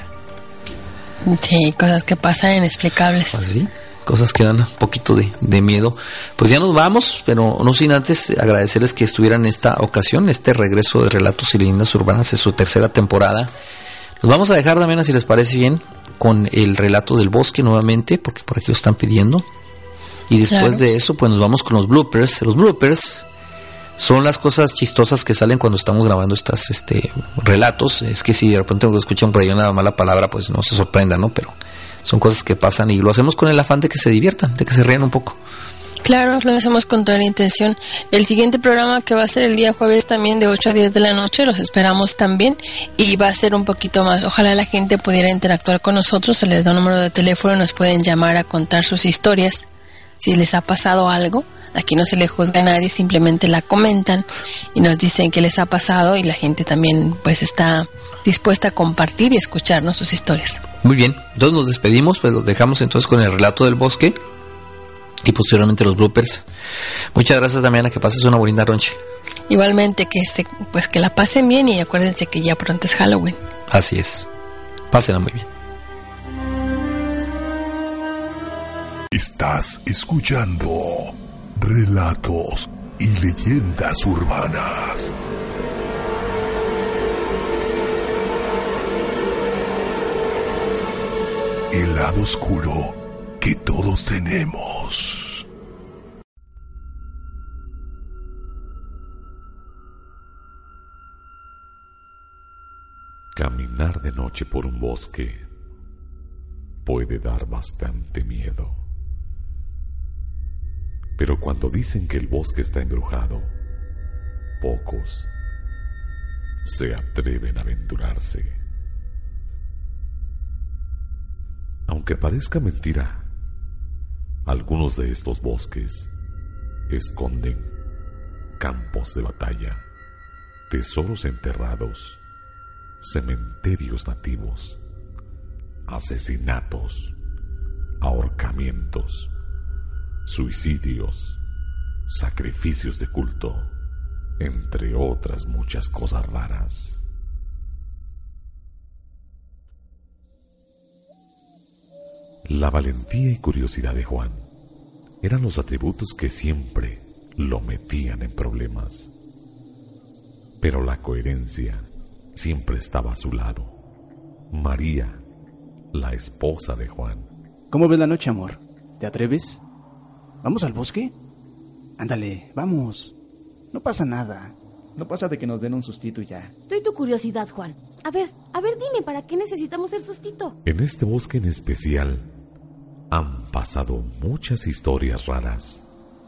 Sí, cosas que pasan inexplicables. ¿Así? Cosas que dan un poquito de, de miedo. Pues ya nos vamos, pero no sin antes agradecerles que estuvieran en esta ocasión, este regreso de Relatos y Leyendas Urbanas en su tercera temporada. Nos vamos a dejar también, si les parece bien, con el relato del bosque nuevamente, porque por aquí lo están pidiendo. Y después claro. de eso, pues nos vamos con los bloopers. Los bloopers son las cosas chistosas que salen cuando estamos grabando estos este, relatos. Es que si de repente escuchan por ahí una mala palabra, pues no se sorprendan, ¿no? Pero son cosas que pasan y lo hacemos con el afán de que se diviertan, de que se rían un poco. Claro, lo hacemos con toda la intención. El siguiente programa, que va a ser el día jueves también de ocho a diez de la noche, los esperamos también y va a ser un poquito más. Ojalá la gente pudiera interactuar con nosotros. Se les da un número de teléfono, nos pueden llamar a contar sus historias. Si les ha pasado algo, aquí no se le juzga a nadie, simplemente la comentan y nos dicen qué les ha pasado y la gente también pues está dispuesta a compartir y escucharnos sus historias. Muy bien, entonces nos despedimos, pues los dejamos entonces con el relato del bosque y posteriormente los bloopers. Muchas gracias, Damiana, que pases una bonita noche. Igualmente, que este, pues que la pasen bien y acuérdense que ya pronto es Halloween. Así es, pásenla muy bien. Estás escuchando Relatos y Leyendas Urbanas. El lado oscuro que todos tenemos. Caminar de noche por un bosque puede dar bastante miedo. Pero cuando dicen que el bosque está embrujado, pocos se atreven a aventurarse. Aunque parezca mentira, algunos de estos bosques esconden campos de batalla, tesoros enterrados, cementerios nativos, asesinatos, ahorcamientos, suicidios, sacrificios de culto, entre otras muchas cosas raras. La valentía y curiosidad de Juan eran los atributos que siempre lo metían en problemas. Pero la coherencia siempre estaba a su lado. María, la esposa de Juan. ¿Cómo ves la noche, amor? ¿Te atreves? ¿Vamos al bosque? Ándale, vamos. No pasa nada. No pasa de que nos den un sustito y ya. Doy tu curiosidad, Juan. A ver, a ver, dime, ¿para qué necesitamos el sustito? En este bosque en especial han pasado muchas historias raras,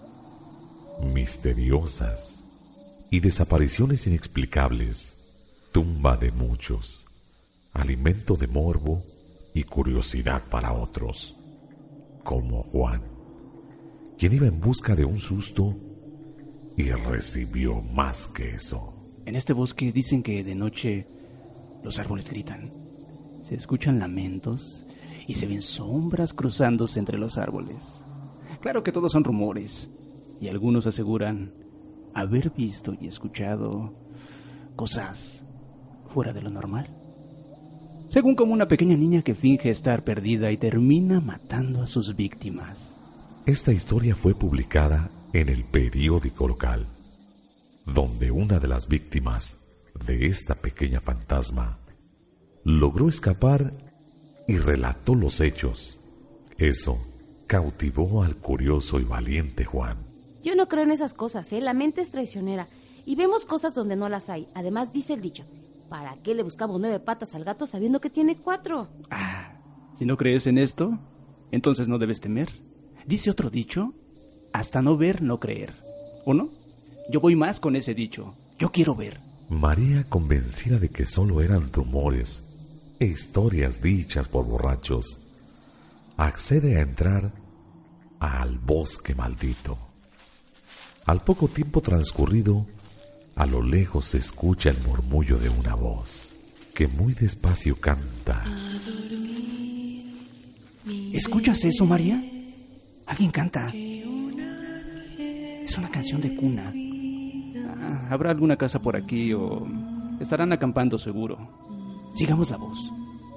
misteriosas y desapariciones inexplicables, tumba de muchos, alimento de morbo y curiosidad para otros, como Juan, quien iba en busca de un susto y recibió más que eso. En este bosque dicen que de noche los árboles gritan. Se escuchan lamentos y se ven sombras cruzándose entre los árboles. Claro que todos son rumores, y algunos aseguran haber visto y escuchado cosas fuera de lo normal. Según como una pequeña niña que finge estar perdida y termina matando a sus víctimas. Esta historia fue publicada en el periódico local, donde una de las víctimas de esta pequeña fantasma logró escapar y relató los hechos. Eso cautivó al curioso y valiente Juan. Yo no creo en esas cosas, ¿eh? La mente es traicionera y vemos cosas donde no las hay. Además, dice el dicho, ¿para qué le buscamos nueve patas al gato sabiendo que tiene cuatro? Ah, si no crees en esto, entonces no debes temer. Dice otro dicho, hasta no ver, no creer. ¿O no? Yo voy más con ese dicho. Yo quiero ver. María, convencida de que solo eran rumores e historias dichas por borrachos, accede a entrar al bosque maldito. Al poco tiempo transcurrido, a lo lejos se escucha el murmullo de una voz que muy despacio canta. ¿Escuchas eso, María? Alguien canta. Es una canción de cuna. Ah, habrá alguna casa por aquí o estarán acampando seguro. Sigamos la voz.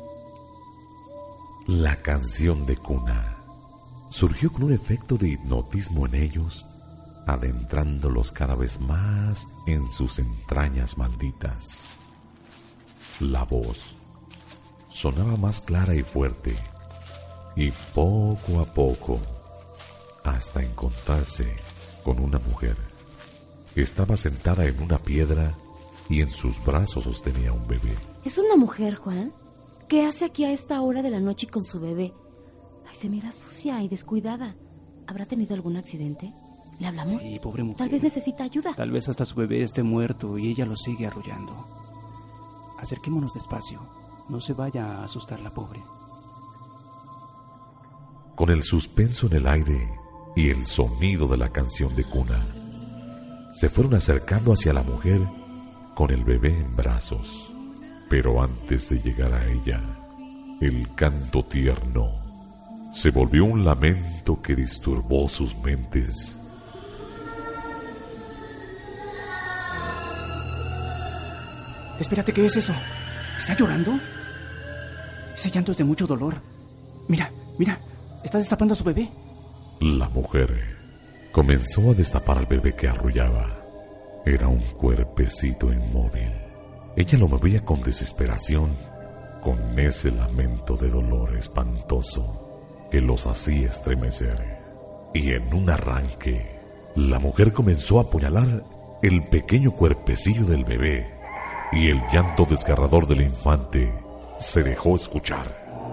La canción de cuna surgió con un efecto de hipnotismo en ellos, adentrándolos cada vez más en sus entrañas malditas. La voz sonaba más clara y fuerte, y poco a poco, hasta encontrarse con una mujer. Estaba sentada en una piedra y en sus brazos sostenía un bebé. ¿Es una mujer, Juan? ¿Qué hace aquí a esta hora de la noche con su bebé? Ay, se mira sucia y descuidada. ¿Habrá tenido algún accidente? ¿Le hablamos? Sí, pobre mujer. Tal vez necesita ayuda. Tal vez hasta su bebé esté muerto y ella lo sigue arrullando. Acerquémonos despacio. No se vaya a asustar la pobre. Con el suspenso en el aire y el sonido de la canción de cuna, se fueron acercando hacia la mujer con el bebé en brazos. Pero antes de llegar a ella, el canto tierno se volvió un lamento que disturbó sus mentes. Espérate, ¿qué es eso? ¿Está llorando? Ese llanto es de mucho dolor. Mira, mira, está destapando a su bebé. La mujer comenzó a destapar al bebé que arrullaba. Era un cuerpecito inmóvil. Ella lo movía con desesperación, con ese lamento de dolor espantoso que los hacía estremecer. Y en un arranque, la mujer comenzó a apuñalar el pequeño cuerpecillo del bebé, y el llanto desgarrador del infante se dejó escuchar.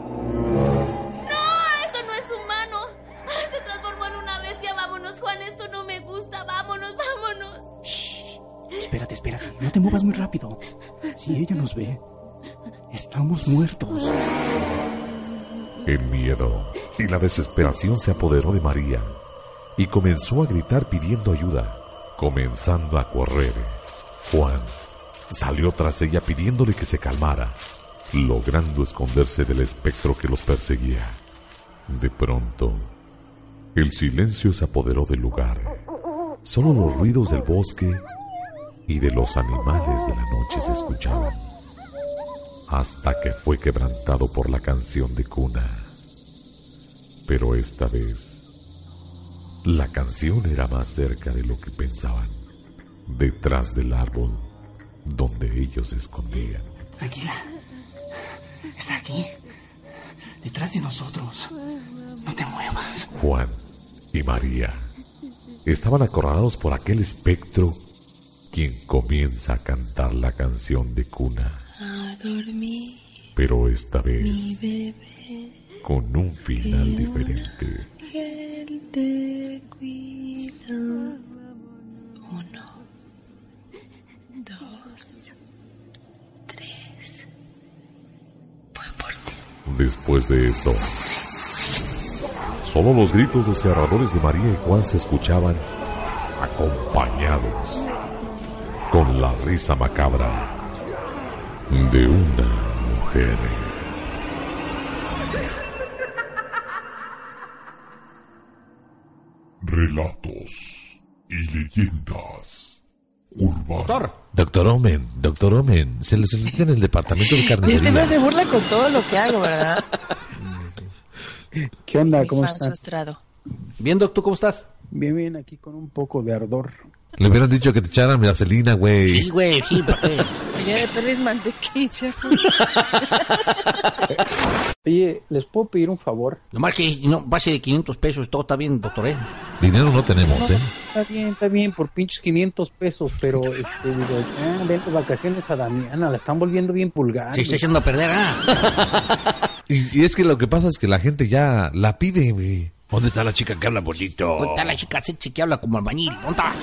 ¡No! ¡Eso no es humano! ¡Se transformó en una bestia! ¡Vámonos, Juan! Esto no me gusta. ¡Vámonos, vámonos! Shh. Espérate, espérate. No te muevas muy rápido. Si ella nos ve, estamos muertos. El miedo y la desesperación se apoderó de María y comenzó a gritar pidiendo ayuda, comenzando a correr. Juan salió tras ella pidiéndole que se calmara, logrando esconderse del espectro que los perseguía. De pronto, el silencio se apoderó del lugar. Solo los ruidos del bosque y de los animales de la noche se escuchaban, hasta que fue quebrantado por la canción de cuna. Pero esta vez, la canción era más cerca de lo que pensaban, detrás del árbol donde ellos se escondían. Tranquila. Está aquí. Detrás de nosotros. No te muevas. Juan y María estaban acorralados por aquel espectro, quien comienza a cantar la canción de cuna. A dormir, pero esta vez mi bebé, con un final diferente. que él te cuida. Uno, dos, tres. Voy por ti. Después de eso, solo los gritos desgarradores de María y Juan se escuchaban acompañados con la risa macabra de una mujer. Relatos y leyendas urbanas. Doctor. Doctor Omen, doctor Omen, se lo solicita en el departamento de carnicería. Este me hace burla con todo lo que hago, ¿verdad? ¿Qué onda? Es mi ¿Cómo fan están? frustrado. Bien, Doc, ¿tú cómo estás? Bien, bien, aquí con un poco de ardor. Le hubieran dicho que te echaran vaselina, güey. Sí, güey, sí, ¿para qué? Ya me perdís mantequilla. Oye, ¿les puedo pedir un favor? Nomás que no pase de quinientos pesos, todo está bien, doctor, ¿eh? Dinero no tenemos, ¿eh? Está bien, está bien, por pinches quinientos pesos, pero, este, digo, ya, ven de vacaciones a Damiana, la están volviendo bien pulgar. Se está echando a perder, ¿ah? Y, y es que lo que pasa es que la gente ya la pide, güey. ¿Dónde está la chica que habla bonito? ¿Dónde está la chica sexy que habla como albañil? ¿Dónde está?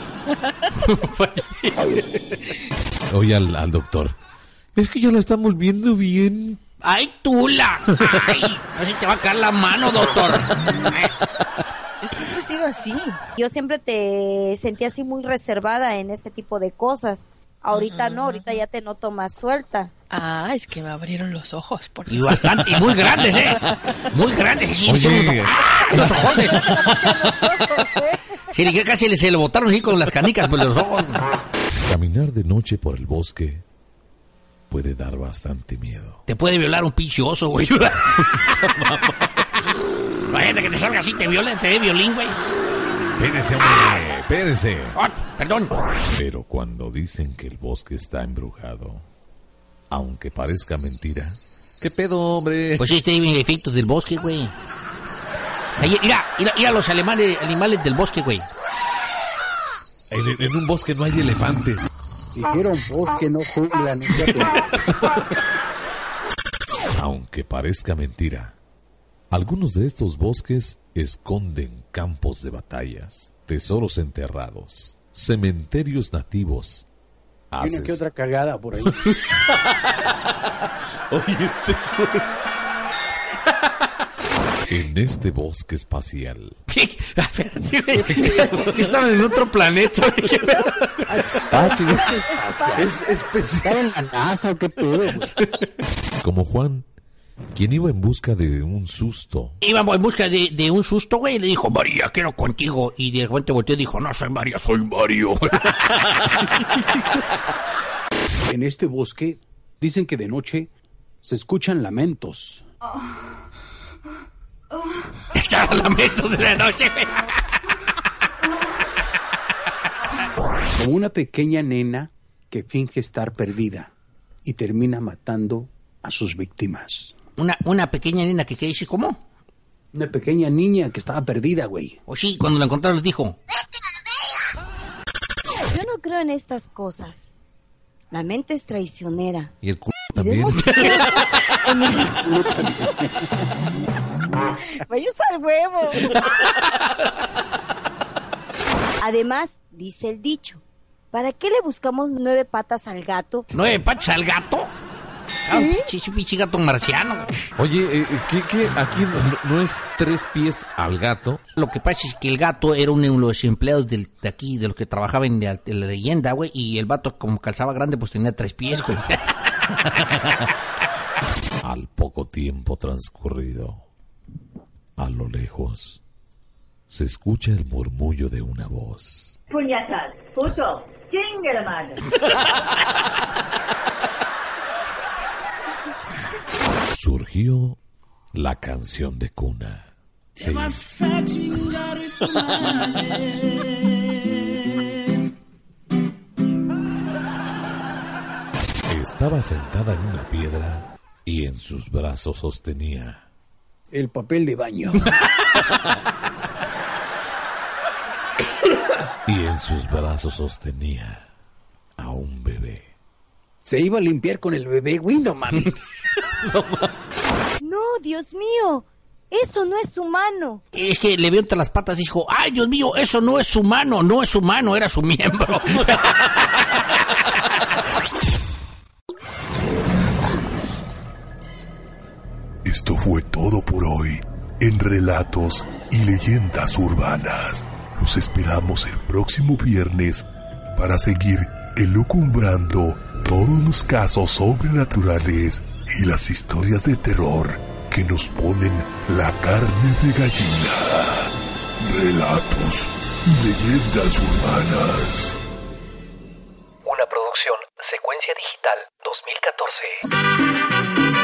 Oye al, al doctor. Es que ya la están volviendo bien. ¡Ay, tula! ¡Ay! No se te va a caer la mano, doctor. Yo siempre he sido así. Yo siempre te sentí así muy reservada en ese tipo de cosas. Ahorita uh-huh. no, ahorita ya te noto más suelta. Ah, es que me abrieron los ojos. Por y bastante, y muy grandes, ¿eh? Muy grandes. Sí, Oye, los, ¡ah! Los ojones. Sí, que casi se le botaron así con las canicas por los ojos. Caminar de noche por el bosque puede dar bastante miedo. Te puede violar un pinche oso, güey. Imagínate que te salga así, te viola, te dé violín, güey. Espérense, hombre, espérense. Oh, perdón. Pero cuando dicen que el bosque está embrujado, aunque parezca mentira, ¿qué pedo, hombre? Pues este es el efecto del bosque, güey. Mira, mira, mira los alemanes, animales del bosque, güey. En, en un bosque no hay elefantes. Dijeron bosque, no jungla, no sé. Aunque parezca mentira, algunos de estos bosques esconden campos de batallas, tesoros enterrados, cementerios nativos. Hay una que otra cagada por ahí. Oye, este en este bosque espacial. ¿Qué? Estaban en otro planeta. Ah, es especial. ¿Estaba en la NASA o qué pedo? Como Juan, quien iba en busca de un susto. Iba en busca de, de un susto, güey, y le dijo, María, quiero contigo. Y de repente volteó y dijo, no soy María, soy Mario. En este bosque dicen que de noche se escuchan lamentos. Oh. Oh. Lamentos de la noche. Como una pequeña nena que finge estar perdida y termina matando a sus víctimas. Una, una pequeña nena que, ¿qué dice? ¿Cómo? Una pequeña niña que estaba perdida, güey. O sí, cuando la encontraron le dijo. Yo no creo en estas cosas. La mente es traicionera. Y el culo también. Vayas al huevo. Además, dice el dicho, ¿para qué le buscamos nueve patas al gato? ¿Nueve patas al gato? ¿Sí? Chichi, pinche gato marciano. Oye, eh, ¿qué, qué? Aquí no, no es tres pies al gato. Lo que pasa es que el gato era uno de los empleados del, de aquí, de los que trabajaban en la, en la leyenda, güey, y el vato, como calzaba grande, pues tenía tres pies, güey. Al poco tiempo transcurrido, a lo lejos, se escucha el murmullo de una voz. Puñetas, puto, chingue la madre. Surgió la canción de cuna. Te sí. vas a chingar tu madre. Estaba sentada en una piedra y en sus brazos sostenía el papel de baño. Y en sus brazos sostenía a un bebé. Se iba a limpiar con el bebé, güey, no mames. No, no, Dios mío, eso no es humano. Es que le vio entre las patas y dijo, ay, Dios mío, eso no es humano, no es humano, era su miembro. Esto fue todo por hoy en Relatos y Leyendas Urbanas. Los esperamos el próximo viernes para seguir elucumbrando todos los casos sobrenaturales y las historias de terror que nos ponen la carne de gallina. Relatos y leyendas urbanas. Una producción Secuencia Digital dos mil catorce.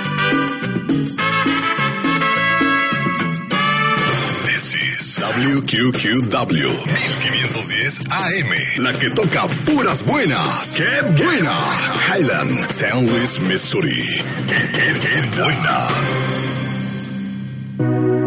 W Q Q W mil quinientos diez A M, la que toca puras buenas. ¡Qué buena! Highland, Saint Louis, Missouri. ¡Qué, qué, qué buena!